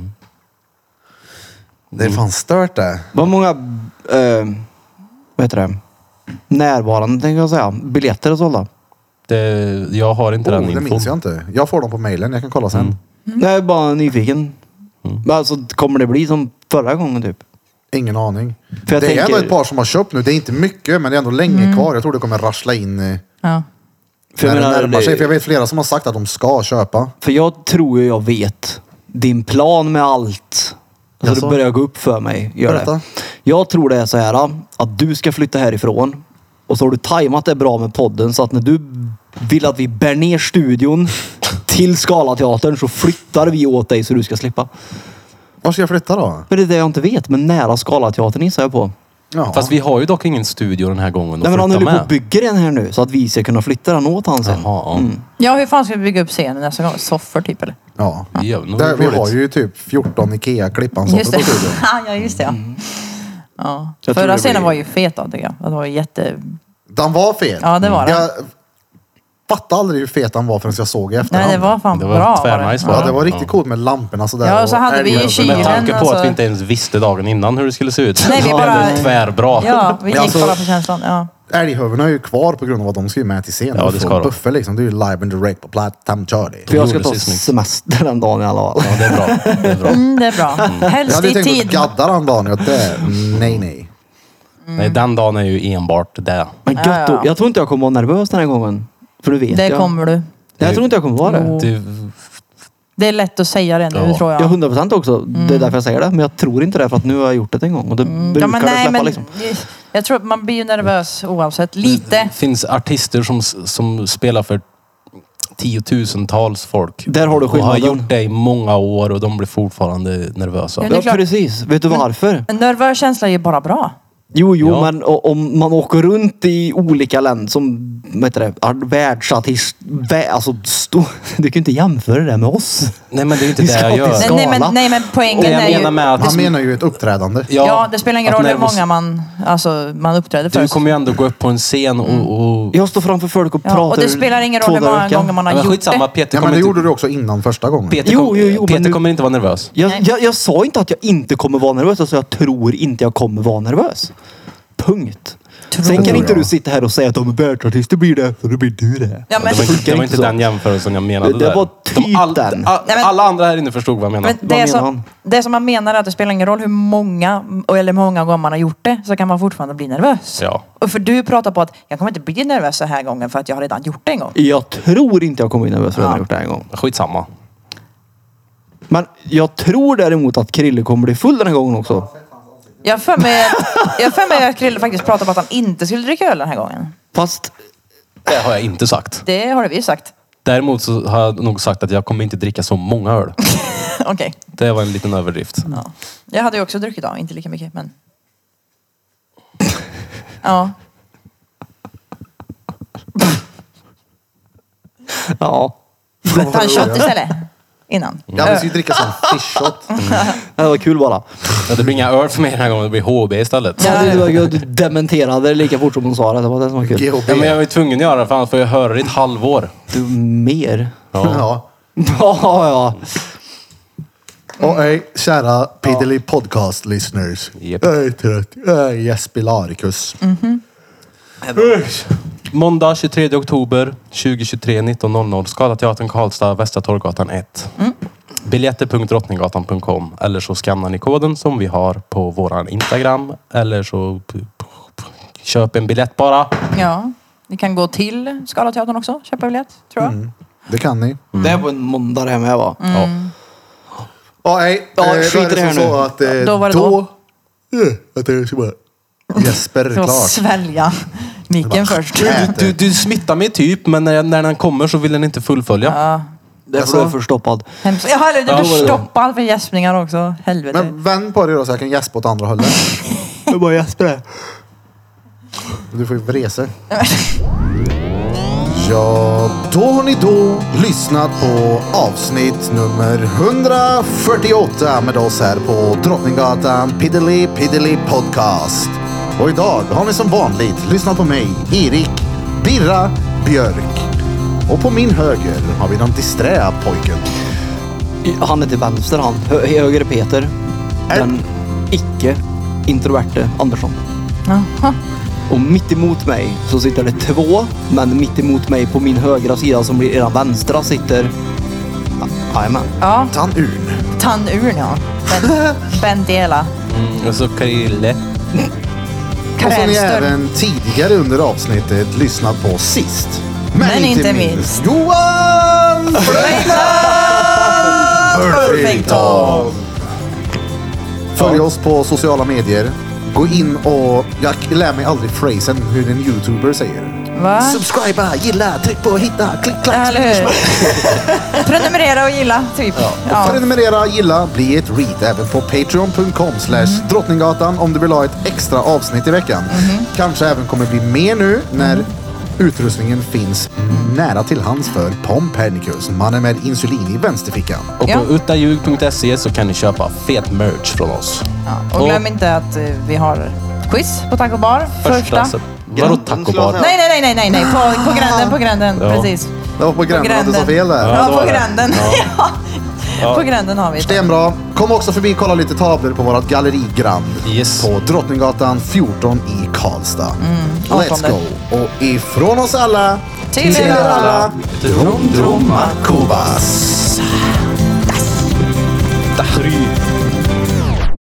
Det är fan stört det. Vad många, eh, vad heter det? Närvarande tänker jag säga. Biljetter och sådana. Det, jag har inte Oh, den det infon. minns jag inte. Jag får dem på mailen. Jag kan kolla sen. Mm. Jag är bara nyfiken. Men alltså, kommer det bli som förra gången typ? Ingen aning. För jag det är tänker- ändå ett par som har köpt nu. Det är inte mycket, men det är ändå länge kvar. Jag tror det kommer rassla in eh, Ja. För när jag, det menar, närmar sig. det- För jag vet flera som har sagt att de ska köpa. för jag tror ju jag vet din plan med allt. Alltså Jaså? det börjar gå upp för mig. Gör det. Berätta. Jag tror det är så här att du ska flytta härifrån. Och så har du tajmat det bra med podden så att när du vill att vi bär ner studion till Scalateatern så flyttar vi åt dig så du ska slippa. Var ska jag flytta då? För det är det jag inte vet, men nära Scalateatern gissar jag på. Ja. Fast vi har ju dock ingen studio den här gången att Nej, men han flytta håller på med. att bygga den här nu så att vi ska kunna flytta den åt han sen. Jaha, ja. Mm. Ja, hur fan ska vi bygga upp scenen nästa gång? Soffor typ eller? Ja. Det gör nog Där, vi roligt. har ju typ fjorton Ikea Just klippansoffor det. på studion. ja, just det ja. ja. Jag tror Förra det scenen blir- var ju fet då tycker jag. Det var ju jätte... Den var fet. Ja, det var den. Jag fattade aldrig hur fet den var förrän jag såg i efterhand. Nej, det var fan Det var bra. tvärnice, var Ja, det. det var riktigt coolt med lamporna sådär. Ja, och så hade vi älgen och så- kylen. Med tanke på alltså- att vi inte ens visste dagen innan hur det skulle se ut. Nej, vi så bara- blev det tvärbra. Ja, vi gick Alltså- bara på känslan. Ja. Älghuvudena är ju kvar på grund av att de ska ju med till scenen. Ja, och det få ska de. buffer liksom. Det är ju live and direct på Platam Charlie. För jag ska gjorde ta sig snyggt. semester den dagen i alla fall. Ja, det är bra. Det är bra. Mm, det är bra. Jag Helst hade i tänkt att tid. gadda den dagen. och Det, nej, nej. Nej, den dagen är ju enbart det. Men Ja, gött då. ja. Jag tror inte jag kommer vara nervös den här gången. För du vet Det jag. kommer du. Nej, jag tror inte jag kommer vara det. Jo. Du, Det är lätt att säga det nu Ja. tror jag. Jag hundra procent också. Det är därför jag säger det. Men jag tror inte det för att nu har jag gjort det en gång. Och det brukar Ja, men det nej, släppa men liksom. Jag tror att man blir ju nervös oavsett. Lite. Det finns artister som, som spelar för tiotusentals folk. Där har du Och har skillnaden. gjort det i många år och de blir fortfarande nervösa. Ja, det är Ja, klart. precis. Vet du varför? En nervös känsla är ju bara bra. Jo, jo, Ja. men o- om man åker runt i olika länder som, vad heter det, ar- världsartist, vä- alltså, stå, du kan ju inte jämföra det med oss. Nej, men det är inte Vi det ska jag till gör. skala. Nej, nej, men, nej men poängen Det jag är ju... menar med att... Han menar ju ett uppträdande. Ja, det spelar ingen att roll hur nervös- många man, alltså, man uppträder för. Du kommer ju ändå gå upp på en scen och... och... Jag står framför folk och Ja, pratar och det spelar ingen roll två hur dagar i många veckan. gånger man har Ja, men gjort skitsamma, det. Peter Ja, kommer men det inte... gjorde du också innan första gången. Peter, Jo, kom... jo, jo, men Peter nu- kommer inte vara nervös. Jag, Nej. jag, jag sa inte att jag inte kommer vara nervös, alltså jag tror inte jag kommer vara nervös. Punkt. Sen kan tror inte jag. du sitta här och säga att om världsartister blir det, så då blir du det. Ja, men, Det var inte, funkar det var inte inte så. den jämförelsen jag menade Det- det där. var De typ all, den. all, Nej, men- alla andra här inne förstod vad jag menade. men det, Vad menar som, han? det som man menar är att det spelar ingen roll hur många, eller hur många gånger man har gjort det, så kan man fortfarande bli nervös. Ja. Och för du pratar på att jag kommer inte bli nervös så här gången för att jag har redan gjort det en gång. Jag tror inte jag kommer bli nervös för att jag har Ja. gjort det en gång. Skitsamma. Men jag tror däremot att Krille kommer bli full den här gången också. Jag har för mig, jag har för mig att Krille faktiskt pratade om att han inte skulle dricka öl den här gången. Fast, Det har jag inte sagt. Det har vi sagt. Däremot så har jag nog sagt att jag kommer inte dricka så många öl. Okej. Det var en liten överdrift. Ja. Jag hade ju också druckit idag, inte lika mycket men... Ja. ja. Ta en shot istället. Innan. Jag vill ju dricka som fish shot. Det var kul bara. Ja, det blir inga öl för mig den här gången. Det blir H B istället. Ja. Ja, du, du, du dementerade det lika fort som hon sa det. Det var det som var kul. G H B. Ja, men jag var ju tvungen att göra det för annars får jag höra det i ett halvår. Du, mer? Ja. Ja, ja. Och ej, kära Piddly podcast listeners. Japp. Jag är trött. Jag är Jesper Laricus. Måndag tjugotredje oktober tjugohundratjugotre nitton noll noll. Scalateatern Karlstad, Västra Torggatan ett. Biljetter punkt drottninggatan punkt com. Eller så skannar ni koden som vi har på våran Instagram. Eller så p- p- p- köp en biljett bara. Ja. Ni kan gå till Scalateatern också. Köpa biljett, tror jag. Det kan ni. Det är på en måndag det här med va? Ja. Ja, nej. Ja, eh, då skit är i det det här som nu. så att... eh, Då var det då. då. Eh, Att det ska bara... Jesper, Så klart. svälja micken först. Du, du, du smittar mig typ, men när, när den kommer så vill den inte fullfölja. Ja. Därför är jag förstoppad. Hemskt. Jaha, eller du Ja, blir vad är det? stoppad för gäspningar också. Helvete. Men vänd på dig då så jag kan gäspa åt andra hållet. Jag bara Jesper. Du får ju vresa. Ja, då har ni då lyssnat på avsnitt nummer hundrafyrtioåtta med oss här på Drottninggatan Piddly Piddly Podcast. Och idag har ni som vanligt lyssnat på mig, Erik Birra Björk. Och på min höger har vi den disträ pojken. Han är till vänster han. Hö- höger är Peter. Den icke introverte Andersson. Jaha. Och mitt emot mig så sitter det två. Men mitt emot mig på min högra sida som blir era vänstra sitter... Ja, jajamän. Ja, Tannurn. tannurn ja. Ben, Bendela. Mm, och så Krille. Och som ni Karelstör. även tidigare under avsnittet lyssnat på sist. Men inte minst. Johan Perfecton! Följ oss på sociala medier. Gå in och... Jag lär mig aldrig phrasen hur en youtuber säger. Va? Subscriba, gilla, tryck på hitta, klick, klack. Eller hur? Prenumerera och gilla, typ. Ja. Prenumerera, gilla, bli ett read även på patreon punkt com slash drottninggatan om du vill ha ett extra avsnitt i veckan. Kanske även kommer bli mer nu när utrustningen finns nära till hands för Pompernicus, mannen med insulin i vänsterfickan. Och Ja. på uttaljug punkt se så kan ni köpa fet merch från oss. Ja. Och glöm inte att eh, vi har quiz på Taco Bar. Första. Första. Vadå taco bar? Nej, nej, nej, nej, nej. På, på gränden, på gränden. Ja. Precis. Det var på gränden att du sa fel där. Ja, det var på det. gränden. Ja. På gränden har vi det. Stenbra. Kom också förbi och kolla lite tavlor på vårt galleri Grand Yes. på Drottninggatan fjorton i Karlstad. Let's artonde. go! Och ifrån oss alla Till er alla. Drom Droma Kovas. Dahry.